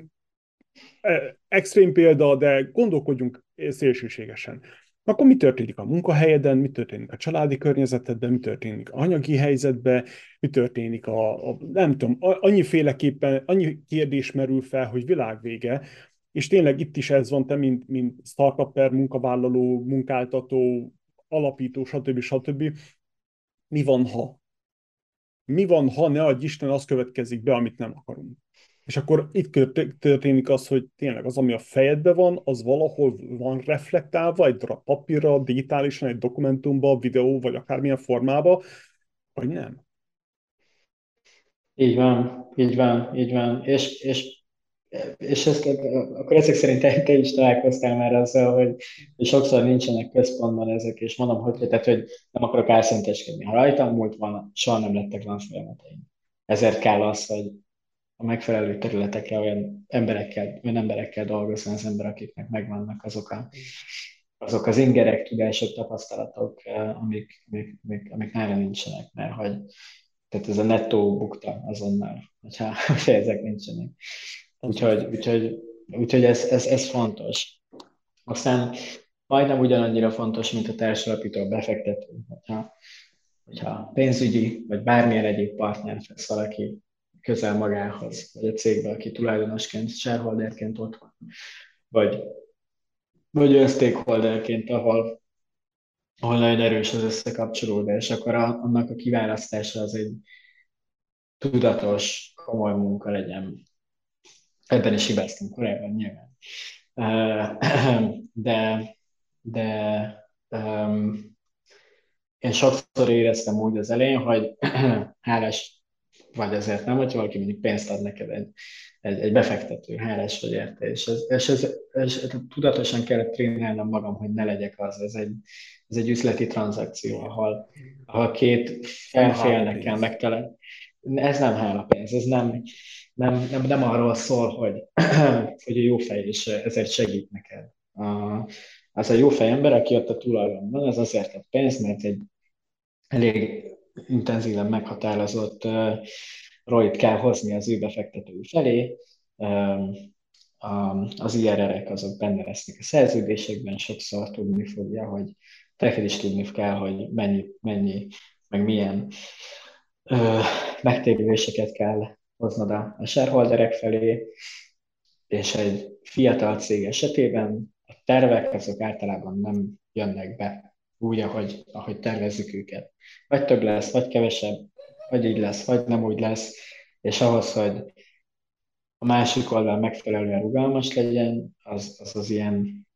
[SPEAKER 2] e, extrém példa, de gondolkodjunk szélsőségesen. Akkor mi történik a munkahelyeden, mi történik a családi környezetedben, mi történik a anyagi helyzetben, mi történik a, a nem tudom, annyiféleképpen, annyi kérdés merül fel, hogy világvége, és tényleg itt is ez van, te, mint, mint startupper, munkavállaló, munkáltató, alapító, stb. stb. Mi van, ha? Mi van, ha ne adj Isten, az következik be, amit nem akarunk? És akkor itt történik az, hogy tényleg az, ami a fejedben van, az valahol van reflektálva, egy darab papírra, digitálisan, egy dokumentumba, videó, vagy akármilyen formába, vagy nem.
[SPEAKER 3] Így van, így van, így van. És, és és ezt, akkor ezek szerint te, te is találkoztál már azzal, hogy, hogy sokszor nincsenek központban ezek, és mondom, hogy, tehát, hogy nem akarok álszenteskedni. Ha rajtam múlt van, soha nem lettek van folyamataim. Ezért kell az, hogy a megfelelő területekre olyan emberekkel, olyan emberekkel dolgozni az ember, akiknek megvannak azok, a, azok az ingerek, tudások, tapasztalatok, amik, amik, amik, amik nála nincsenek, mert hogy tehát ez a nettó bukta azonnal, hogyha, hogyha ezek nincsenek. Úgyhogy, úgyhogy, úgyhogy ez, ez, ez fontos. Aztán majdnem ugyanannyira fontos, mint a társalapító, a befektető. Hogyha, hogyha pénzügyi, vagy bármilyen egyéb partner vesz valaki közel magához, vagy a cégbe, aki tulajdonosként, shareholderként ott van, vagy, vagy olyan stakeholderként, ahol, ahol nagyon erős az összekapcsolódás, akkor a, annak a kiválasztása az egy tudatos, komoly munka legyen. Ebben is hibáztunk korábban nyilván. De, de um, én sokszor éreztem úgy az elején, hogy hálás vagy ezért nem, hogyha valaki mondjuk pénzt ad neked egy, egy, egy befektető, hálás vagy érte. És, ez, és, ez, és tudatosan kellett trénálnom magam, hogy ne legyek az. Ez egy, ez egy üzleti tranzakció, ahol, ahol két felfélnek kell megtalálni. Ez nem hálapénz, ez nem, nem, nem, nem arról szól, hogy, hogy a jó fej, és ezért segít neked. A, az a jó fej ember, aki ott a tulajdonban, az azért ad pénzt, mert egy elég intenzíven meghatározott uh, rojt kell hozni az ő befektetői felé. Um, a, az i er er-ek azok benne lesznek a szerződésekben, sokszor tudni fogja, hogy neked is tudni kell, hogy mennyi, mennyi meg milyen uh, megtérüléseket kell hoznod a, a shareholderek felé, és egy fiatal cég esetében a tervek azok általában nem jönnek be úgy, ahogy, ahogy tervezzük őket. Vagy több lesz, vagy kevesebb, vagy így lesz, vagy nem úgy lesz, és ahhoz, hogy a másik oldal megfelelően rugalmas legyen, az az, az ilyen,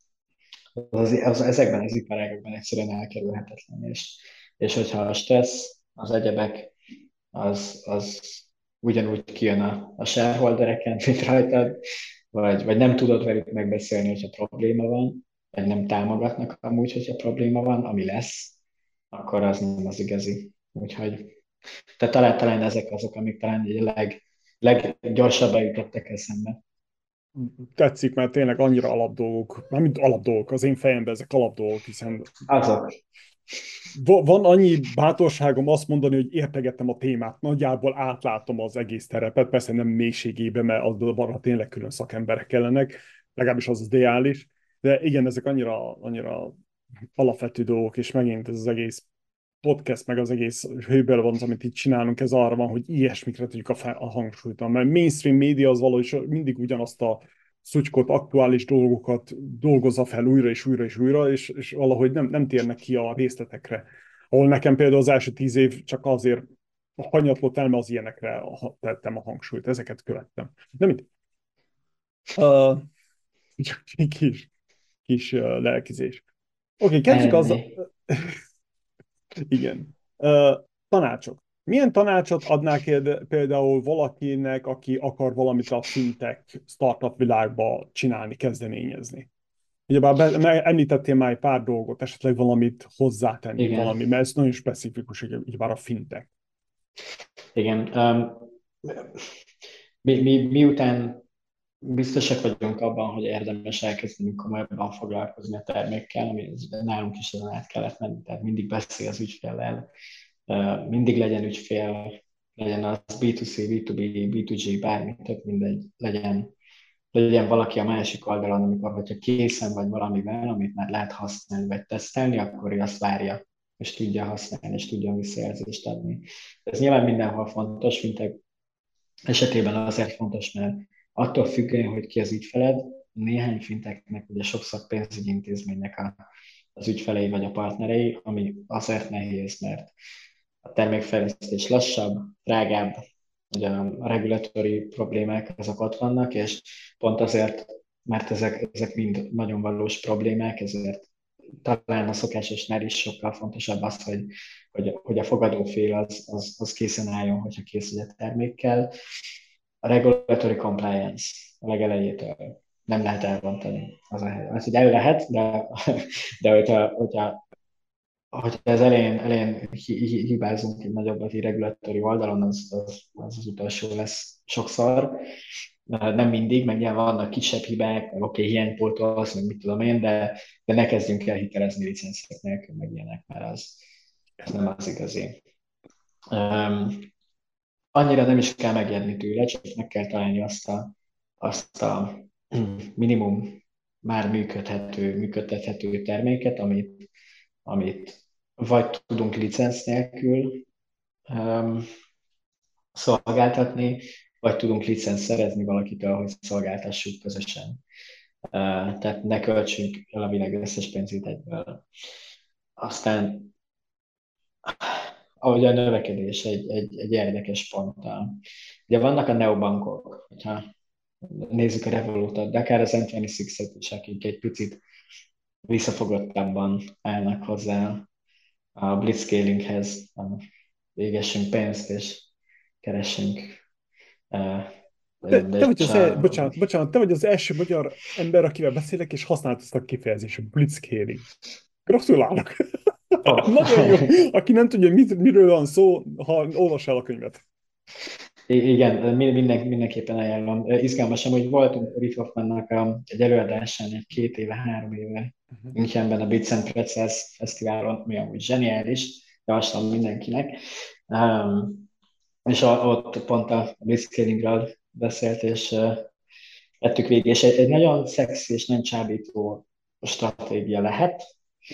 [SPEAKER 3] az, az, ezekben az iparágokban egyszerűen elkerülhetetlen. És, és hogyha a stressz, az egyebek, az, az ugyanúgy kijön a, a shareholdereken, mint rajtad, vagy, vagy nem tudod velük megbeszélni, hogyha probléma van, vagy nem támogatnak amúgy, hogyha probléma van, ami lesz, akkor az nem az igazi. Úgyhogy tehát talán, talán ezek azok, amik talán a leg, leggyorsabban jutottak eszembe.
[SPEAKER 2] Tetszik, mert tényleg annyira alapdolgok, nem mint alapdolgok, az én fejemben ezek alapdolgok, hiszen
[SPEAKER 3] Azok.
[SPEAKER 2] van annyi bátorságom azt mondani, hogy értegettem a témát, nagyjából átlátom az egész terepet, persze nem mélységében, mert arra tényleg külön szakemberek kellenek, legalábbis az az ideális, de igen, ezek annyira, annyira alapvető dolgok, és megint ez az egész podcast, meg az egész hőből van, amit itt csinálunk, ez arra van, hogy ilyesmikre tudjuk a, fel, a hangsúlyt. Mert mainstream média az valahogy mindig ugyanazt a szutykot, aktuális dolgokat dolgozza fel újra és újra és újra, és, és valahogy nem, nem térnek ki a részletekre. Ahol nekem például az első tíz év csak azért hanyatlott el, mert az ilyenekre tettem a hangsúlyt, ezeket követtem. De mit? Uh, csak egy kis, kis uh, lelkizés. Oké, okay, kezdjük azzal... Igen. Uh, tanácsok. Milyen tanácsot adnák például valakinek, aki akar valamit a fintech startup világba csinálni, kezdeményezni? Ugyebár említettél már egy pár dolgot, esetleg valamit hozzátenni, igen, valami, mert ez nagyon specifikus, ugyebár a fintech.
[SPEAKER 3] Igen. Um, mi, mi, miután biztosak vagyunk abban, hogy érdemes elkezdeni komolyabban foglalkozni a termékkel, ami nálunk is ezen át kellett menni, tehát mindig beszél az ügyféllel, mindig legyen ügyfél, legyen az bé kettő cé, bé kettő bé, bé kettő gé, bármi, tök mindegy, legyen, legyen valaki a másik oldalon, amikor, hogyha készen vagy valamivel, amit már lehet használni vagy tesztelni, akkor ő azt várja, és tudja használni, és tudja visszajelzést adni. Ez nyilván mindenhol fontos, mint egy esetében azért fontos, mert attól függően, hogy ki az ügyfeled, néhány finteknek ugye sokszor pénzügyi intézménynek a, az ügyfelei vagy a partnerei, ami azért nehéz, mert a termékfejlesztés lassabb, drágább, ugye a regulatóri problémák azok ott vannak, és pont azért, mert ezek, ezek mind nagyon valós problémák, ezért talán a szokásosnál is sokkal fontosabb az, hogy, hogy, hogy a fogadófél az, az, az készen álljon, hogyha készül a termékkel. a regulatory compliance a legelejétől nem lehet elrontani. Az, a, az hogy el lehet, de, de hogyha, hogyha, hogyha az elején, elején hibázunk egy nagyobbat egy regulatóri oldalon, az az, az az utolsó lesz sokszor. Nem mindig, meg nyilván vannak kisebb hibák, meg oké, okay, hiánypótolsz, meg mit tudom én, de, de ne kezdjünk el hitelezni licenszek nélkül, meg ilyenek, mert az, az nem az igazi. Um, annyira nem is kell megijedni tőle, csak meg kell találni azt a, azt a minimum már működhető, működtethető terméket, amit, amit vagy tudunk licenc nélkül um, szolgáltatni, vagy tudunk licenc szerezni valakitől, hogy szolgáltassuk közösen. Uh, tehát ne költsünk el a világ összes pénzét egyből. Aztán ahogy a növekedés egy, egy, egy érdekes ponttal. Ugye vannak a neobankok, hogyha nézzük a Revolutot, de akár az en huszonhatot is, akik egy picit visszafogottabban állnak hozzá a blitzscalinghez, végessünk pénzt és keressünk. Uh,
[SPEAKER 2] Te, te, vagy az el, bocsánat, bocsánat, te vagy az első magyar ember, akivel beszélek, és használt ezt a kifejezést, blitzscaling. Gratulálok! Oh. Nagyon jó. Aki nem tudja, mit, miről van szó, ha olvas el a könyvet.
[SPEAKER 3] Igen, minden, mindenképpen ajánlom. Izgalmas, hogy voltunk Rick Hoffmannak egy előadásán egy két éve, három éve uh-huh. Münchenben a Bits and Pretzels Fesztiválon, mi amúgy zseniális, javaslom mindenkinek. Um, és a, ott pont a blitzscalingről beszélt, és uh, ettük végig, és egy, egy nagyon szexi és nem csábító stratégia lehet,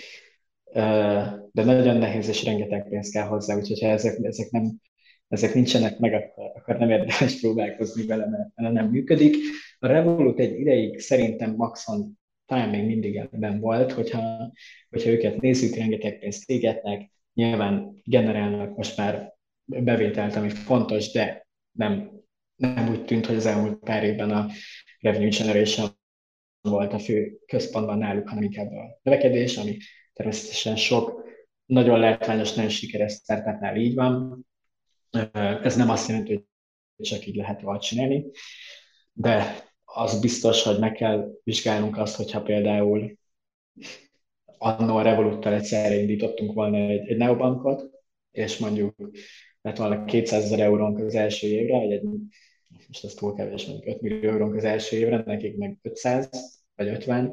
[SPEAKER 3] de nagyon nehéz, és rengeteg pénz kell hozzá, úgyhogy ha ezek, ezek, nem, ezek nincsenek meg, akkor, akkor nem érdemes próbálkozni vele, mert nem működik. A Revolut egy ideig szerintem maxon talán még mindig ebben volt, hogyha, hogyha őket nézzük, rengeteg pénzt égetnek, nyilván generálnak most már bevételt, ami fontos, de nem, nem úgy tűnt, hogy az elmúlt pár évben a revenue generation volt a fő központban náluk, hanem inkább a növekedés, ami természetesen sok nagyon látványos, nagyon sikeres startupnál így van. Ez nem azt jelenti, hogy csak így lehet jól csinálni, de az biztos, hogy meg kell vizsgálnunk azt, hogyha például annó a Revoluttal egyszerre indítottunk volna egy, egy neobankot, és mondjuk lett volna kétszázezer eurónk az első évre, vagy egy, most ez túl kevés, mondjuk öt millió eurónk az első évre, nekik meg ötszáz vagy ötven,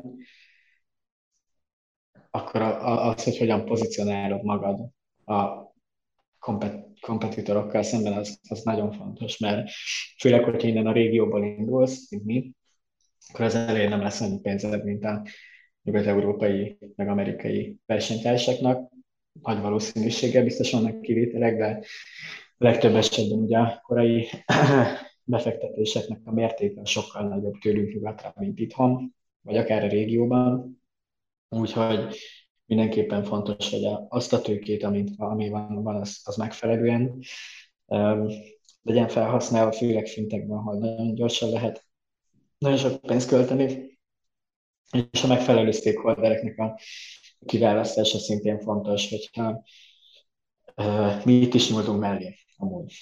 [SPEAKER 3] akkor az, hogy hogyan pozícionálod magad a kompet- kompetitorokkal szemben, az, az nagyon fontos, mert főleg, hogyha innen a régióból indulsz, mint mi, akkor az elején nem lesz annyi pénzed, mint a nyugat-európai, meg amerikai versenytársaknak. Nagy valószínűséggel biztos vannak kivételek, de a legtöbb esetben ugye a korai befektetéseknek a mértéke sokkal nagyobb tőlünk nyugatra, mint itthon, vagy akár a régióban. Úgyhogy mindenképpen fontos, hogy azt a tőkét, amit, ami van, van az, az megfelelően um, legyen felhasználva, főleg fintekben, ahol nagyon gyorsan lehet nagyon sok pénzt költeni, és a megfelelő stakeholdereknek a kiválasztása szintén fontos, hogyha uh, mi itt is nyúltunk mellé, amúgy.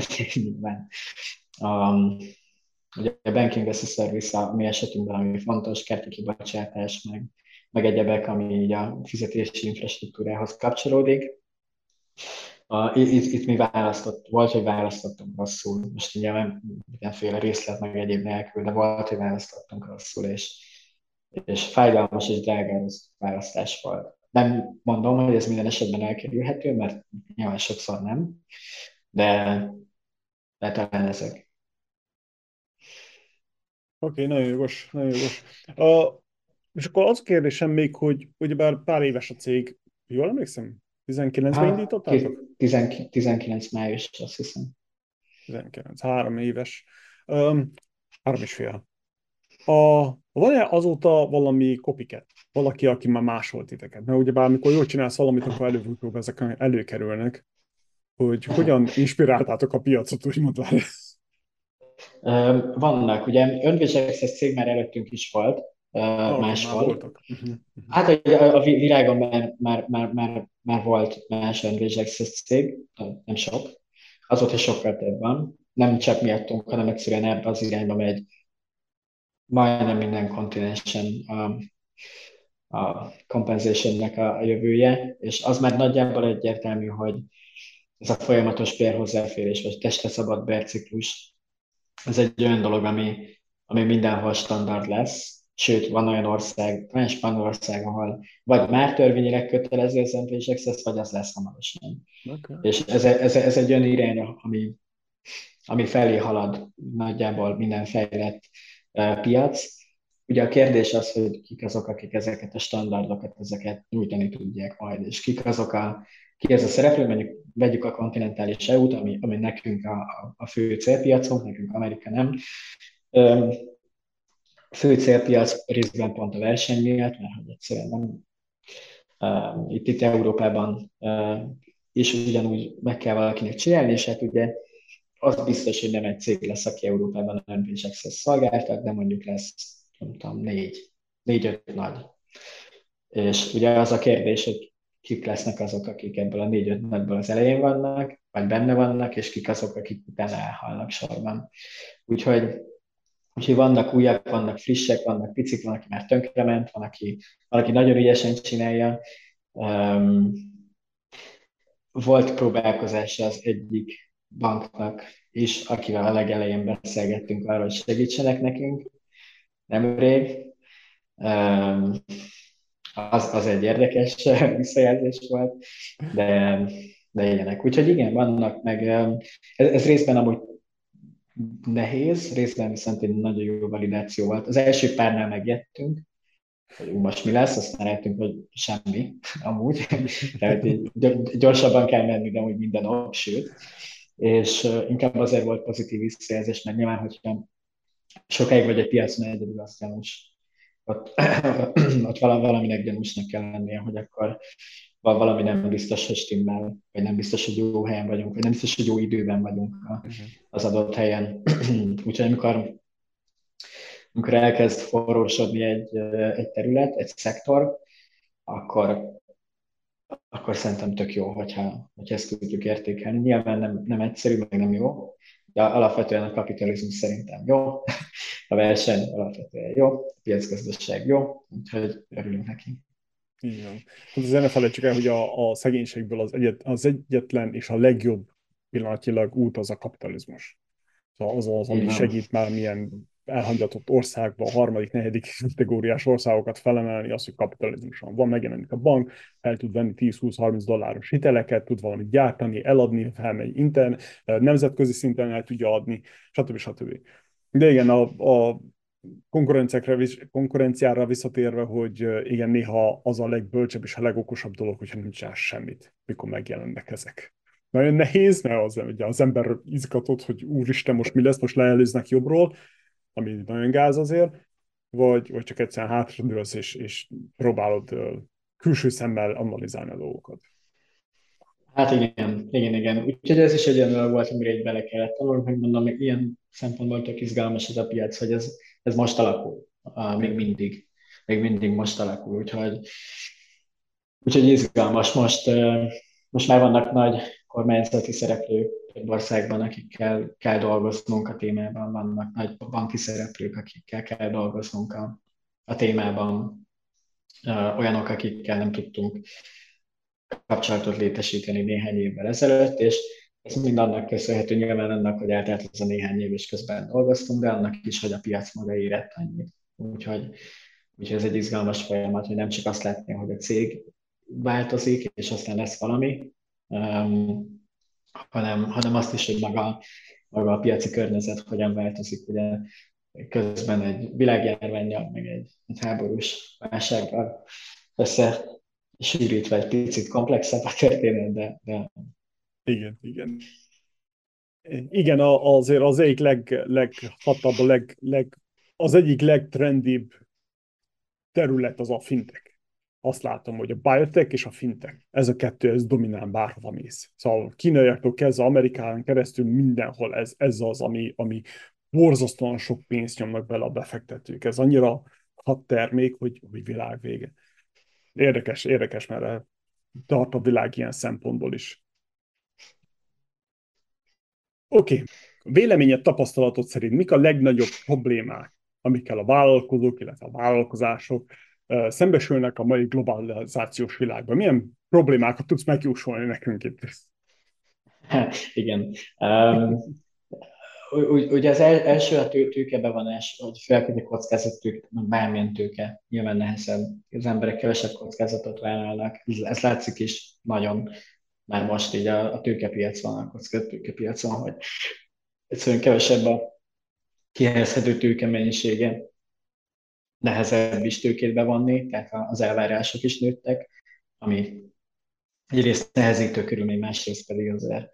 [SPEAKER 3] um, ugye a Banking as a Service a mi esetünkben, ami fontos, kártyakibocsátás, meg, meg egyebek, ami így a fizetési infrastruktúrához kapcsolódik. Uh, itt, itt mi választott, volt, hogy választottunk rosszul, most nyilván mindenféle részlet meg egyéb nélkül, de volt, hogy választottunk rosszul, és, és fájdalmas és drága választás volt. Nem mondom, hogy ez minden esetben elkerülhető, mert nyilván sokszor nem, de, de talán ezek.
[SPEAKER 2] Oké, okay, nagyon jogos, nagyon jogos. Uh, és akkor az a kérdésem még, hogy ugyebár pár éves a cég, jól emlékszem? tizenkilencben hát, indítottátok?
[SPEAKER 3] tizenkilenc május, azt hiszem.
[SPEAKER 2] tizenkilenc, három éves. Um, három és fél. A, van-e azóta valami copycat? Valaki, aki már másolt titeket? Mert ugyebár, amikor jól csinálsz valamit, akkor előbb-utóbb ezek előkerülnek. Hogy hogyan inspiráltátok a piacot, úgy mondva.
[SPEAKER 3] Vannak, ugye Önvés Access cég már előttünk is volt, uh, máshol.
[SPEAKER 2] Uh-huh. Uh-huh.
[SPEAKER 3] Hát a, a világon már, már, már, már, már volt más Önvés Access cég, nem sok, azóta sokkal több van. nem csak miattunk, hanem egyszerűen ebbe az irányba megy majdnem minden kontinensen a, a compensationnek a, a jövője, és az már nagyjából egyértelmű, hogy ez a folyamatos bérhozzáférés, vagy testre szabad bérciklus, ez egy olyan dolog, ami, ami mindenhol standard lesz, sőt, van olyan ország, olyan Spanyolország, ahol vagy már törvényileg kötelező az em pé há Access, vagy az lesz hamarosan.
[SPEAKER 2] Okay.
[SPEAKER 3] És ez, ez, ez egy olyan irány, ami, ami felé halad nagyjából minden fejlett uh, piac. Ugye a kérdés az, hogy kik azok, akik ezeket a standardokat, ezeket nyújtani tudják majd, és kik azok a, ki ez a szereplő, mondjuk vegyük a kontinentális é u-t, ami, ami nekünk a, a fő célpiacunk, nekünk Amerika nem. Um, fő célpiac részben pont a verseny miatt, mert hogy egyszerűen nem, um, itt, itt Európában um, is ugyanúgy meg kell valakinek csinálni, és hát ugye az biztos, hogy nem egy cég lesz, aki Európában em pé há Access szolgáltat, de mondjuk lesz, nem tudom, négy, négy-öt nagy. És ugye az a kérdés, hogy kik lesznek azok, akik ebből a négy-öt nagyból az elején vannak, vagy benne vannak, és kik azok, akik utána elhalnak sorban. Úgyhogy, úgyhogy vannak újak, vannak frissek, vannak picik, van, aki már tönkrement, van, aki, van, aki nagyon ügyesen csinálja. Um, volt próbálkozása az egyik banknak is, akivel a legelején beszélgettünk arról, hogy segítsenek nekünk nemrég. Um, az, az egy érdekes visszajelzés volt, de, de ilyenek. Úgyhogy igen, vannak meg, ez, ez részben amúgy nehéz, részben viszont egy nagyon jó validáció volt. Az első párnál megijedtünk, hogy ú, most mi lesz, aztán rájöttünk, hogy semmi, amúgy. Tehát így gyorsabban kell menni, de úgy minden ok, sőt. És inkább azért volt pozitív visszajelzés, mert nyilván, hogyha sokáig vagy egy piacon egyedül, azt gyanús, ott, ott valaminek gyanúsnak kell lennie, hogy akkor valami nem biztos, hogy stimmel, vagy nem biztos, hogy jó helyen vagyunk, vagy nem biztos, hogy jó időben vagyunk az adott helyen. Úgyhogy amikor, amikor elkezd forrósodni egy, egy terület, egy szektor, akkor, akkor szerintem tök jó, hogyha, hogyha ezt tudjuk értékelni. Nyilván nem, nem egyszerű, meg nem jó, de alapvetően a kapitalizmus szerintem jó, a verseny alapvetően jó, a piacgazdaság jó, úgyhogy örülünk neki.
[SPEAKER 2] Igen. Hát azért ne felejtsük el, hogy a, a szegénységből az, egyet, az egyetlen és a legjobb pillanatilag út az a kapitalizmus. Szóval az az, ami segít már milyen elhangyatott országban, a harmadik, negyedik kategóriás országokat felemelni, az, hogy kapitalizmus van. Van, megjelenik a bank, el tud venni tíz-húsz-harminc dolláros hiteleket, tud valamit gyártani, eladni, felmegy internet, nemzetközi szinten el tudja adni, stb. stb. De igen, a, a konkurenciára visszatérve, hogy igen, néha az a legbölcsebb és a legokosabb dolog, hogyha nincs rá semmit, mikor megjelennek ezek. Nagyon nehéz, mert az, ugye az ember izgatott, hogy úristen, most mi lesz, most leelőznek jobbról, ami nagyon gáz azért, vagy, vagy csak egyszerűen hátradőlsz, és, és próbálod uh, külső szemmel analizálni a dolgokat.
[SPEAKER 3] Hát igen, igen, igen. Úgyhogy ez is egy olyan dolog volt, amire egy bele kellett tanulni, hogy mondom, hogy ilyen szempontból tök izgalmas ez a piac, hogy ez, ez most alakul, uh, még mindig. Még mindig most alakul, úgyhogy, úgyhogy izgalmas. Most, uh, most már vannak nagy kormányzati szereplők több országban, akikkel kell dolgoznunk a témában, vannak nagy banki szereplők, akikkel kell dolgoznunk a, a témában, uh, olyanok, akikkel nem tudtunk kapcsolatot létesíteni néhány évvel ezelőtt, és ez mind annak köszönhető, nyilván annak, hogy eltelt az a néhány év, és közben dolgoztunk, de annak is, hogy a piac maga érett annyit. Úgyhogy, úgyhogy ez egy izgalmas folyamat, hogy nem csak azt látni, hogy a cég változik, és aztán lesz valami, um, hanem, hanem azt is, hogy maga, maga a piaci környezet hogyan változik. Ugye közben egy világjárvánnyal, meg egy, egy háborús válsággal össze sűrítve egy picit komplexebb a történet, de, de...
[SPEAKER 2] Igen, igen. Igen, azért az egyik leg, leghatabb, a leg, leg, az egyik legtrendibb terület az a fintech. Azt látom, hogy a biotech és a fintech, ez a kettő, ez dominál bárhova mész. Szóval kínaiaktól kezdve Amerikán keresztül mindenhol ez, ez az, ami, ami borzasztóan sok pénzt nyomnak bele a befektetők. Ez annyira hat termék, hogy, hogy világ vége. Érdekes, érdekes, mert tart a világ ilyen szempontból is. Oké, okay. Véleményed, tapasztalatod szerint mik a legnagyobb problémák, amikkel a vállalkozók, illetve a vállalkozások uh, szembesülnek a mai globalizációs világban? Milyen problémákat tudsz megjósolni nekünk itt?
[SPEAKER 3] Igen. Um, ugye az el, első a tő, tőkebevonás, hogy felkötni kockázat tőke, bármilyen tőke, nyilván nehezebb. Az emberek kevesebb kockázatot vállalnak. Ez, ez látszik is nagyon már most így a, a tőkepiacon, a kockázat tőkepiacon, hogy egyszerűen kevesebb a kihelyezhető tőke mennyisége, nehezebb is tőkét bevonni, tehát az elvárások is nőttek, ami egyrészt nehezítő körülmény, másrészt pedig azért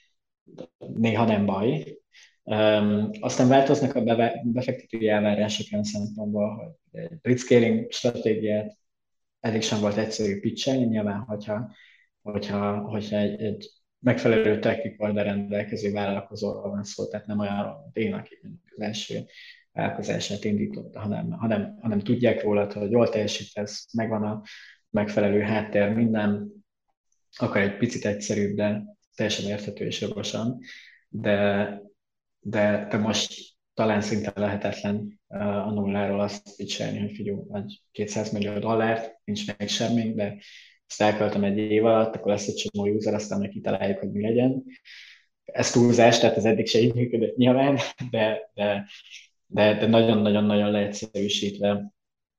[SPEAKER 3] néha nem baj. Um, aztán változnak a beve- befektetői elvárások olyan szempontból, hogy egy blitzscaling stratégiát elég sem volt egyszerű pitchelni, nyilván, hogyha, hogyha, hogyha egy, egy megfelelő technikai rendelkező vállalkozóról van szó, tehát nem olyanról, mint én, aki az első vállalkozását indította, hanem, hanem, hanem tudják róla, hogy jól teljesítesz, megvan a megfelelő háttér, minden, akár egy picit egyszerűbb, de teljesen érthető és jogosan, de, de, de most talán szinte lehetetlen uh, a nulláról azt pitchelni, hogy figyelj, vagy kétszáz millió dollárt, nincs még semmi, de ezt elköltöm egy év alatt, akkor lesz egy csomó user, aztán meg kitaláljuk, hogy mi legyen. Ez túlzás, tehát ez eddig se így működött nyilván, de, de, de, de nagyon-nagyon-nagyon leegyszerűsítve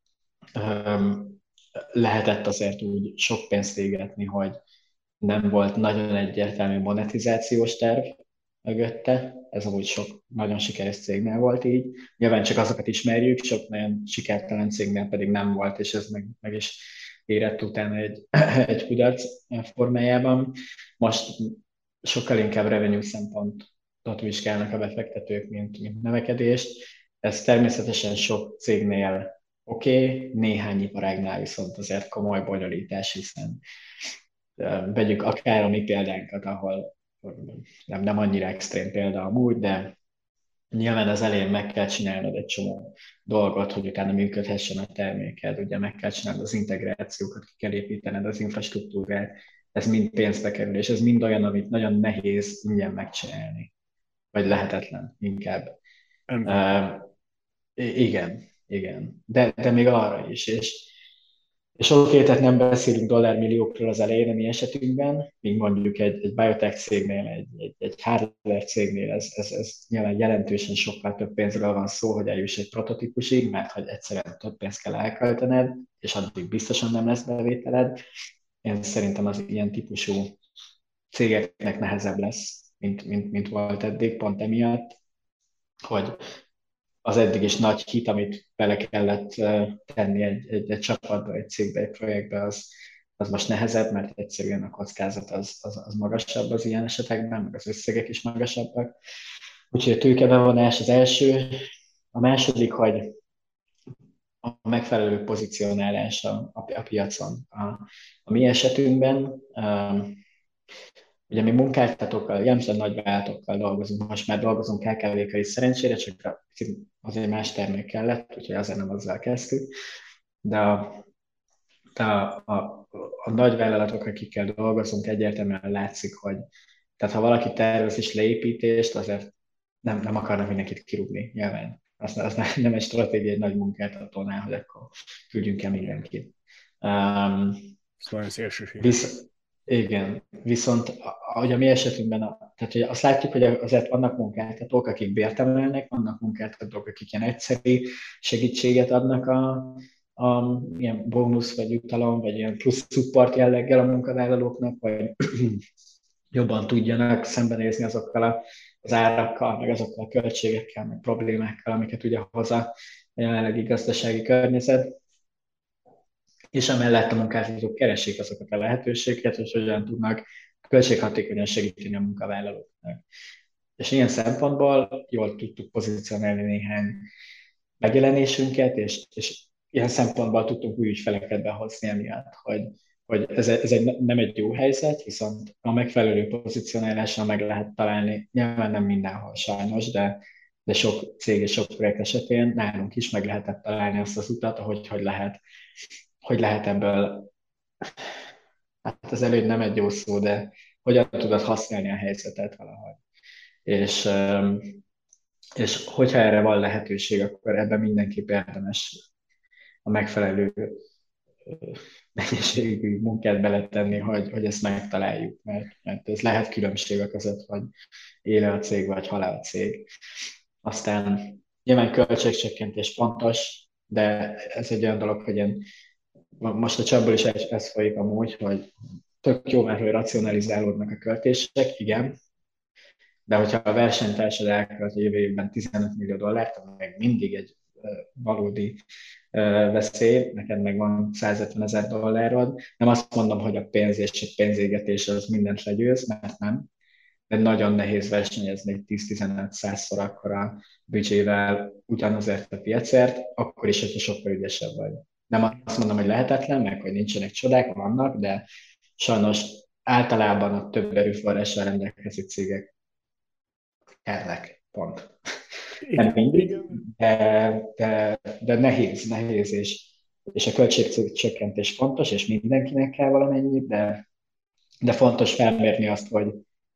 [SPEAKER 3] um, lehetett azért úgy sok pénzt égetni, hogy nem volt nagyon egyértelmű monetizációs terv mögötte. Ez amúgy sok nagyon sikeres cégnél volt így. Nyilván csak azokat ismerjük, sok nagyon sikertelen cégnél pedig nem volt, és ez meg, meg is érett utána egy, egy kudarc formájában. Most sokkal inkább revenue szempontot vizsgálnak a befektetők, mint, mint növekedést. Ez természetesen sok cégnél oké, okay, néhány iparágnál viszont azért komoly bonyolítás, hiszen vegyük akár a mi példánkat, ahol nem, nem annyira extrém példa amúgy, de nyilván az elején meg kell csinálnod egy csomó dolgot, hogy utána működhessen a terméked, ugye meg kell csinálnod az integrációkat, ki kell építened az infrastruktúrát, ez mind pénzbe kerül, és ez mind olyan, amit nagyon nehéz ingyen megcsinálni, vagy lehetetlen inkább. Uh, igen, igen, de, de még arra is, és És oké, okay, tehát nem beszélünk dollármilliókról az elején a mi esetünkben, míg mondjuk egy, egy biotech cégnél, egy, egy, egy hardware cégnél ez, ez, ez nyilván jelentősen sokkal több pénzről van szó, hogy eljuss egy prototípusig, mert hogy egyszerűen több pénzt kell elköltened, és addig biztosan nem lesz bevételed. Én szerintem az ilyen típusú cégeknek nehezebb lesz, mint, mint, mint volt eddig, pont emiatt, hogy az eddig is nagy hit, amit bele kellett tenni egy, egy, egy csapatba, egy cégbe, egy projektbe, az, az most nehezebb, mert egyszerűen a kockázat az, az, az magasabb az ilyen esetekben, meg az összegek is magasabbak. Úgyhogy a tőkebevonás az első. A második, hogy a megfelelő pozicionálás a, a, a piacon. A, a mi esetünkben um, ugye mi munkáltatókkal, jellemzően nagy vállalatokkal dolgozunk, most már dolgozunk ká ká vé-kkal is szerencsére, csak azért más termék kellett, úgyhogy azért nem azzal kezdtük. De a, de a, a, a nagy vállalatok, akikkel dolgozunk, egyértelműen látszik, hogy tehát ha valaki tervez is leépítést, azért nem, nem akarnak mindenkit kirúgni, nyilván. Az, az nem egy stratégia egy nagy munkáltatónál, hogy akkor küldjünk el mindenkit. Um,
[SPEAKER 2] Ez nagyon szélsőséges.
[SPEAKER 3] Visz, igen, viszont ahogy a mi esetünkben, a, tehát hogy azt látjuk, hogy azért vannak munkáltatók, akik bért emelnek, vannak munkáltatók, akik ilyen egyszerű segítséget adnak a, a ilyen bónusz, vagy jutalom, vagy ilyen plusz support jelleggel a munkavállalóknak, vagy jobban tudjanak szembenézni azokkal a, az árakkal, meg azokkal a költségekkel, meg problémákkal, amiket ugye hoz a jelenlegi gazdasági környezet. És emellett a munkáltatók keresik azokat a lehetőségeket, hogy hogyan tudnak költséghatékonyan segíteni a munkavállalóknak. És ilyen szempontból jól tudtuk pozícionálni néhány megjelenésünket, és, és ilyen szempontból tudtunk új ügyfeleket behozni emiatt, hogy, hogy ez, ez egy, nem egy jó helyzet, viszont a megfelelő pozícionálással meg lehet találni, nyilván nem mindenhol sajnos, de, de sok cég és sok projekt esetén nálunk is meg lehetett találni azt az utat, ahogy hogy lehet hogy lehet ebből, hát az előbb nem egy jó szó, de hogyan tudod használni a helyzetet valahogy. és, és hogyha erre van lehetőség, akkor ebben mindenképp érdemes a megfelelő mennyiségű munkát beletenni, hogy, hogy ezt megtaláljuk, mert, mert ez lehet különbség a között, hogy éle a cég, vagy halál a cég. Aztán nyilván költségcsökkentés fontos, de ez egy olyan dolog, hogy én most a csapból is ez folyik amúgy, hogy tök jó, mert hogy racionalizálódnak a költések, igen, de hogyha a versenytársad elkölt a jövő évben tizenöt millió dollárt, ami még mindig egy valódi veszély, neked meg van százötven ezer dollárod. Nem azt mondom, hogy a pénz és a pénzégetés az mindent legyőz, mert nem, de nagyon nehéz versenyezni tíz-tizenöt-százszor akkora büdzsével ugyanazért a piacért, akkor is, hogyha sokkal ügyesebb vagy. Nem azt mondom, hogy lehetetlen, meg hogy nincsenek csodák, vannak, de sajnos általában a több erőforrással rendelkező cégek kellnek, pont. Nem mindig, de, de, de nehéz, nehéz, és, és a költségcsökkentés fontos, és mindenkinek kell valamennyi, de, de fontos felmérni azt, hogy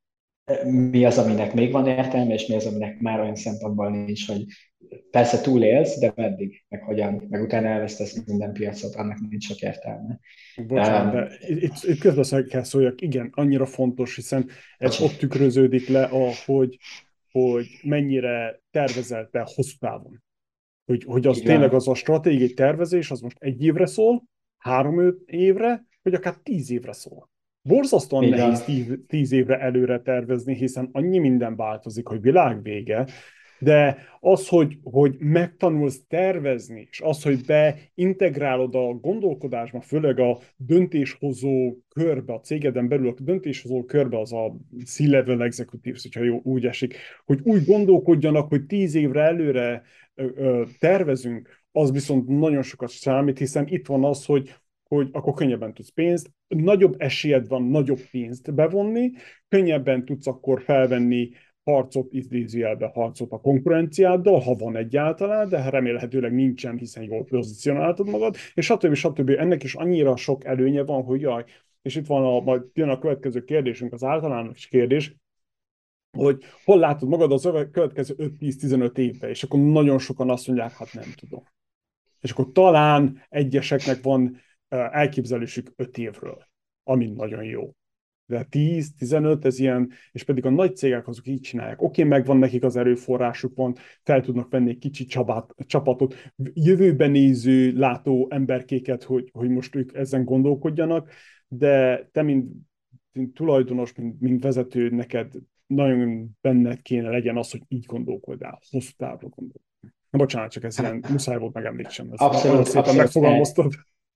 [SPEAKER 3] mi az, aminek még van értelme, és mi az, aminek már olyan szempontból nincs, hogy persze túlélsz, de meddig, meg hogyan, meg utána elvesztesz minden piacot, annak nincs sok értelme.
[SPEAKER 2] Bocsánat, de itt, itt közben kell szóljak, igen, annyira fontos, hiszen ez
[SPEAKER 3] Bocsi.
[SPEAKER 2] ott tükröződik le, ahogy, hogy mennyire tervezel te hosszú távon. Hogy, hogy az
[SPEAKER 3] Igen.
[SPEAKER 2] tényleg az a stratégiai tervezés, az most egy évre szól, három évre, vagy akár tíz évre szól. Borzasztóan
[SPEAKER 3] Igen.
[SPEAKER 2] nehéz tíz, tíz évre előre tervezni, hiszen annyi minden változik, hogy világ vége, de az, hogy, hogy megtanulsz tervezni, és az, hogy beintegrálod a gondolkodásba, főleg a döntéshozó körbe, a cégeden belül a döntéshozó körbe, az a C-level executives, hogyha jó, úgy esik, hogy úgy gondolkodjanak, hogy tíz évre előre ö, ö, tervezünk, az viszont nagyon sokat számít, hiszen itt van az, hogy hogy akkor könnyebben tudsz pénzt, nagyobb esélyed van nagyobb pénzt bevonni, könnyebben tudsz akkor felvenni harcot, idézőjelbe harcot a konkurenciáddal, ha van egyáltalán, de remélhetőleg nincsen, hiszen jól pozícionáltad magad, és stb. stb. Ennek is annyira sok előnye van, hogy jaj, és itt van a, majd jön a következő kérdésünk, az általános kérdés, hogy hol látod magad az következő öt-tíz-tizenöt évben, és akkor nagyon sokan azt mondják, hát nem tudom. És akkor talán egyeseknek van elképzelésük öt évről, ami nagyon jó. De tíz-tizenöt, ez ilyen, és pedig a nagy cégek azok így csinálják. Oké, megvan nekik az erőforrásuk, van, fel tudnak venni egy kicsi csapát, csapatot, jövőben néző, látó emberkéket, hogy, hogy most ők ezen gondolkodjanak, de te, mint, mint tulajdonos, mint, mint vezető, neked nagyon benned kéne legyen az, hogy így gondolkodjál, hosszú távra gondolkodj. Na, bocsánat, csak ez ilyen, muszáj volt megemlítsem. Ezt
[SPEAKER 3] abszolút,
[SPEAKER 2] szépen
[SPEAKER 3] abszolút
[SPEAKER 2] megfogalmaztad.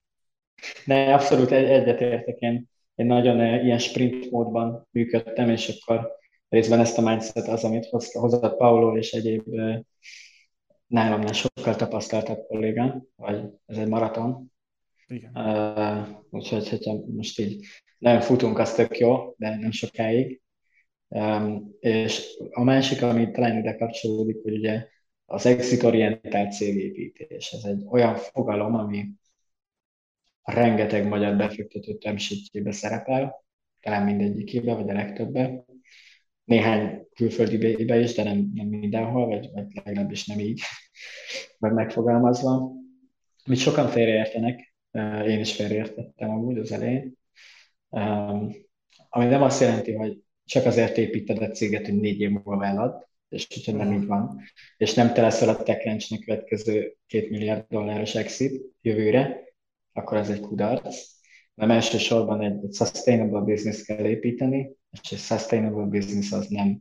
[SPEAKER 3] De abszolút egyetértek, én, én nagyon ilyen sprint módban működtem, és akkor részben ezt a mindset az, amit hozott Paulo és egyéb nálamnál sokkal tapasztaltabb kollégám, vagy ez egy maraton.
[SPEAKER 2] Igen.
[SPEAKER 3] Uh, úgyhogy hogyha most így nagyon futunk, az tök jó, de nem sokáig. Um, és a másik, ami talán ide kapcsolódik, hogy ugye az exit-orientált cégépítés. Ez egy olyan fogalom, ami rengeteg magyar befektető termsítjébe szerepel, talán mindegyikébe, vagy a legtöbbe. Néhány külföldibe is, de nem, nem mindenhol, vagy, vagy legalábbis nem így, vagy megfogalmazva. Mit sokan félreértenek, én is félreértettem amúgy az elején, ami nem azt jelenti, hogy csak azért építed a céget, hogy négy év múlva elad, és hogyha nem így van, és nem te leszel a TechCrunchnek következő két milliárd dolláros exit jövőre, akkor ez egy kudarc. Nem elsősorban egy, egy sustainable business kell építeni, és egy sustainable business az nem,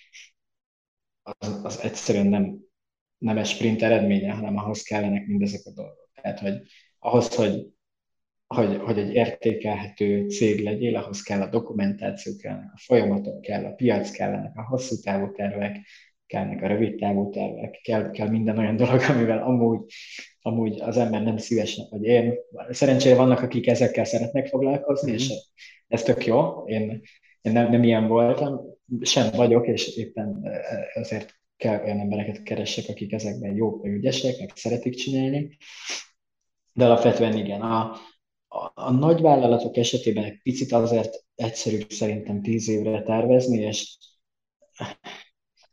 [SPEAKER 3] az, az egyszerűen nem, nem egy sprint eredménye, hanem ahhoz kellenek mindezek a dolgok. Tehát, hogy ahhoz, hogy, hogy, hogy egy értékelhető cég legyél, ahhoz kell a dokumentáció, kellene a folyamatok, kell a piac, kellenek a hosszú távú tervek, kellnek a rövid távú tervek, kell, kell minden olyan dolog, amivel amúgy, amúgy az ember nem szívesen, vagy én. Szerencsére vannak, akik ezekkel szeretnek foglalkozni, mm-hmm. és ez tök jó. Én, én nem, nem ilyen voltam, sem vagyok, és éppen azért kell olyan embereket keressek, akik ezekben jók, vagy ügyesek, meg szeretik csinálni. De alapvetően igen, a, a, a nagyvállalatok esetében egy picit azért egyszerűbb szerintem tíz évre tervezni, és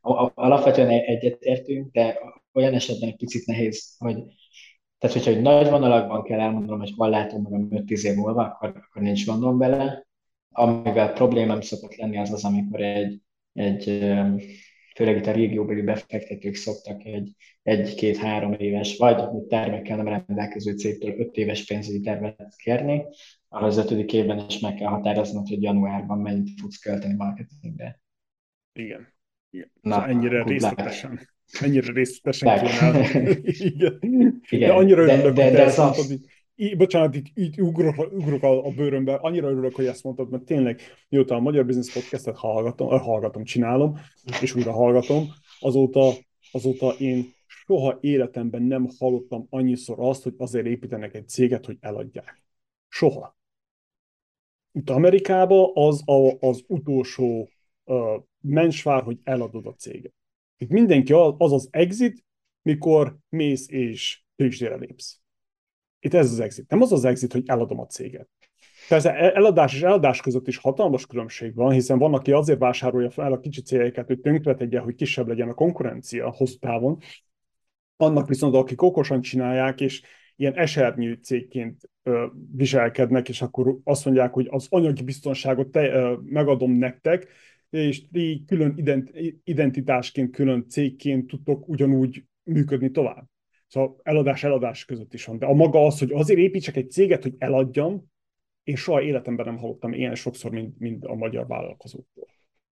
[SPEAKER 3] alapvetően egyetértünk, de olyan esetben egy picit nehéz, hogy tehát, hogyha egy nagy vonalakban kell elmondanom, hogy hol látom magam öt-tíz év múlva, akkor, akkor nincs gondom vele. Amivel problémám szokott lenni, az az, amikor egy, egy öm, főleg itt a régióbeli befektetők szoktak egy egy-két-három éves, vagy tervekkel nem rendelkező cégtől öt éves pénzügyi tervet kérni, ahol az ötödik évben is meg kell határoznod, hogy januárban mennyit fogsz költeni marketingre.
[SPEAKER 2] Igen. Igen.
[SPEAKER 3] Na,
[SPEAKER 2] Szóval ennyire
[SPEAKER 3] kuplás.
[SPEAKER 2] részletesen. Ennyire részletesen kéne el. Igen.
[SPEAKER 3] Igen,
[SPEAKER 2] De annyira
[SPEAKER 3] de,
[SPEAKER 2] örülök,
[SPEAKER 3] de,
[SPEAKER 2] hogy te
[SPEAKER 3] de
[SPEAKER 2] ezt
[SPEAKER 3] ez
[SPEAKER 2] mondtad,
[SPEAKER 3] az...
[SPEAKER 2] így, így, bocsánat, így, így ugrok, ugrok a, a bőrömbe, annyira örülök, hogy ezt mondtad, mert tényleg, mióta a Magyar Business Podcastet hallgatom, eh, hallgatom, csinálom, és újra hallgatom, azóta, azóta én soha életemben nem hallottam annyiszor azt, hogy azért építenek egy céget, hogy eladják. Soha. Itt Amerikában az a, az utolsó uh, mensvár, hogy eladod a céget. Itt mindenki az az, az exit, mikor mész és tőzsdére lépsz. Itt ez az exit. Nem az az exit, hogy eladom a céget. Persze eladás és eladás között is hatalmas különbség van, hiszen van, aki azért vásárolja fel a kicsi cégeket, hogy tönkre tegye, hogy kisebb legyen a konkurencia hosszú távon. Annak viszont, akik okosan csinálják, és ilyen esernyő cégként ö, viselkednek, és akkor azt mondják, hogy az anyagi biztonságot te, ö, megadom nektek, és ti külön ident, identitásként, külön cégként tudtok ugyanúgy működni tovább. Szóval eladás-eladás között is van. De a maga az, hogy azért építsek egy céget, hogy eladjam, én soha életemben nem hallottam ilyen sokszor, mint, mint a magyar vállalkozóktól.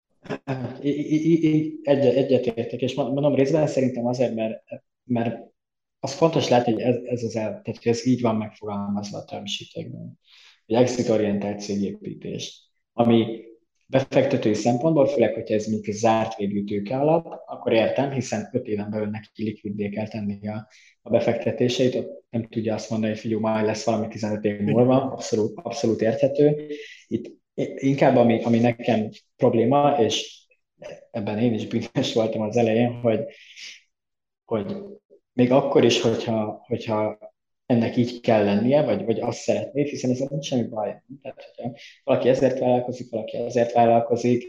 [SPEAKER 3] Egy, egyetértek, és mondom részben szerintem azért, mert, mert az fontos látni, hogy ez, ez az el, tehát hogy ez így van megfogalmazva a term sheetekben. Egy exit-orientált cégépítés, ami befektetői szempontból, főleg, hogyha ez mondjuk egy zárt végű tőke alap, akkor értem, hiszen öt éven belül neki likviddé kell tenni a, a befektetéseit, ott nem tudja azt mondani, hogy figyelj, majd lesz valami tizenöt év múlva, abszolút, abszolút érthető. Itt inkább ami, ami nekem probléma, és ebben én is bűnös voltam az elején, hogy, hogy még akkor is, hogyha, hogyha ennek így kell lennie, vagy, vagy azt szeretnéd, hiszen ezzel nincs semmi baj. Tehát, hogyha valaki ezért vállalkozik, valaki azért vállalkozik,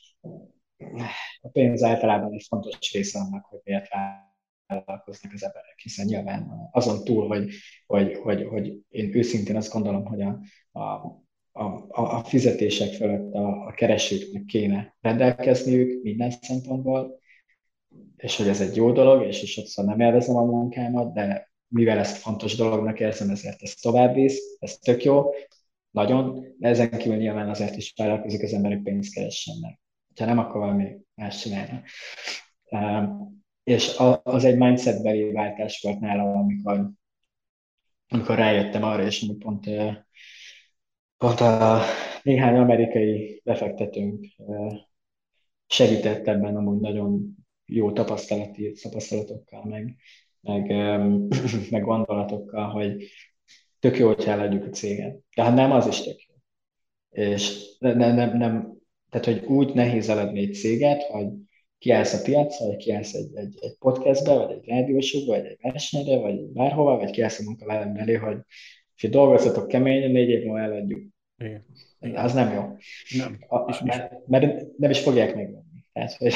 [SPEAKER 3] a pénz általában egy fontos része annak, hogy miért vállalkoznak az emberek, hiszen nyilván azon túl, hogy, hogy, hogy, hogy én őszintén azt gondolom, hogy a, a A, a fizetések fölött a, a keresőknek kéne rendelkezniük minden szempontból, és hogy ez egy jó dolog, és is sokszor nem élvezem a munkámat, de mivel ezt fontos dolognak érzem, ezért ez tovább visz, ez tök jó, nagyon, de ezen kívül nyilván azért is vállalkozik az ember, hogy pénzt keressenek. Ha nem, akkor valami más csinálna. Um, és az egy mindsetbeli váltás volt nálam, amikor, amikor rájöttem arra, és pont, pont a néhány amerikai befektetőnk segített ebben amúgy nagyon jó tapasztalati, tapasztalatokkal, meg, meg, meg gondolatokkal, hogy tök jó, hogyha eladjuk a céget. De ha nem, az is tök jó. És nem, nem, nem, tehát, hogy úgy nehéz eladni egy céget, hogy kiállsz a piacra, vagy kiállsz egy, egy, egy podcastbe, vagy egy rádiósokba, vagy egy versenyre, vagy bárhova, vagy kiállsz a munkavállalom elé, hogy ha dolgozzatok keményen, négy év múlva eladjuk.
[SPEAKER 2] Igen.
[SPEAKER 3] Igen. Az nem jó.
[SPEAKER 2] Nem.
[SPEAKER 3] A,
[SPEAKER 2] És,
[SPEAKER 3] mert, mert nem is fogják megvenni. Tehát, hogy...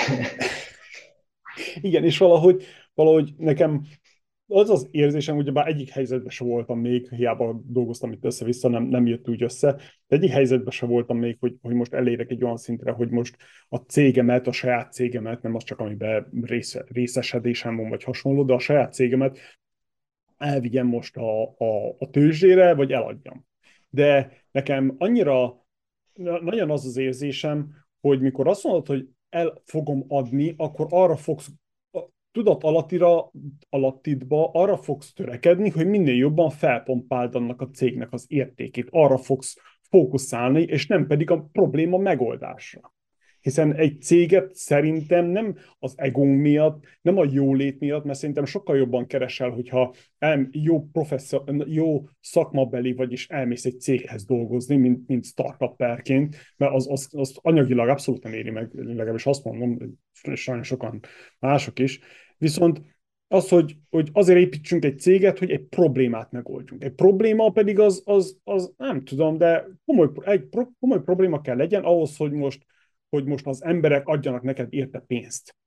[SPEAKER 2] Igen, és valahogy, valahogy nekem az az érzésem, ugyebár egyik helyzetben se voltam még, hiába dolgoztam itt össze-vissza, nem, nem jött úgy össze, de egyik helyzetben se voltam még, hogy, hogy most elérek egy olyan szintre, hogy most a cégemet, a saját cégemet, nem az csak amiben része, részesedésem van, vagy hasonló, de a saját cégemet elvigyem most a, a, a tőzsdére, vagy eladjam. De nekem annyira, nagyon az az érzésem, hogy mikor azt mondod, hogy el fogom adni, akkor arra fogsz, tudat alattira, alattidba arra fogsz törekedni, hogy minél jobban felpompáld annak a cégnek az értékét. Arra fogsz fókuszálni, és nem pedig a probléma megoldásra. Hiszen egy céget szerintem nem az egónk miatt, nem a jólét miatt, mert szerintem sokkal jobban keresel, hogyha el, jó, professzor, jó szakmabeli, vagyis elmész egy céghez dolgozni, mint, mint startupperként, mert az, az, az anyagilag abszolút nem éri meg, legalábbis azt mondom, sajnos sokan mások is. Viszont az, hogy, hogy azért építsünk egy céget, hogy egy problémát megoldjunk. Egy probléma pedig az, az, az nem tudom, de komoly, egy komoly probléma kell legyen ahhoz, hogy most hogy most az emberek adjanak neked érte pénzt.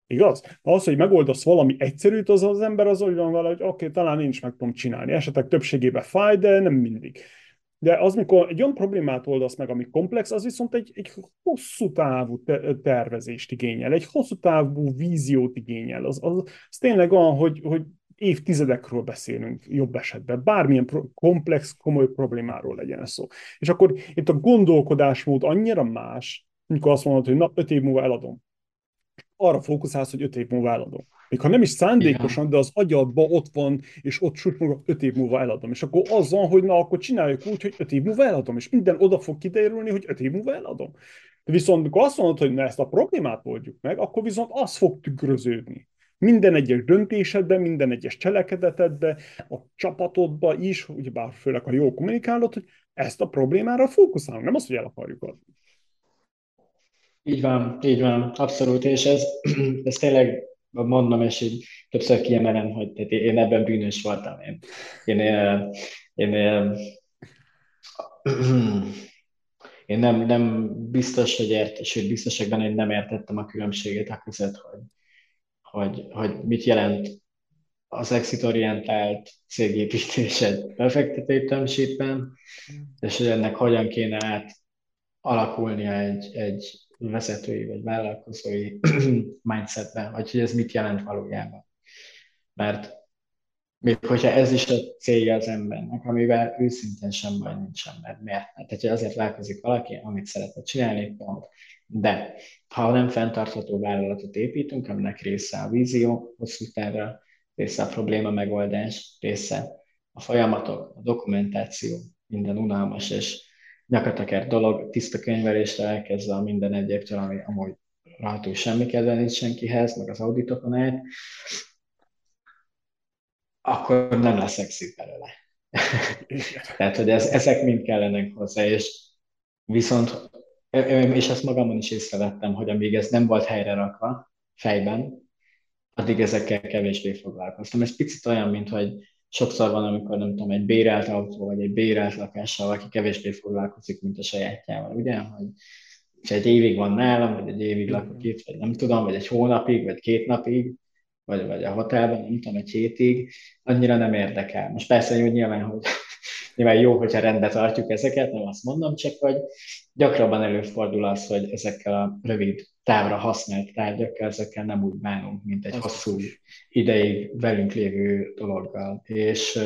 [SPEAKER 2] Igaz? Az, hogy megoldasz valami egyszerűt, az az ember az olyan vele, hogy oké, okay, talán én is meg tudom csinálni. Esetek többségében fáj, de nem mindig. De az, mikor egy olyan problémát oldasz meg, ami komplex, az viszont egy, egy hosszú távú te- tervezést igényel, egy hosszú távú víziót igényel. Az, az, az tényleg olyan, hogy, hogy évtizedekről beszélünk jobb esetben, bármilyen pro- komplex, komoly problémáról legyen ez szó. És akkor itt a gondolkodásmód annyira más, amikor azt mondod, hogy na, öt év múlva eladom. Arra fókuszálsz, hogy öt év múlva eladom. Még ha nem is
[SPEAKER 3] Igen.
[SPEAKER 2] szándékosan, de az agyadban ott van, és ott sut maga, öt év múlva eladom. És akkor az van, hogy na, akkor csináljuk úgy, hogy öt év múlva eladom. És minden oda fog kiderülni, hogy öt év múlva eladom. De viszont, amikor azt mondod, hogy na, ezt a problémát oldjuk meg, akkor viszont az fog tükröződni. Minden egyes döntésedben, minden egyes cselekedetedben, a csapatodban is, ugyebár főleg, ha jól kommunikálod, hogy ezt a problémára fókuszálunk, nem az, hogy el akarjuk adni.
[SPEAKER 3] Így van, így van, abszolút, és ez, ez tényleg mondom, és így többször kiemelem, hogy tehát én ebben bűnös voltam. Én, én, én, én, én, én nem, nem biztos, hogy ért, sőt, biztos vagyok benne, hogy nem értettem a különbséget a között, hogy, hogy, hogy mit jelent az exit-orientált cégépítésed befektetői természetben, és hogy ennek hogyan kéne át alakulnia egy, egy vezetői vagy vállalkozói mindsetben, vagy hogy ez mit jelent valójában. Mert még hogyha ez is a célja az embernek, amivel őszintén sem baj nincsen, mert miért? Hát, hogyha azért változik valaki, amit szeretne csinálni, pont. De ha nem fenntartható vállalatot építünk, aminek része a vízió, hosszú távra, része a probléma megoldás, része a folyamatok, a dokumentáció, minden unalmas és nyakatakert dolog, tiszta könyvelésre elkezdve a minden egyébtől, ami amúgy rajtul semmi kedve nincs senkihez, meg az auditokon át, akkor nem lesz exit belőle. Tehát, hogy ez, ezek mind kellenek hozzá, és viszont, és ezt magamon is észrevettem, hogy amíg ez nem volt helyre rakva fejben, addig ezekkel kevésbé foglalkoztam. Ez picit olyan, mint hogy sokszor van, amikor nem tudom, egy bérelt autó, vagy egy bérelt lakással, aki kevésbé foglalkozik, mint a sajátjával, ugye? Hogy és egy évig van nálam, vagy egy évig lakok itt, vagy nem tudom, vagy egy hónapig, vagy két napig, vagy, vagy a hotelben, nem tudom, egy hétig, annyira nem érdekel. Most persze jó, nyilván, hogy nyilván jó, hogyha rendbe tartjuk ezeket, nem azt mondom, csak hogy gyakrabban előfordul az, hogy ezekkel a rövid távra használt tárgyakkal, ezekkel nem úgy bánunk, mint egy
[SPEAKER 2] Az
[SPEAKER 3] hosszú
[SPEAKER 2] biztos.
[SPEAKER 3] ideig velünk lévő dologgal. És,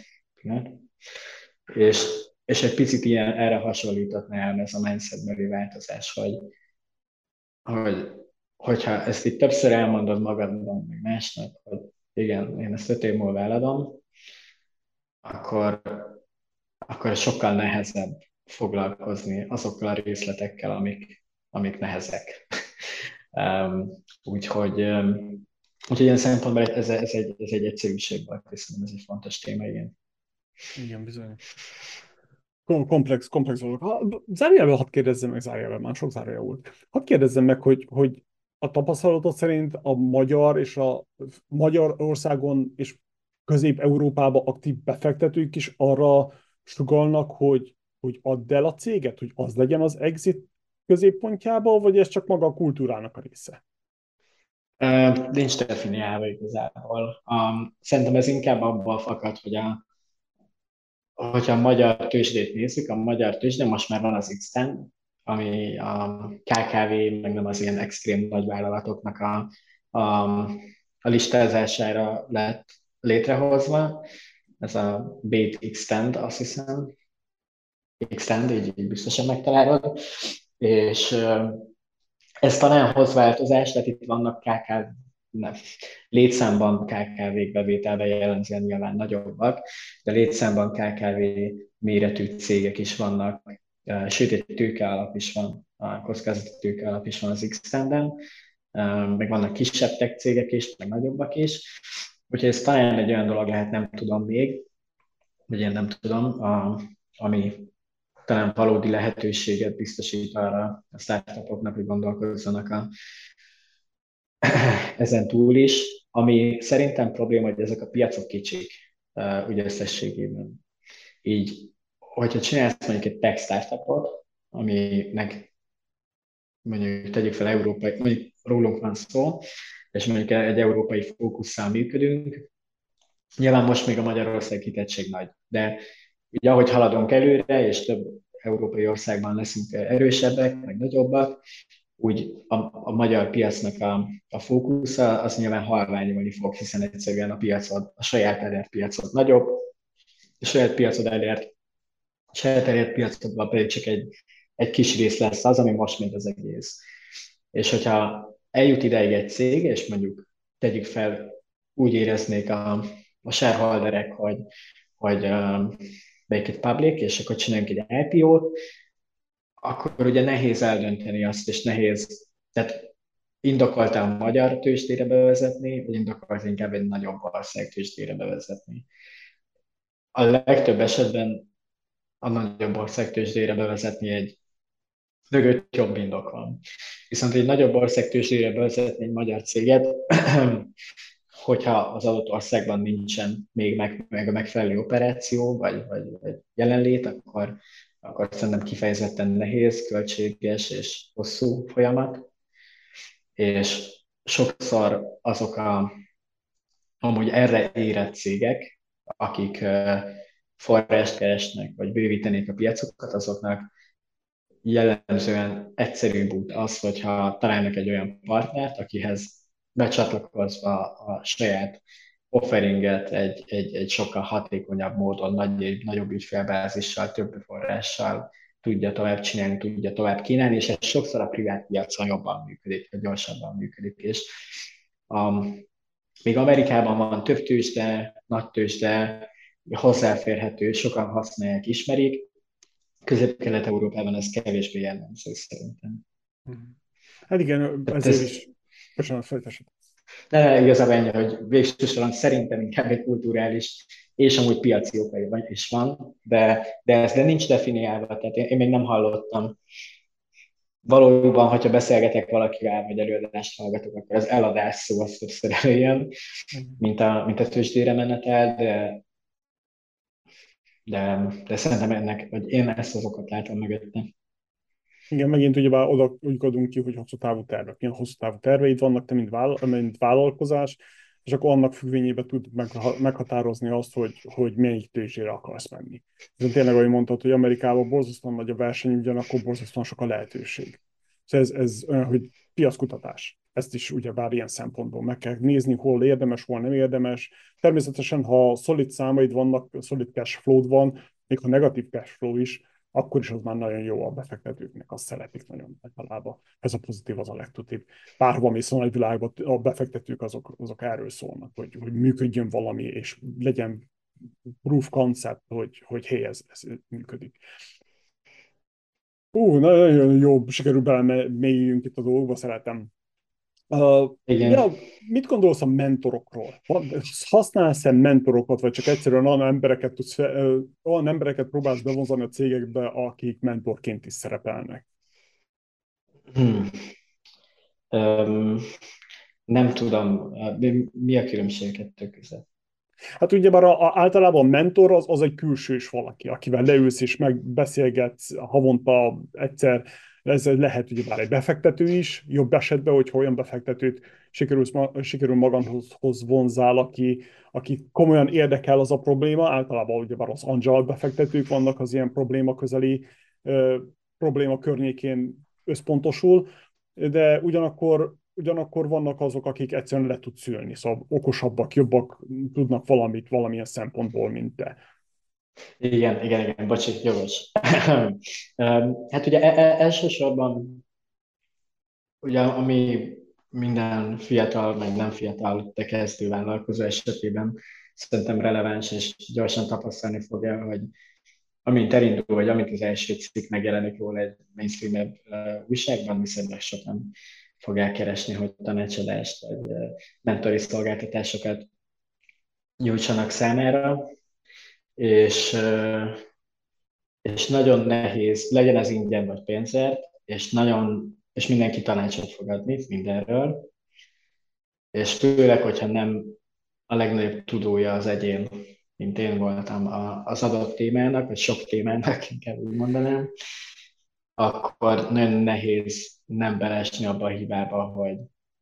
[SPEAKER 3] és, és egy picit ilyen erre hasonlítatnám ez a mindsetbeli változás, hogy, hogy hogyha ezt itt többször elmondod magadban, meg másnak, hogy igen, én ezt öt év múlva eladom, akkor, akkor sokkal nehezebb foglalkozni azokkal a részletekkel, amik, amik nehezek. um, úgyhogy, um, úgyhogy ilyen szempontból ez, ez, egy, ez egy egyszerűség volt, és szerintem ez egy fontos téma, igen.
[SPEAKER 2] Igen, bizony. Kom- Komplex, komplex dolog. Ha, zárójelben hadd kérdezzem meg, zárójelben már sok zárójel volt. Hadd kérdezzem meg, hogy, hogy a tapasztalatod szerint a magyar és a Magyarországon és Közép-Európában aktív befektetők is arra sugallnak, hogy, hogy add el a céget, hogy az legyen az exit középpontjában, vagy ez csak maga a kultúrának a része?
[SPEAKER 3] Uh, nincs definiálva igazából. Um, szerintem ez inkább abból fakad, hogy a, hogyha a magyar tőzsdét nézzük, a magyar tőzsde most már van az X-ten, ami a ká ká vé, meg nem az ilyen extrém nagyvállalatoknak a, a, a listázására lett létrehozva. Ez a bé té X-tend, azt hiszem. X-tend, így, így biztosan megtalálod. És ez talán hoz változást, tehát itt vannak ká ká, nem, létszámban ká ká vé-k bevételben jellemzően nyilván nagyobbak, de létszámban ká ká vé méretű cégek is vannak, sőt egy tőkealap is van, a kockázati tőkealap is van az X-tenden, meg vannak kisebb tech cégek is, meg nagyobbak is, úgyhogy ez talán egy olyan dolog lehet, nem tudom még, vagy én nem tudom, a, ami talán valódi lehetőséget biztosít arra a startupoknak, hogy gondolkozzanak a, ezen túl is, ami szerintem probléma, hogy ezek a piacok kicsik, uh, ugye összességében. Így, hogyha csinálsz mondjuk egy tech startupot, aminek mondjuk tegyük fel európai, mondjuk rólunk van szó, és mondjuk egy európai fókusszal működünk. Nyilván most még a Magyarország kitettség nagy, de ugye ahogy haladunk előre, és több európai országban leszünk erősebbek, meg nagyobbak, úgy a, a magyar piacnak a, a fókusza az nyilván halványulni fog, hiszen egyszerűen a piacod, a saját elért piacod nagyobb, a saját piacod elért, a saját elért piacodban pedig csak egy, egy kis rész lesz az, ami most még az egész. És hogyha eljut ideig egy cég, és mondjuk tegyük fel, úgy éreznék a, a shareholderek, hogy, hogy um, make it public, és akkor csináljunk egy I P O-t, akkor ugye nehéz eldönteni azt, és nehéz, tehát indokolta a magyar tőzsdére bevezetni, vagy indokolt inkább egy nagyobb ország tőzsdére bevezetni. A legtöbb esetben a nagyobb ország tőzsdére bevezetni egy mögött jobb indok van. Viszont egy nagyobb ország tőzsdére bevezetni egy magyar céget, hogyha az adott országban nincsen még meg, meg a megfelelő operáció, vagy, vagy, vagy jelenlét, akkor, akkor szerintem kifejezetten nehéz, költséges és hosszú folyamat. És sokszor azok a amúgy erre érett cégek, akik forrást keresnek, vagy bővítenék a piacokat, azoknak jellemzően egyszerűbb út az, hogyha találnak egy olyan partnert, akihez becsatlakozva a saját offeringet egy, egy, egy sokkal hatékonyabb módon, nagy, nagyobb ügyfélbázissal, több forrással tudja tovább csinálni, tudja tovább kínálni, és ez sokszor a privát piacon jobban működik, vagy gyorsabban működik. És um, még Amerikában van több tőzsde, nagy tőzsde, hozzáférhető, sokan használják, ismerik. Közép-Kelet-Európában ez kevésbé jellemző szerintem.
[SPEAKER 2] Hát igen,
[SPEAKER 3] Tehát
[SPEAKER 2] ezért
[SPEAKER 3] ez,
[SPEAKER 2] is. Köszönöm, folytassuk.
[SPEAKER 3] de ne, igazából ennyi, hogy végső soron szerintem inkább egy kulturális és amúgy piaci okai is van, de, de ez de nincs definiálva, tehát én, én még nem hallottam. Valójában, hogyha beszélgetek valakivel, vagy előadást hallgatok, akkor az eladás szó az többször előjön, mint a, mint a tőzsdére menetel, de, de, de szerintem ennek, vagy én ezt az okot látom mögötte.
[SPEAKER 2] Igen, megint ugyebár oda úgy adunk ki, hogy hosszú távú tervek. Milyen hosszú távú terveid vannak, te mint, vállal, mint vállalkozás, és akkor annak függvényében tud meghatározni azt, hogy, hogy melyik tőzsdére akarsz menni. Viszont tényleg, ahogy mondtad, hogy Amerikában borzasztóan nagy a verseny, ugyanakkor borzasztóan sok a lehetőség. Szóval ez, ez olyan, hogy piackutatás. Ezt is ugyebár ilyen szempontból meg kell nézni, hol érdemes, hol nem érdemes. Természetesen, ha szolid számaid vannak, szolid cash flow van, még ha negatív cash flow is, akkor is az már nagyon jó a befektetőknek, azt szeretik nagyon általában. Ez a pozitív, az a legtutibb. Bárhova mész a nagyvilágban, a befektetők azok, azok erről szólnak, hogy, hogy működjön valami, és legyen proof concept, hogy, hogy hé, ez, ez működik. Ú, nagyon jó, sikerül belemélyüljünk itt a dolgokba, szeretem. Uh, ja, mit gondolsz a mentorokról? Használsz-e mentorokat, vagy csak egyszerűen olyan embereket, tudsz, uh, olyan embereket próbálsz bevonzani a cégekbe, akik mentorként is szerepelnek?
[SPEAKER 3] Hmm. Um, nem tudom, mi, mi a különbség kettő között?
[SPEAKER 2] Hát ugyebár a, a, általában a mentor az, az egy külsős valaki, akivel leülsz és megbeszélgetsz havonta egyszer. Ez lehet ugyebár egy befektető is, jobb esetben, hogyha olyan befektetőt sikerül, sikerül magamhoz vonzál, aki, aki komolyan érdekel az a probléma. Általában ugyebár az angel befektetők vannak az ilyen probléma közeli ö, probléma környékén összpontosul, de ugyanakkor Ugyanakkor vannak azok, akik egyszerűen le tudsz ülni, szóval okosabbak, jobbak, tudnak valamit, valamilyen szempontból, mint te.
[SPEAKER 3] Igen, igen, igen, bocsi, jogos. Hát ugye e- e- elsősorban, ugye ami minden fiatal, meg nem fiatal, de kezdő vállalkozó esetében szerintem releváns és gyorsan tapasztalni fogja, hogy amint elindul, vagy amint az első cikk megjelenik róla egy mainstream uh, újságban, viszonylag sokan fogják keresni, hogy tanácsadást vagy uh, mentori szolgáltatásokat nyújtsanak számára, és, uh, és nagyon nehéz, legyen ez ingyen vagy pénzért, és, nagyon, és mindenki tanácsot fog adni mindenről, és főleg, hogyha nem a legnagyobb tudója az egyén, mint én voltam az adott témának, vagy sok témának, inkább úgy mondanám, akkor nagyon nehéz nem beleesni abba a hibába, hogy,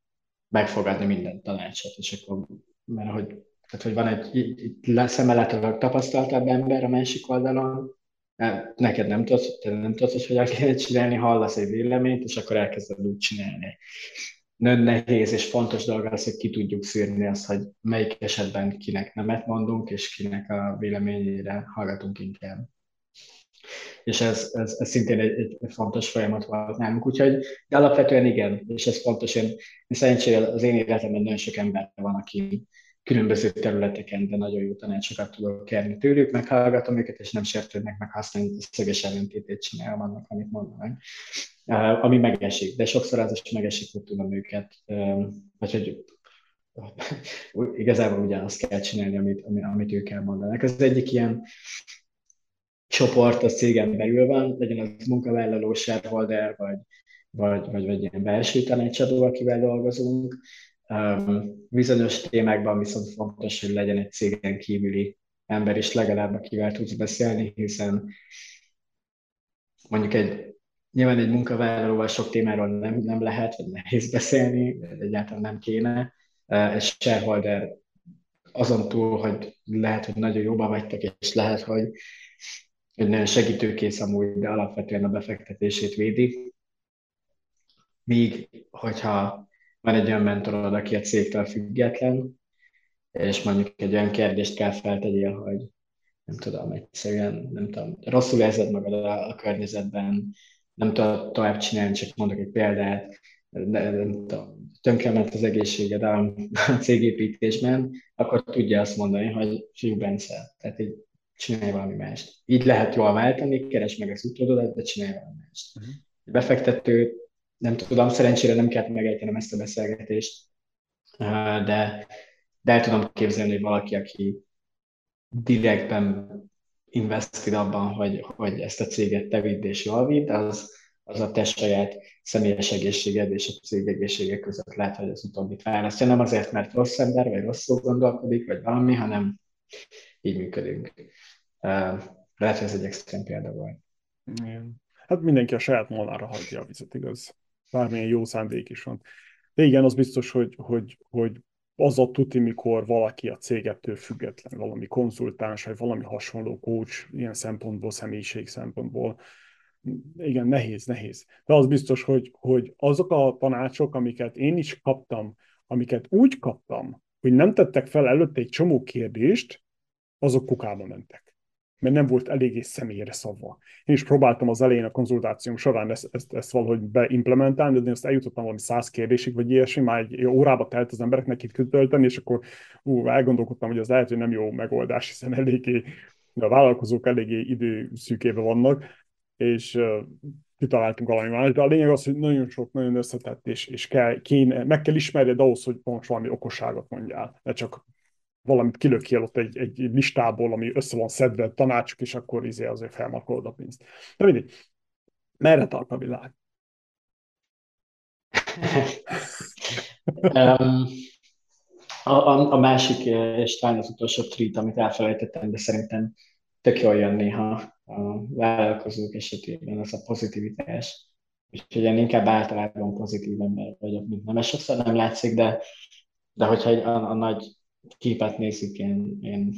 [SPEAKER 3] megfogadni minden tanácsot, és akkor, mert hogy, tehát, hogy van egy, egy szemmeláthatólag tapasztaltabb ember a másik oldalon, hát neked nem tudsz, te nem tudsz, hogy hogyan kell csinálni, hallasz egy véleményt, és akkor elkezded úgy csinálni. Nagyon nehéz és fontos dolog az, hogy ki tudjuk szűrni azt, hogy melyik esetben kinek nemet mondunk, és kinek a véleményére hallgatunk inkább. És ez, ez, ez szintén egy, egy fontos folyamat volt nálunk, úgyhogy de alapvetően igen, és ez fontos. Én, én szerencsére az én életemben nagyon sok ember van, aki különböző területeken, de nagyon jó tanácsokat tudok kérni tőlük, meghallgatom őket, és nem sértődnek meg, ha aztán szöges ellentétét csinálom annak, amit mondanak. Uh, ami megesik, de sokszor az is megesik, hogy tudom őket, um, vagy hogy igazából ugyanazt kell csinálni, amit, amit ők elmondanak. Az egyik ilyen csoport a cégen belül van, legyen az munkavállaló, shareholder, vagy, vagy, vagy, vagy ilyen belső tanácsadó, akivel dolgozunk. Um, bizonyos témákban viszont fontos, hogy legyen egy cégen kívüli ember is legalább, akivel tudsz beszélni, hiszen mondjuk egy, nyilván egy munkavállalóval sok témáról nem, nem lehet, vagy nehéz beszélni, egyáltalán nem kéne. Uh, egy shareholder azon túl, hogy lehet, hogy nagyon jóban vagytok, és lehet, hogy hogy nagyon segítőkész amúgy, de alapvetően a befektetését védi. Míg, hogyha van egy olyan mentorod, aki a cégtől független, és mondjuk egy olyan kérdést kell feltegyél, hogy nem tudom, egyszerűen nem tudom, rosszul érzed magad a, a környezetben, nem tudod tovább csinálni, csak mondok egy példát, de, nem tudom, tönkrement az egészséged a, a cégépítésben, akkor tudja azt mondani, hogy fiú Bence, tehát így csinálj valami mást. Így lehet jól váltani, keresd meg az utódodat, de csinálj valami mást. Uh-huh. Befektető, nem tudom, szerencsére nem kellett megejtenem ezt a beszélgetést, de, de el tudom képzelni, hogy valaki, aki direktben invested abban, hogy, hogy ezt a céget te vidd és jól vidd, az, az a te saját személyes egészséged és a cég egészsége között lehet, hogy az utóbbit választja. Nem azért, mert rossz ember, vagy rosszul gondolkodik, vagy valami, hanem így működünk. Uh, lehet, hogy ez egy extrém példa volt.
[SPEAKER 2] Igen. Hát mindenki a saját molnára hagyja a vizet, igaz? Bármilyen jó szándék is van. De igen, az biztos, hogy, hogy, hogy az a tuti, mikor valaki a cégettől független, valami konzultáns, vagy valami hasonló coach, ilyen szempontból, személyiség szempontból. Igen, nehéz, nehéz. De az biztos, hogy, hogy azok a tanácsok, amiket én is kaptam, amiket úgy kaptam, hogy nem tettek fel előtte egy csomó kérdést, azok kukába mentek. Mert nem volt eléggé személyre szabva. Én is próbáltam az elején a konzultációm során ezt, ezt, ezt valahogy beimplementálni, de azt eljutottam valami száz kérdésig, vagy ilyesmi, már egy órába telt az embereknek itt kitölteni, és akkor ú, elgondolkodtam, hogy az lehet, hogy nem jó megoldás, hiszen eléggé, a vállalkozók eléggé időszűkébe vannak, és uh, kitaláltunk valami más, de a lényeg az, hogy nagyon sok, nagyon összetett, és, és kell, kéne, meg kell ismerned ahhoz, hogy most valami okosságot mondjál, ne csak valamit kilökjél ott egy, egy listából, ami össze van szedve tanácsok, és akkor izé azért felmarkolod a pénzt. De mindig, merre tart a világ?
[SPEAKER 3] um, a, a, a másik, és talán az utolsó tweet, amit elfelejtettem, de szerintem tök jól jön néha a vállalkozók esetében, az a pozitivitás. Úgyhogy én inkább általában pozitív ember vagyok, mint nem. Ez sokszor nem látszik, de, de hogyha egy, a, a nagy képet nézzük, én, én,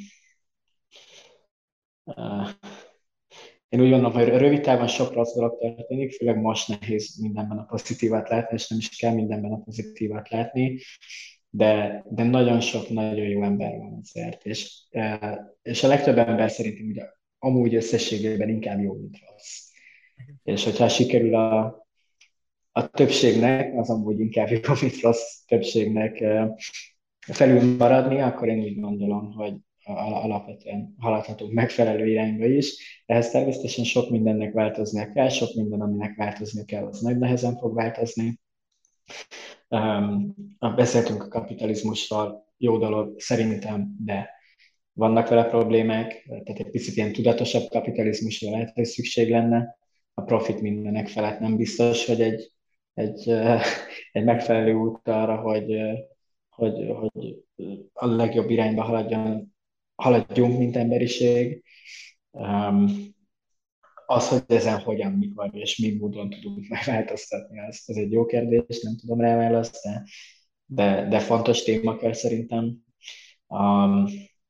[SPEAKER 3] uh, én úgy gondolom, hogy rövid távon sok rossz dolog történik, főleg most nehéz mindenben a pozitívat látni, és nem is kell mindenben a pozitívat látni, de, de nagyon sok nagyon jó ember van azért, és, uh, és a legtöbb ember szerintem ugye amúgy összességében inkább jó, mint rossz. És hogyha sikerül a, a többségnek, az amúgy inkább jó, mint rossz többségnek uh, felül maradni, akkor én úgy gondolom, hogy alapvetően haladhatunk megfelelő irányba is. Ehhez természetesen sok mindennek változnia kell, sok minden, aminek változni kell, az nagy nehezen fog változni. Um, beszéltünk a kapitalizmusról, jó dolog szerintem, de vannak vele problémák, tehát egy picit ilyen tudatosabb kapitalizmusra lehet, hogy szükség lenne. A profit mindenek felett nem biztos, hogy egy, egy, egy megfelelő út arra, hogy Hogy, hogy a legjobb irányba haladjon, haladjunk, mint emberiség. Um, az, hogy ezen hogyan, mikor és mi módon tudunk megváltoztatni, az, az egy jó kérdés, nem tudom rá választ, de, de, de fontos témakör szerintem. Um,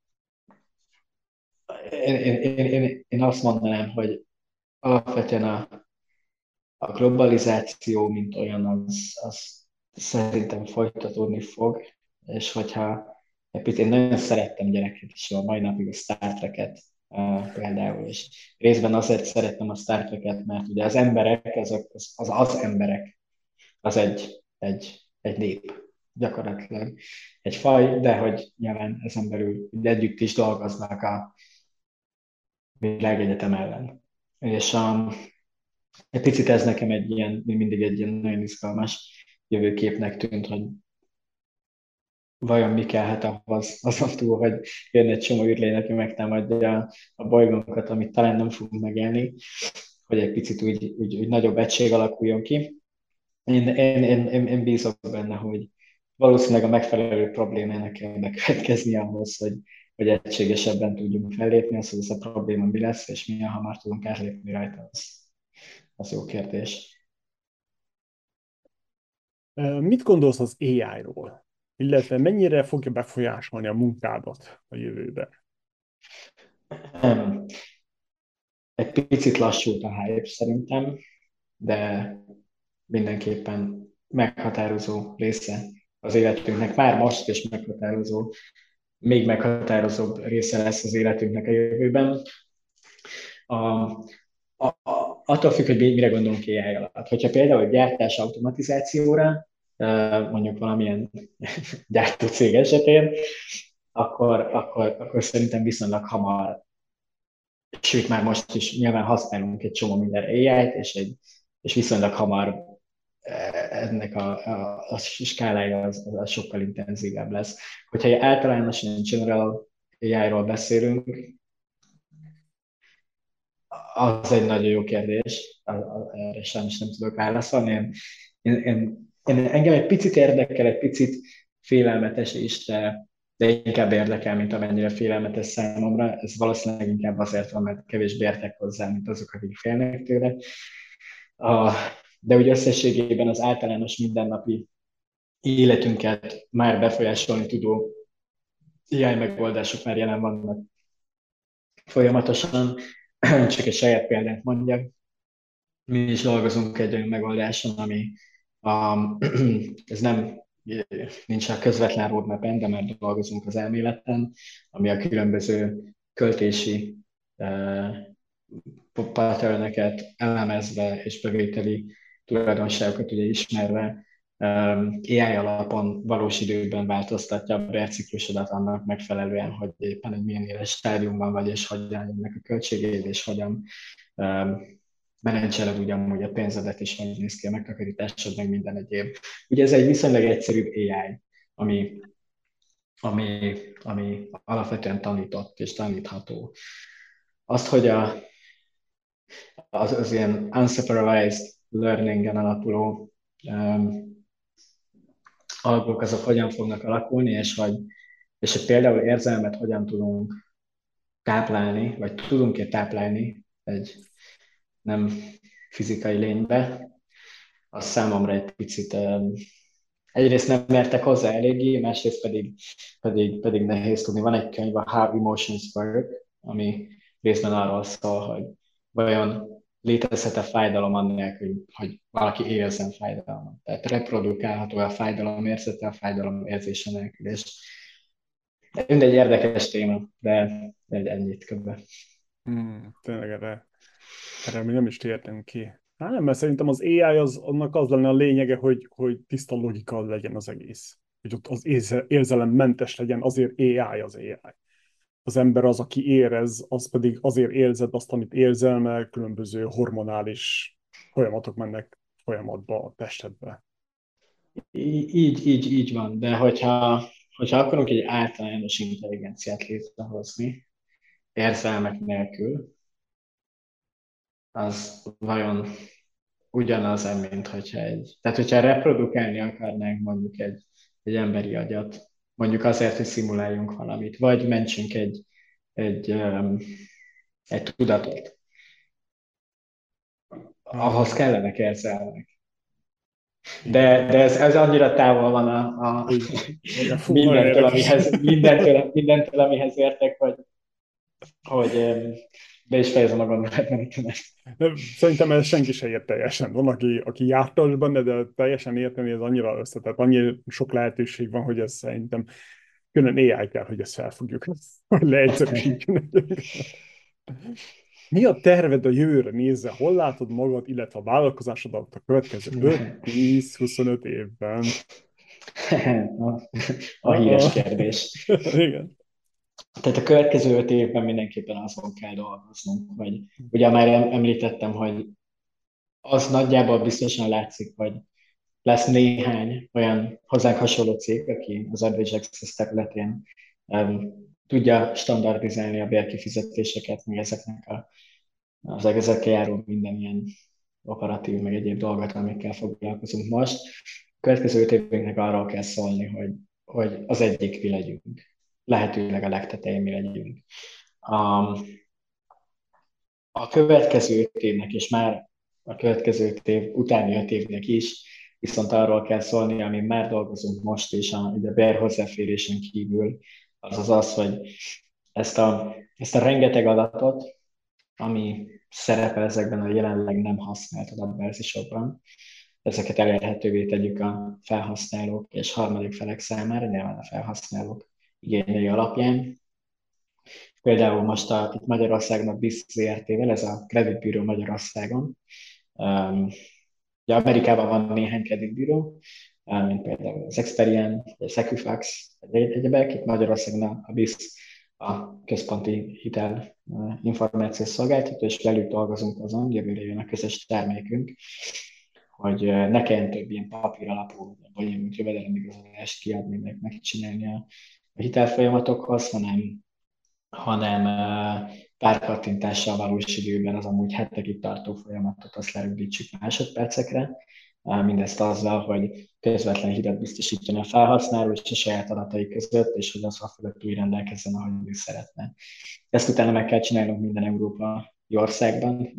[SPEAKER 3] én, én, én, én, én azt mondanám, hogy alapvetően a, a globalizáció, mint olyan, az, az szerintem folytatódni fog, és hogyha egy picit, én nagyon szerettem gyerekként is a mai napig a Star Trek-et uh, például, és részben azért szerettem a Star Trek-et, mert ugye az emberek, azok, az, az, az emberek, az egy, egy, egy nép, gyakorlatilag egy faj, de hogy nyilván ezen belül együtt is dolgoznak a világegyetem ellen. És um, egy picit ez nekem egy ilyen, mindig egy ilyen nagyon izgalmas jövőképnek tűnt, hogy vajon mi kellhet ahhoz, azon túl, hogy jön egy csomó űrlény, aki megtámadja a bolygónkat, amit talán nem fogunk megélni, hogy egy picit úgy, úgy, úgy nagyobb egység alakuljon ki. Én, én, én, én, én bízok benne, hogy valószínűleg a megfelelő problémának kell bekövetkezni ahhoz, hogy, hogy egységesebben tudjunk fellépni, az, hogy ez a probléma mi lesz, és milyen hamar tudunk átlépni rajta, az, az jó kérdés.
[SPEAKER 2] Mit gondolsz az á í-ról? Illetve mennyire fogja befolyásolni a munkádat a jövőben?
[SPEAKER 3] Egy picit lassult a hype szerintem, de mindenképpen meghatározó része az életünknek. Már most is meghatározó, még meghatározóbb része lesz az életünknek a jövőben. A, a, a, attól függ, hogy mire gondolunk á i alatt. Hogyha például gyártás automatizációra, mondjuk valamilyen gyártó cég esetén, akkor, akkor, akkor szerintem viszonylag hamar, sőt már most is nyilván használunk egy csomó minden á i-t, és, egy, és viszonylag hamar ennek a, a, a skálája az, az sokkal intenzívebb lesz. Hogyha általánosan general á i-ról beszélünk, az egy nagyon jó kérdés, erre sajnos nem tudok válaszolni. Én, én, én, én, engem egy picit érdekel, egy picit félelmetes is, de, de inkább érdekel, mint amennyire félelmetes számomra. Ez valószínűleg inkább azért van, mert kevésbé értek hozzá, mint azok, akik félnek tőle. A, de úgy összességében az általános mindennapi életünket már befolyásolni tudó á i megoldások már jelen vannak folyamatosan. Csak egy saját példát mondjak. Mi is dolgozunk egy olyan megoldáson, ami um, ez nem nincs a közvetlen roadmap-en, de már dolgozunk az elméleten, ami a különböző költési uh, patterneket elemezve és bevételi tulajdonságokat ugye ismerve um, á i alapon valós időben változtatja a bérciklusodat annak megfelelően, hogy éppen egy milyen éles stádiumban vagy, és hogyan jönnek a költségeid, és hogyan um, menedzseled ugyanúgy a pénzedet, és hogy néz ki a megtakarításod, meg minden egyéb. Ugye ez egy viszonylag egyszerűbb á i, ami, ami, ami alapvetően tanított és tanítható. Azt, hogy a, az, az ilyen unsupervised learningen alapuló um, alapok azok hogyan fognak alakulni, és hogy, és hogy például érzelmet hogyan tudunk táplálni, vagy tudunk-e táplálni egy nem fizikai lénybe, az számomra egy picit um, egyrészt nem értek hozzá eléggé, másrészt pedig, pedig, pedig nehéz tudni. Van egy könyv, a How Emotions Work, ami részben arról szól, hogy vajon létezhet a fájdalom annélkül, hogy valaki érezzen fájdalmat. Tehát reprodukálható a fájdalom érzete, a fájdalom érzése nélkül. És mindegy érdekes téma, de ennyit köbben.
[SPEAKER 2] Hmm, tényleg erre, erre mi nem is tértünk ki. Hát nem, mert szerintem az á i az, annak az lenne a lényege, hogy, hogy tiszta logika legyen az egész. Hogy ott az érze, érzelemmentes legyen, azért á i az á i. Az ember az, aki érez, az pedig azért érzed azt, amit érzel, mert különböző hormonális folyamatok mennek folyamatba a testedbe.
[SPEAKER 3] Így, így, így van, de hogyha, hogyha akarunk egy általános intelligenciát létrehozni, érzelmek nélkül, az vajon ugyanaz, mint hogyha egy... Tehát, hogyha reprodukálni akarnánk mondjuk egy, egy emberi agyat, mondjuk azért, hogy szimuláljunk valamit, vagy mentsünk egy, egy, um, egy tudatot, ahhoz kellenek érzelmek. De, de ez, ez annyira távol van a, a
[SPEAKER 2] Igen. Igen, fú, nagyon
[SPEAKER 3] mindentől,
[SPEAKER 2] érdekes.
[SPEAKER 3] amihez, mindentől, mindentől, amihez értek, hogy, hogy em, be is fejezem a gondolatmenetemet.
[SPEAKER 2] De szerintem ez senki se ért teljesen. Van, aki, aki jártas benne, de teljesen érteni ez annyira összetett, annyira sok lehetőség van, hogy ez szerintem külön á i kell, hogy ezt felfogjuk, hogy leegyszerűsítjük. Mi a terved a jövőre nézve? Hol látod magad, illetve a vállalkozásodat a következő öt, tíz, huszonöt évben?
[SPEAKER 3] A, a híres
[SPEAKER 2] Uh-oh.
[SPEAKER 3] kérdés.
[SPEAKER 2] Igen.
[SPEAKER 3] Tehát a következő öt évben mindenképpen azon kell dolgoznunk, hogy ugye már em- említettem, hogy az nagyjából biztosan látszik, hogy lesz néhány olyan hozzánk hasonló cég, aki az Advantage Access területén um, tudja standardizálni a bérkifizetéseket, meg ezeknek a, az ezekkel járó minden ilyen operatív, meg egyéb dolgot, amikkel foglalkozunk most. A következő öt évünknek arról kell szólni, hogy, hogy az egyik mi legyünk. Lehetőleg a legtetején mi legyünk. Um, a következő öt évnek, és már a következő öt év utáni öt évnek is, viszont arról kell szólni, amin már dolgozunk most is, a, a bér hozzáférésen kívül, az az az, hogy ezt a, ezt a rengeteg adatot, ami szerepel ezekben a jelenleg nem használt adatbázisokban, ezeket elérhetővé tegyük a felhasználók és harmadik felek számára, nyilván a felhasználók igényei alapján. Például most a, itt Magyarországon a bé i es zé er té-vel, ez a kreditbíró Magyarországon. Um, ugye Amerikában van néhány kreditbíró, um, mint például az Experian, vagy a Equifax, vagy egy- egyebek. Itt Magyarországon a, a bé i es a központi hitel uh, információs szolgáltató, és velük dolgozunk azon, jövőre jön a közös termékünk, hogy uh, ne kelljen több ilyen papír alapú, vagy ilyen jövedelemigazolást kiadni, meg megcsinálni a, a hitelfolyamatokhoz, hanem hanem pár kattintással valós időben az amúgy hetekig tartó folyamatot azt lerövidítsük másodpercekre. Mindezt azzal, hogy közvetlen hidat biztosítani a felhasználó és a saját adatai között, és hogy az a fölött úgy rendelkezzen, ahogy ő szeretne. Ezt utána meg kell csinálnunk minden európai országban,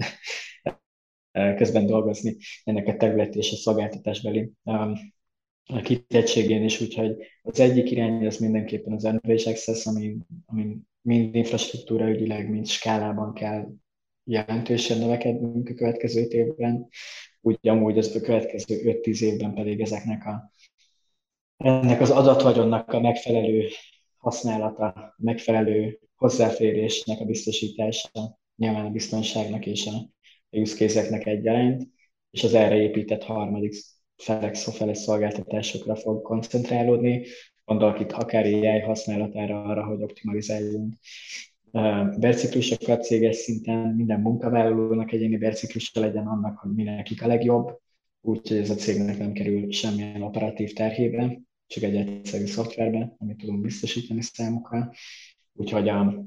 [SPEAKER 3] közben dolgozni ennek a terület és a szolgáltatásbeli a kitettségén is, úgyhogy az egyik irány az mindenképpen az Enterprise Access, ami, ami mind infrastruktúra ügyileg, mind skálában kell jelentősen növekednünk a következő öt évben, úgy amúgy az a következő öt-tíz évben pedig ezeknek a, ennek az adatvagyonnak a megfelelő használata, megfelelő hozzáférésnek a biztosítása, nyilván a biztonságnak és a use case-eknek egyaránt, és az erre épített harmadik felek szoftveres szolgáltatásokra fog koncentrálódni. Gondolok itt akár á i használatára arra, hogy optimalizáljunk bérciklusokat céges szinten, minden munkavállalónak egyéni bérciklusa legyen annak, hogy mi nekik a legjobb, úgyhogy ez a cégnek nem kerül semmilyen operatív terhébe, csak egy egyszerű szoftverbe, amit tudunk biztosítani számukra. Úgyhogy a,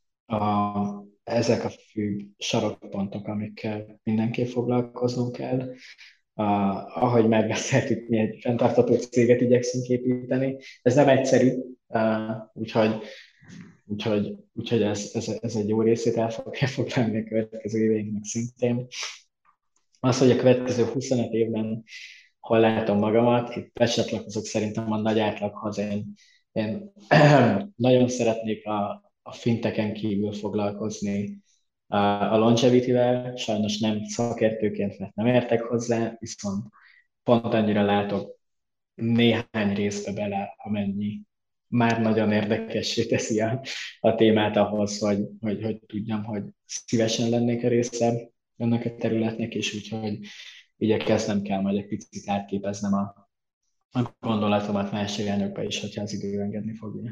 [SPEAKER 3] a, ezek a fő sarokpontok, amikkel mindenképp foglalkoznunk kell. Uh, ahogy megbeszéltük, mi egy fenntartható céget igyekszünk építeni. Ez nem egyszerű, uh, úgyhogy, úgyhogy, úgyhogy ez, ez, ez egy jó részét el fogja foglalni a következő éveinknek szintén. Az, hogy a következő huszonöt évben hol látom magamat, itt becsatlakozok szerintem a nagy átlaghoz. Én, én nagyon szeretnék a, a finteken kívül foglalkozni a longevity-vel, sajnos nem szakértőként, mert nem értek hozzá, viszont pont annyira látok néhány részbe bele, amennyi már nagyon érdekessé teszi a, a témát ahhoz, hogy, hogy, hogy tudjam, hogy szívesen lennék a része ennek a területnek, és úgyhogy igyekeznem kell majd egy picit átképeznem a, a gondolatomat más irányokba is, hogyha az idő engedni fogja.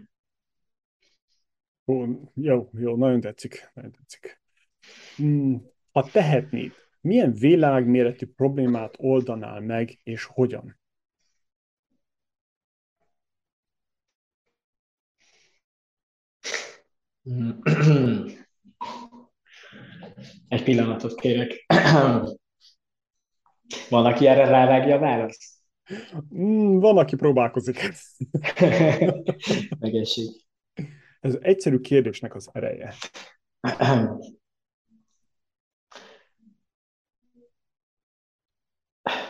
[SPEAKER 2] Ó, jó, jó, nagyon tetszik, nagyon tetszik. Hmm, ha tehetnéd, milyen világméretű problémát oldanál meg, és hogyan?
[SPEAKER 3] Egy pillanatot kérek. Van, aki erre rávágja a választ?
[SPEAKER 2] Hmm, van, aki próbálkozik.
[SPEAKER 3] Megesség.
[SPEAKER 2] Ez egyszerű kérdésnek az ereje.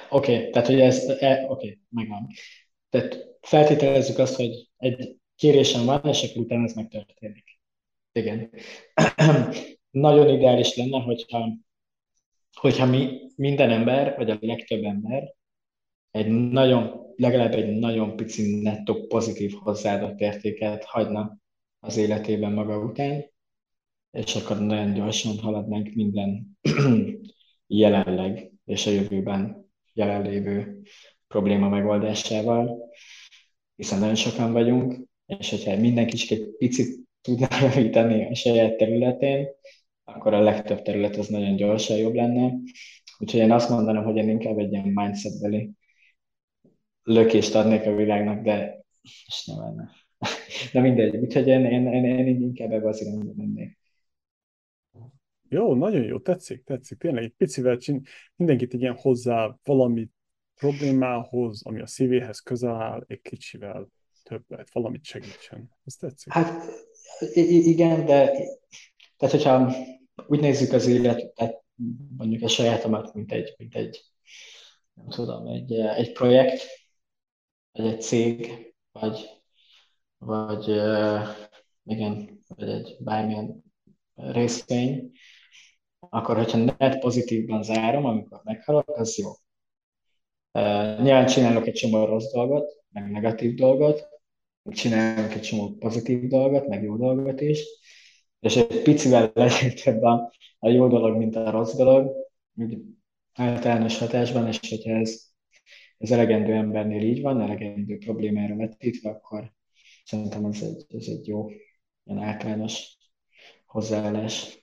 [SPEAKER 3] Oké, okay, tehát hogy ez, e, oké, okay, megvan. Tehát feltételezzük azt, hogy egy kérésem van, és akkor utána ez megtörténik. Igen. Nagyon ideális lenne, hogyha, hogyha mi, minden ember, vagy a legtöbb ember egy nagyon, legalább egy nagyon pici nettó pozitív hozzáadott értéket hagyna az életében maga után, és akkor nagyon gyorsan haladnánk minden jelenleg és a jövőben jelenlévő probléma megoldásával, hiszen nagyon sokan vagyunk, és hogyha mindenki csak egy picit tudna javítani a saját területén, akkor a legtöbb terület az nagyon gyorsan jobb lenne. Úgyhogy én azt mondanám, hogy én inkább egy ilyen mindsetbeli lökést adnék a világnak, de és nem lenne. De mindegy, úgyhogy én, én, én, én inkább ebbe az irányba mennék.
[SPEAKER 2] Jó, nagyon jó, tetszik, tetszik. Tényleg egy picivel csin... mindenkit egy ilyen hozzá valami problémához, ami a szívéhez közel áll, egy kicsivel többet, valamit segítsen. Ez tetszik.
[SPEAKER 3] Hát i- igen, de tehát hogyha úgy nézzük az életet, mondjuk a sajátomat, mint egy, mint egy nem tudom, egy, egy projekt, vagy egy cég, vagy, vagy uh, igen, vagy egy bármilyen részvény, akkor hogyha net pozitívban zárom, amikor meghalok, az jó. Uh, nyilván csinálok egy csomó rossz dolgot, meg negatív dolgot, csinálunk egy csomó pozitív dolgot, meg jó dolgot is, és egy picivel legyen több a, a jó dolog, mint a rossz dolog, úgy általános hatásban, és hogyha ez, ez elegendő embernél így van, elegendő problémára vetítve, akkor szerintem ez egy, ez egy jó, ilyen általános hozzáállás.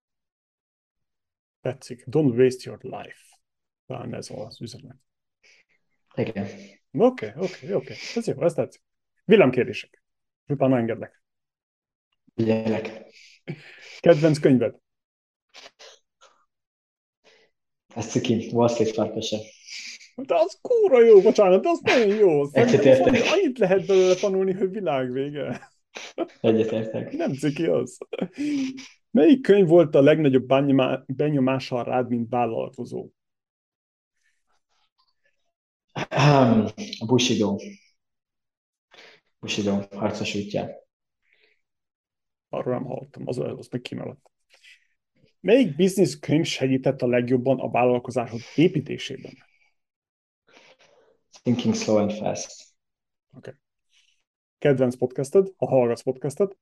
[SPEAKER 2] Tetszik. Don't waste your life. Talán ez az üzenet.
[SPEAKER 3] Igen.
[SPEAKER 2] Oké, oké, oké. Ez jó, ez tetszik. Villámkérdések. Utána engedlek.
[SPEAKER 3] Figyelek.
[SPEAKER 2] Kedvenc könyved?
[SPEAKER 3] Ez ciki, Wall Street farkasa.
[SPEAKER 2] De az kúra jó, bocsánat, de az nagyon jó. Szerintem az
[SPEAKER 3] Egyetértek.
[SPEAKER 2] annyit lehet belőle tanulni, hogy világvége.
[SPEAKER 3] Egyetértek.
[SPEAKER 2] Nem ciki az. Melyik könyv volt a legnagyobb benyomá- benyomással rád, mint vállalkozó?
[SPEAKER 3] A Bushido. Bushido, harcos útja.
[SPEAKER 2] Arról nem hallottam, az, az meg kimaradt. Melyik business könyv segített a legjobban a vállalkozásod építésében?
[SPEAKER 3] Thinking Slow and Fast.
[SPEAKER 2] Okay. Kedvenc podcasted, ha hallgatsz podcastet?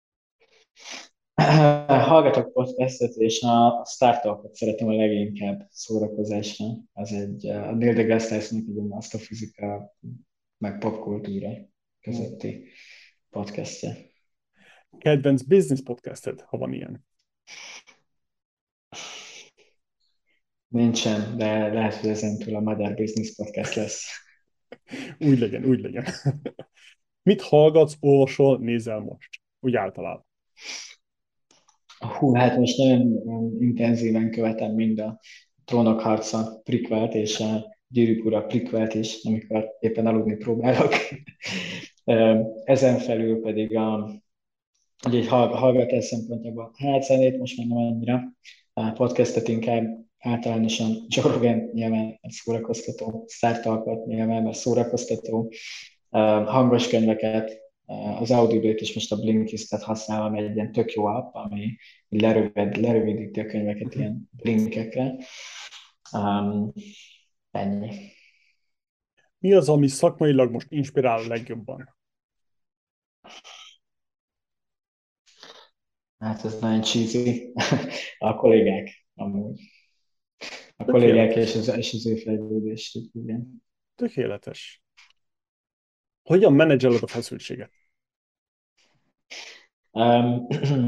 [SPEAKER 3] Hallgatok podcastet, és a startupot szeretem a leginkább szórakozásra. Az egy, a Neil deGrasse Tyson-nak egy asztrofizika, meg popkultúra közötti podcastja.
[SPEAKER 2] Kedvenc business podcasted, ha van ilyen?
[SPEAKER 3] Nincsen, de lehet, hogy ezentúl a Magyar Business Podcast lesz.
[SPEAKER 2] Úgy legyen, úgy legyen. Mit hallgatsz, olvasol, nézel most? Úgy általában.
[SPEAKER 3] Hú, hát most nagyon intenzíven követem mind a Trónok harca prequelt és a Gyűrűk ura prequelt is, amikor éppen aludni próbálok. Ezen felül pedig a, ugye egy hallgatás szempontjából, hát zenét most már nem annyira, a podcastet inkább általánosan Joe Rogan nyilván szórakoztató, startupot nyilván, mert szórakoztató, hangos könyveket, az Audible-t is most a Blinkistet használom, egy ilyen tök jó app, ami lerövid, lerövidíti a könyveket ilyen blinkekre. Um, ennyi.
[SPEAKER 2] Mi az, ami szakmailag most inspirál a legjobban?
[SPEAKER 3] Hát ez nagyon cheesy. A kollégák, amúgy. A
[SPEAKER 2] Tökéletes.
[SPEAKER 3] kollégák és az, és az ő fejlődés. Igen.
[SPEAKER 2] Tökéletes. Hogyan menedzseled a feszültséget?
[SPEAKER 3] Um,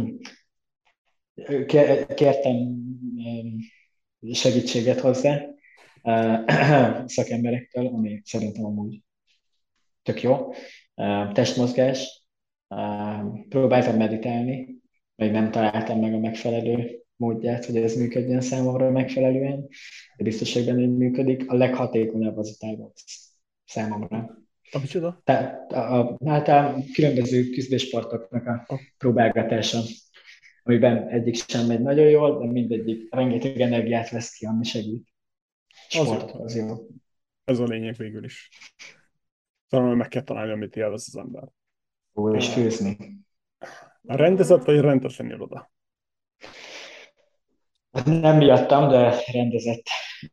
[SPEAKER 3] kértem segítséget hozzá szakemberektől, ami szerintem amúgy tök jó. Testmozgás. Próbáltam meditálni, még nem találtam meg a megfelelő módját, hogy ez működjön számomra megfelelően, de biztos, hogy benne működik. A leghatékonyabb az a tájbox számomra.
[SPEAKER 2] A micsoda?
[SPEAKER 3] Tehát a, a, hát a különböző küzdősportoknak a próbálgatása, amiben egyik sem megy nagyon jól, de mindegyik rengeteg energiát vesz ki, ami segít. Sport, az jó.
[SPEAKER 2] Ez a lényeg végül is. Talán meg kell találni, amit élvez az ember.
[SPEAKER 3] Ó, és
[SPEAKER 2] Uh,
[SPEAKER 3] főzni.
[SPEAKER 2] a rendezett vagy rendetlen iroda?
[SPEAKER 3] Nem miattam, de rendezett.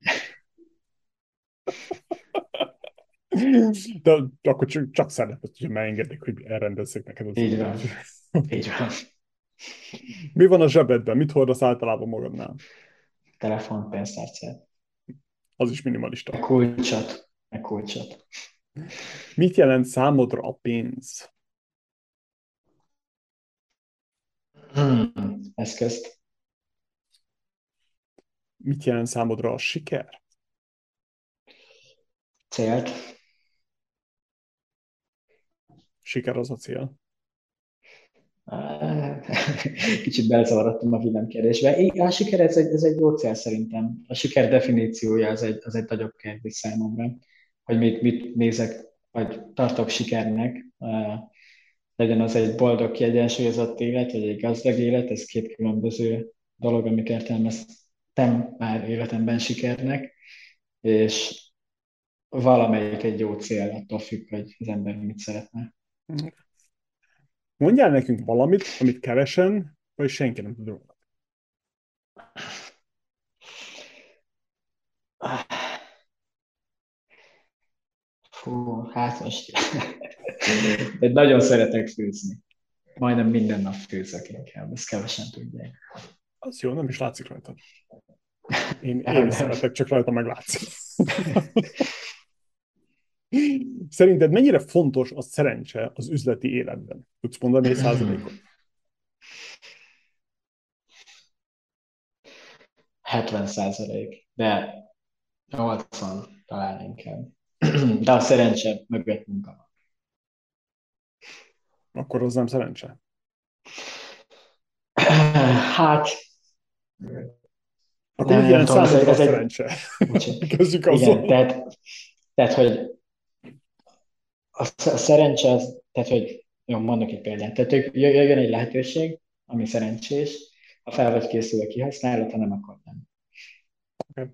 [SPEAKER 2] De akkor csak, csak szeretett, hogy megengedik, hogy elrendezzék neked az
[SPEAKER 3] Így van.
[SPEAKER 2] irodát.
[SPEAKER 3] Így van.
[SPEAKER 2] Mi van a zsebedben? Mit hordasz általában magadnál?
[SPEAKER 3] Telefon, pénztárcát.
[SPEAKER 2] Az is minimalista.
[SPEAKER 3] Meg kulcsot. Meg kulcsot.
[SPEAKER 2] Mit jelent számodra a pénz?
[SPEAKER 3] Hmm. Eszközt.
[SPEAKER 2] Mit jelent számodra a siker?
[SPEAKER 3] Célt.
[SPEAKER 2] Siker az a cél.
[SPEAKER 3] Kicsit belezavarodtam a villámkérdésbe. A siker, ez egy, ez egy jó cél szerintem. A siker definíciója az egy, az egy nagyobb kérdés számomra, hogy mit, mit nézek, vagy tartok sikernek. Legyen az egy boldog, kiegyensúlyozott élet, vagy egy gazdag élet, ez két különböző dolog, amit értelmeztem már életemben sikernek, és valamelyik egy jó cél, attól függ, hogy az ember mit szeretne.
[SPEAKER 2] Mondjál nekünk valamit, amit kevesen, vagy senki nem tud róla.
[SPEAKER 3] Fú, hát most de nagyon szeretek főzni. Majdnem minden nap főzök inkább, ezt kevesen tudják.
[SPEAKER 2] Az jó, nem is látszik rajta. Én, én is szeretek, csak rajta meglátszik. Szerinted mennyire fontos a szerencse az üzleti életben? Tudsz mondani egy százalékot?
[SPEAKER 3] hetven százalék, de nyolcvan talán inkább. De a szerencse mögött munka van.
[SPEAKER 2] Akkor az nem szerencse.
[SPEAKER 3] Hát...
[SPEAKER 2] Akkor mit jelent számodra a szerencse?
[SPEAKER 3] Kezdjük azzal. Igen, tehát, tehát, hogy a szerencse az, tehát, hogy jó, mondok egy példát. Tehát jön egy lehetőség, ami szerencsés, ha fel vagy készülve kihasználod, ha nem, akkor nem.
[SPEAKER 2] Okay.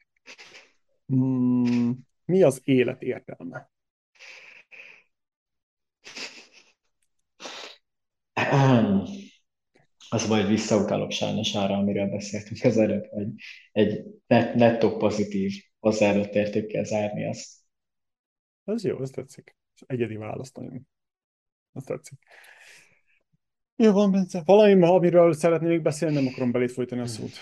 [SPEAKER 2] Hmm, mi az élet értelme?
[SPEAKER 3] Az majd visszautalok sajnos arra, amiről beszéltünk az előbb, hogy egy nettó pozitív hozzáadott értékkel zárni azt.
[SPEAKER 2] Ez jó, ez tetszik. Ez egyedi választ nagyon. Ez tetszik. Jó van, Bence. Valami, amiről szeretnék még beszélni, nem akarom belét folytani a szót.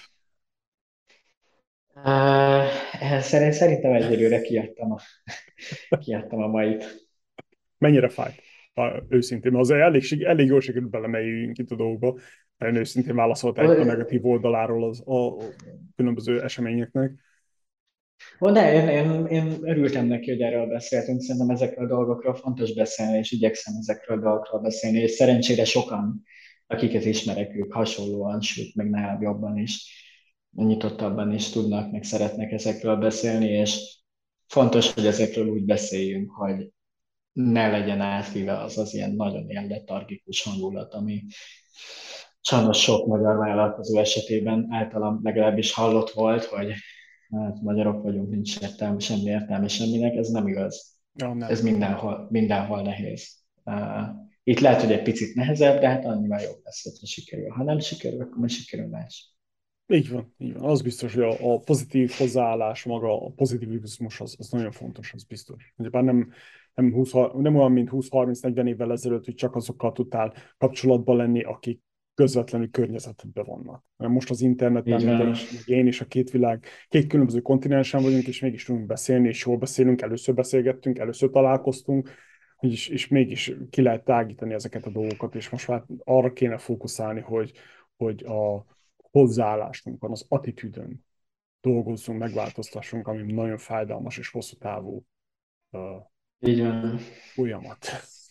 [SPEAKER 3] Uh, szerintem egyelőre kiadtam a, kiadtam a mait.
[SPEAKER 2] Mennyire fájt? Őszintén, mert azért elég, elég jól sikerült belemeljünk itt a dolgokba. Nagyon őszintén válaszoltál a negatív oldaláról az, a, a különböző eseményeknek.
[SPEAKER 3] Ó, de én, én, én örültem neki, hogy erről beszéltünk. Szerintem ezekről a dolgokról fontos beszélni, és igyekszem ezekről a dolgokról beszélni. És szerencsére sokan, akiket ismerek, ők hasonlóan, sőt, meg nálam jobban is, nyitottabban is tudnak, meg szeretnek ezekről beszélni, és fontos, hogy ezekről úgy beszéljünk, hogy ne legyen átvíve az az ilyen nagyon ilyen letargikus hangulat, ami sajnos sok magyar vállalkozó esetében általam legalábbis hallott volt, hogy hát magyarok vagyunk, nincs értelme, semmi értelme semminek, ez nem igaz.
[SPEAKER 2] Ja, nem.
[SPEAKER 3] Ez mindenhol, mindenhol nehéz. Itt lehet, hogy egy picit nehezebb, de hát annyival jobb lesz, hogyha sikerül. Ha nem sikerül, akkor majd sikerül más.
[SPEAKER 2] Így van, így van. Az biztos, hogy a, a pozitív hozzáállás, maga a pozitivizmus az, az nagyon fontos, az biztos. Bár nem, nem, húsz, nem olyan, mint húsz-harminc-negyven évvel ezelőtt, hogy csak azokkal tudtál kapcsolatban lenni, akik közvetlenül környezetedben vannak. Most az interneten, te is, meg én is, a két világ, két különböző kontinensen vagyunk, és mégis tudunk beszélni, és jól beszélünk, először beszélgettünk, először találkoztunk, és, és mégis ki lehet tágítani ezeket a dolgokat, és most már arra kéne fókuszálni, hogy, hogy a hozzáállásunkon, az attitűdön dolgozzunk, megváltoztassunk, ami nagyon fájdalmas és hosszú távú uh,
[SPEAKER 3] Így van.
[SPEAKER 2] folyamat.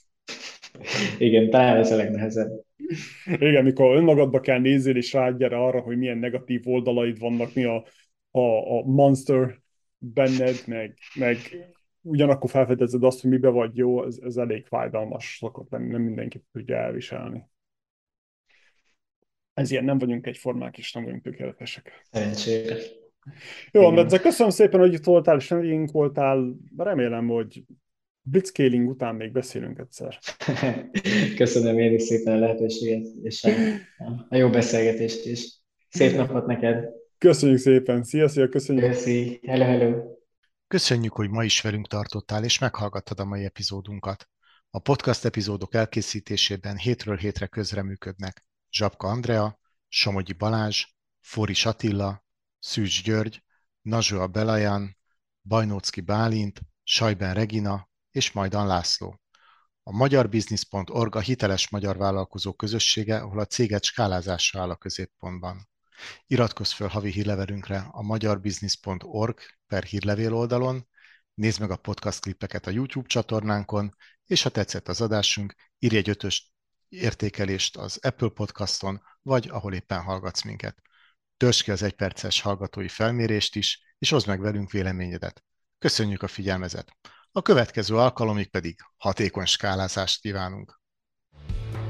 [SPEAKER 3] Igen, talán ez a legnehezebb.
[SPEAKER 2] Igen, mikor önmagadba kell nézzél, és rágyere arra, hogy milyen negatív oldalaid vannak, mi a, a, a monster benned, meg, meg ugyanakkor felfedezed azt, hogy mibe vagy jó, ez, ez elég fájdalmas szokott lenni, nem mindenki tudja elviselni. Ez ilyen, nem vagyunk egyformák, és nem vagyunk tökéletesek.
[SPEAKER 3] Szerencsére.
[SPEAKER 2] Jó,
[SPEAKER 3] Igen.
[SPEAKER 2] Bence, köszönöm szépen, hogy itt voltál, és vendégünk voltál. Remélem, hogy blitzscaling után még beszélünk egyszer.
[SPEAKER 3] Köszönöm én is szépen a lehetőséget, és a, a jó beszélgetést is. Szép napot neked!
[SPEAKER 2] Köszönjük szépen. Szia, szia, köszönjük.
[SPEAKER 3] Köszi! Hello, hello!
[SPEAKER 1] Köszönjük, hogy ma is velünk tartottál és meghallgattad a mai epizódunkat. A podcast epizódok elkészítésében hétről hétre közreműködnek Zsapka Andrea, Somogyi Balázs, Foris Attila, Szűcs György, Nazsua Belajan, Bajnócki Bálint, Sajben Regina és Majdan László. A magyarbusiness pont org a hiteles magyar vállalkozó közössége, ahol a céget skálázása áll a középpontban. Iratkozz fel havi hírlevelünkre a magyarbusiness pont org per hírlevél oldalon, nézd meg a podcast klippeket a YouTube csatornánkon, és ha tetszett az adásunk, írj egy ötös értékelést az Apple Podcaston, vagy ahol éppen hallgatsz minket. Töltsd ki az egyperces hallgatói felmérést is, és oszd meg velünk véleményedet. Köszönjük a figyelmezet! A következő alkalomig pedig hatékony skálázást kívánunk!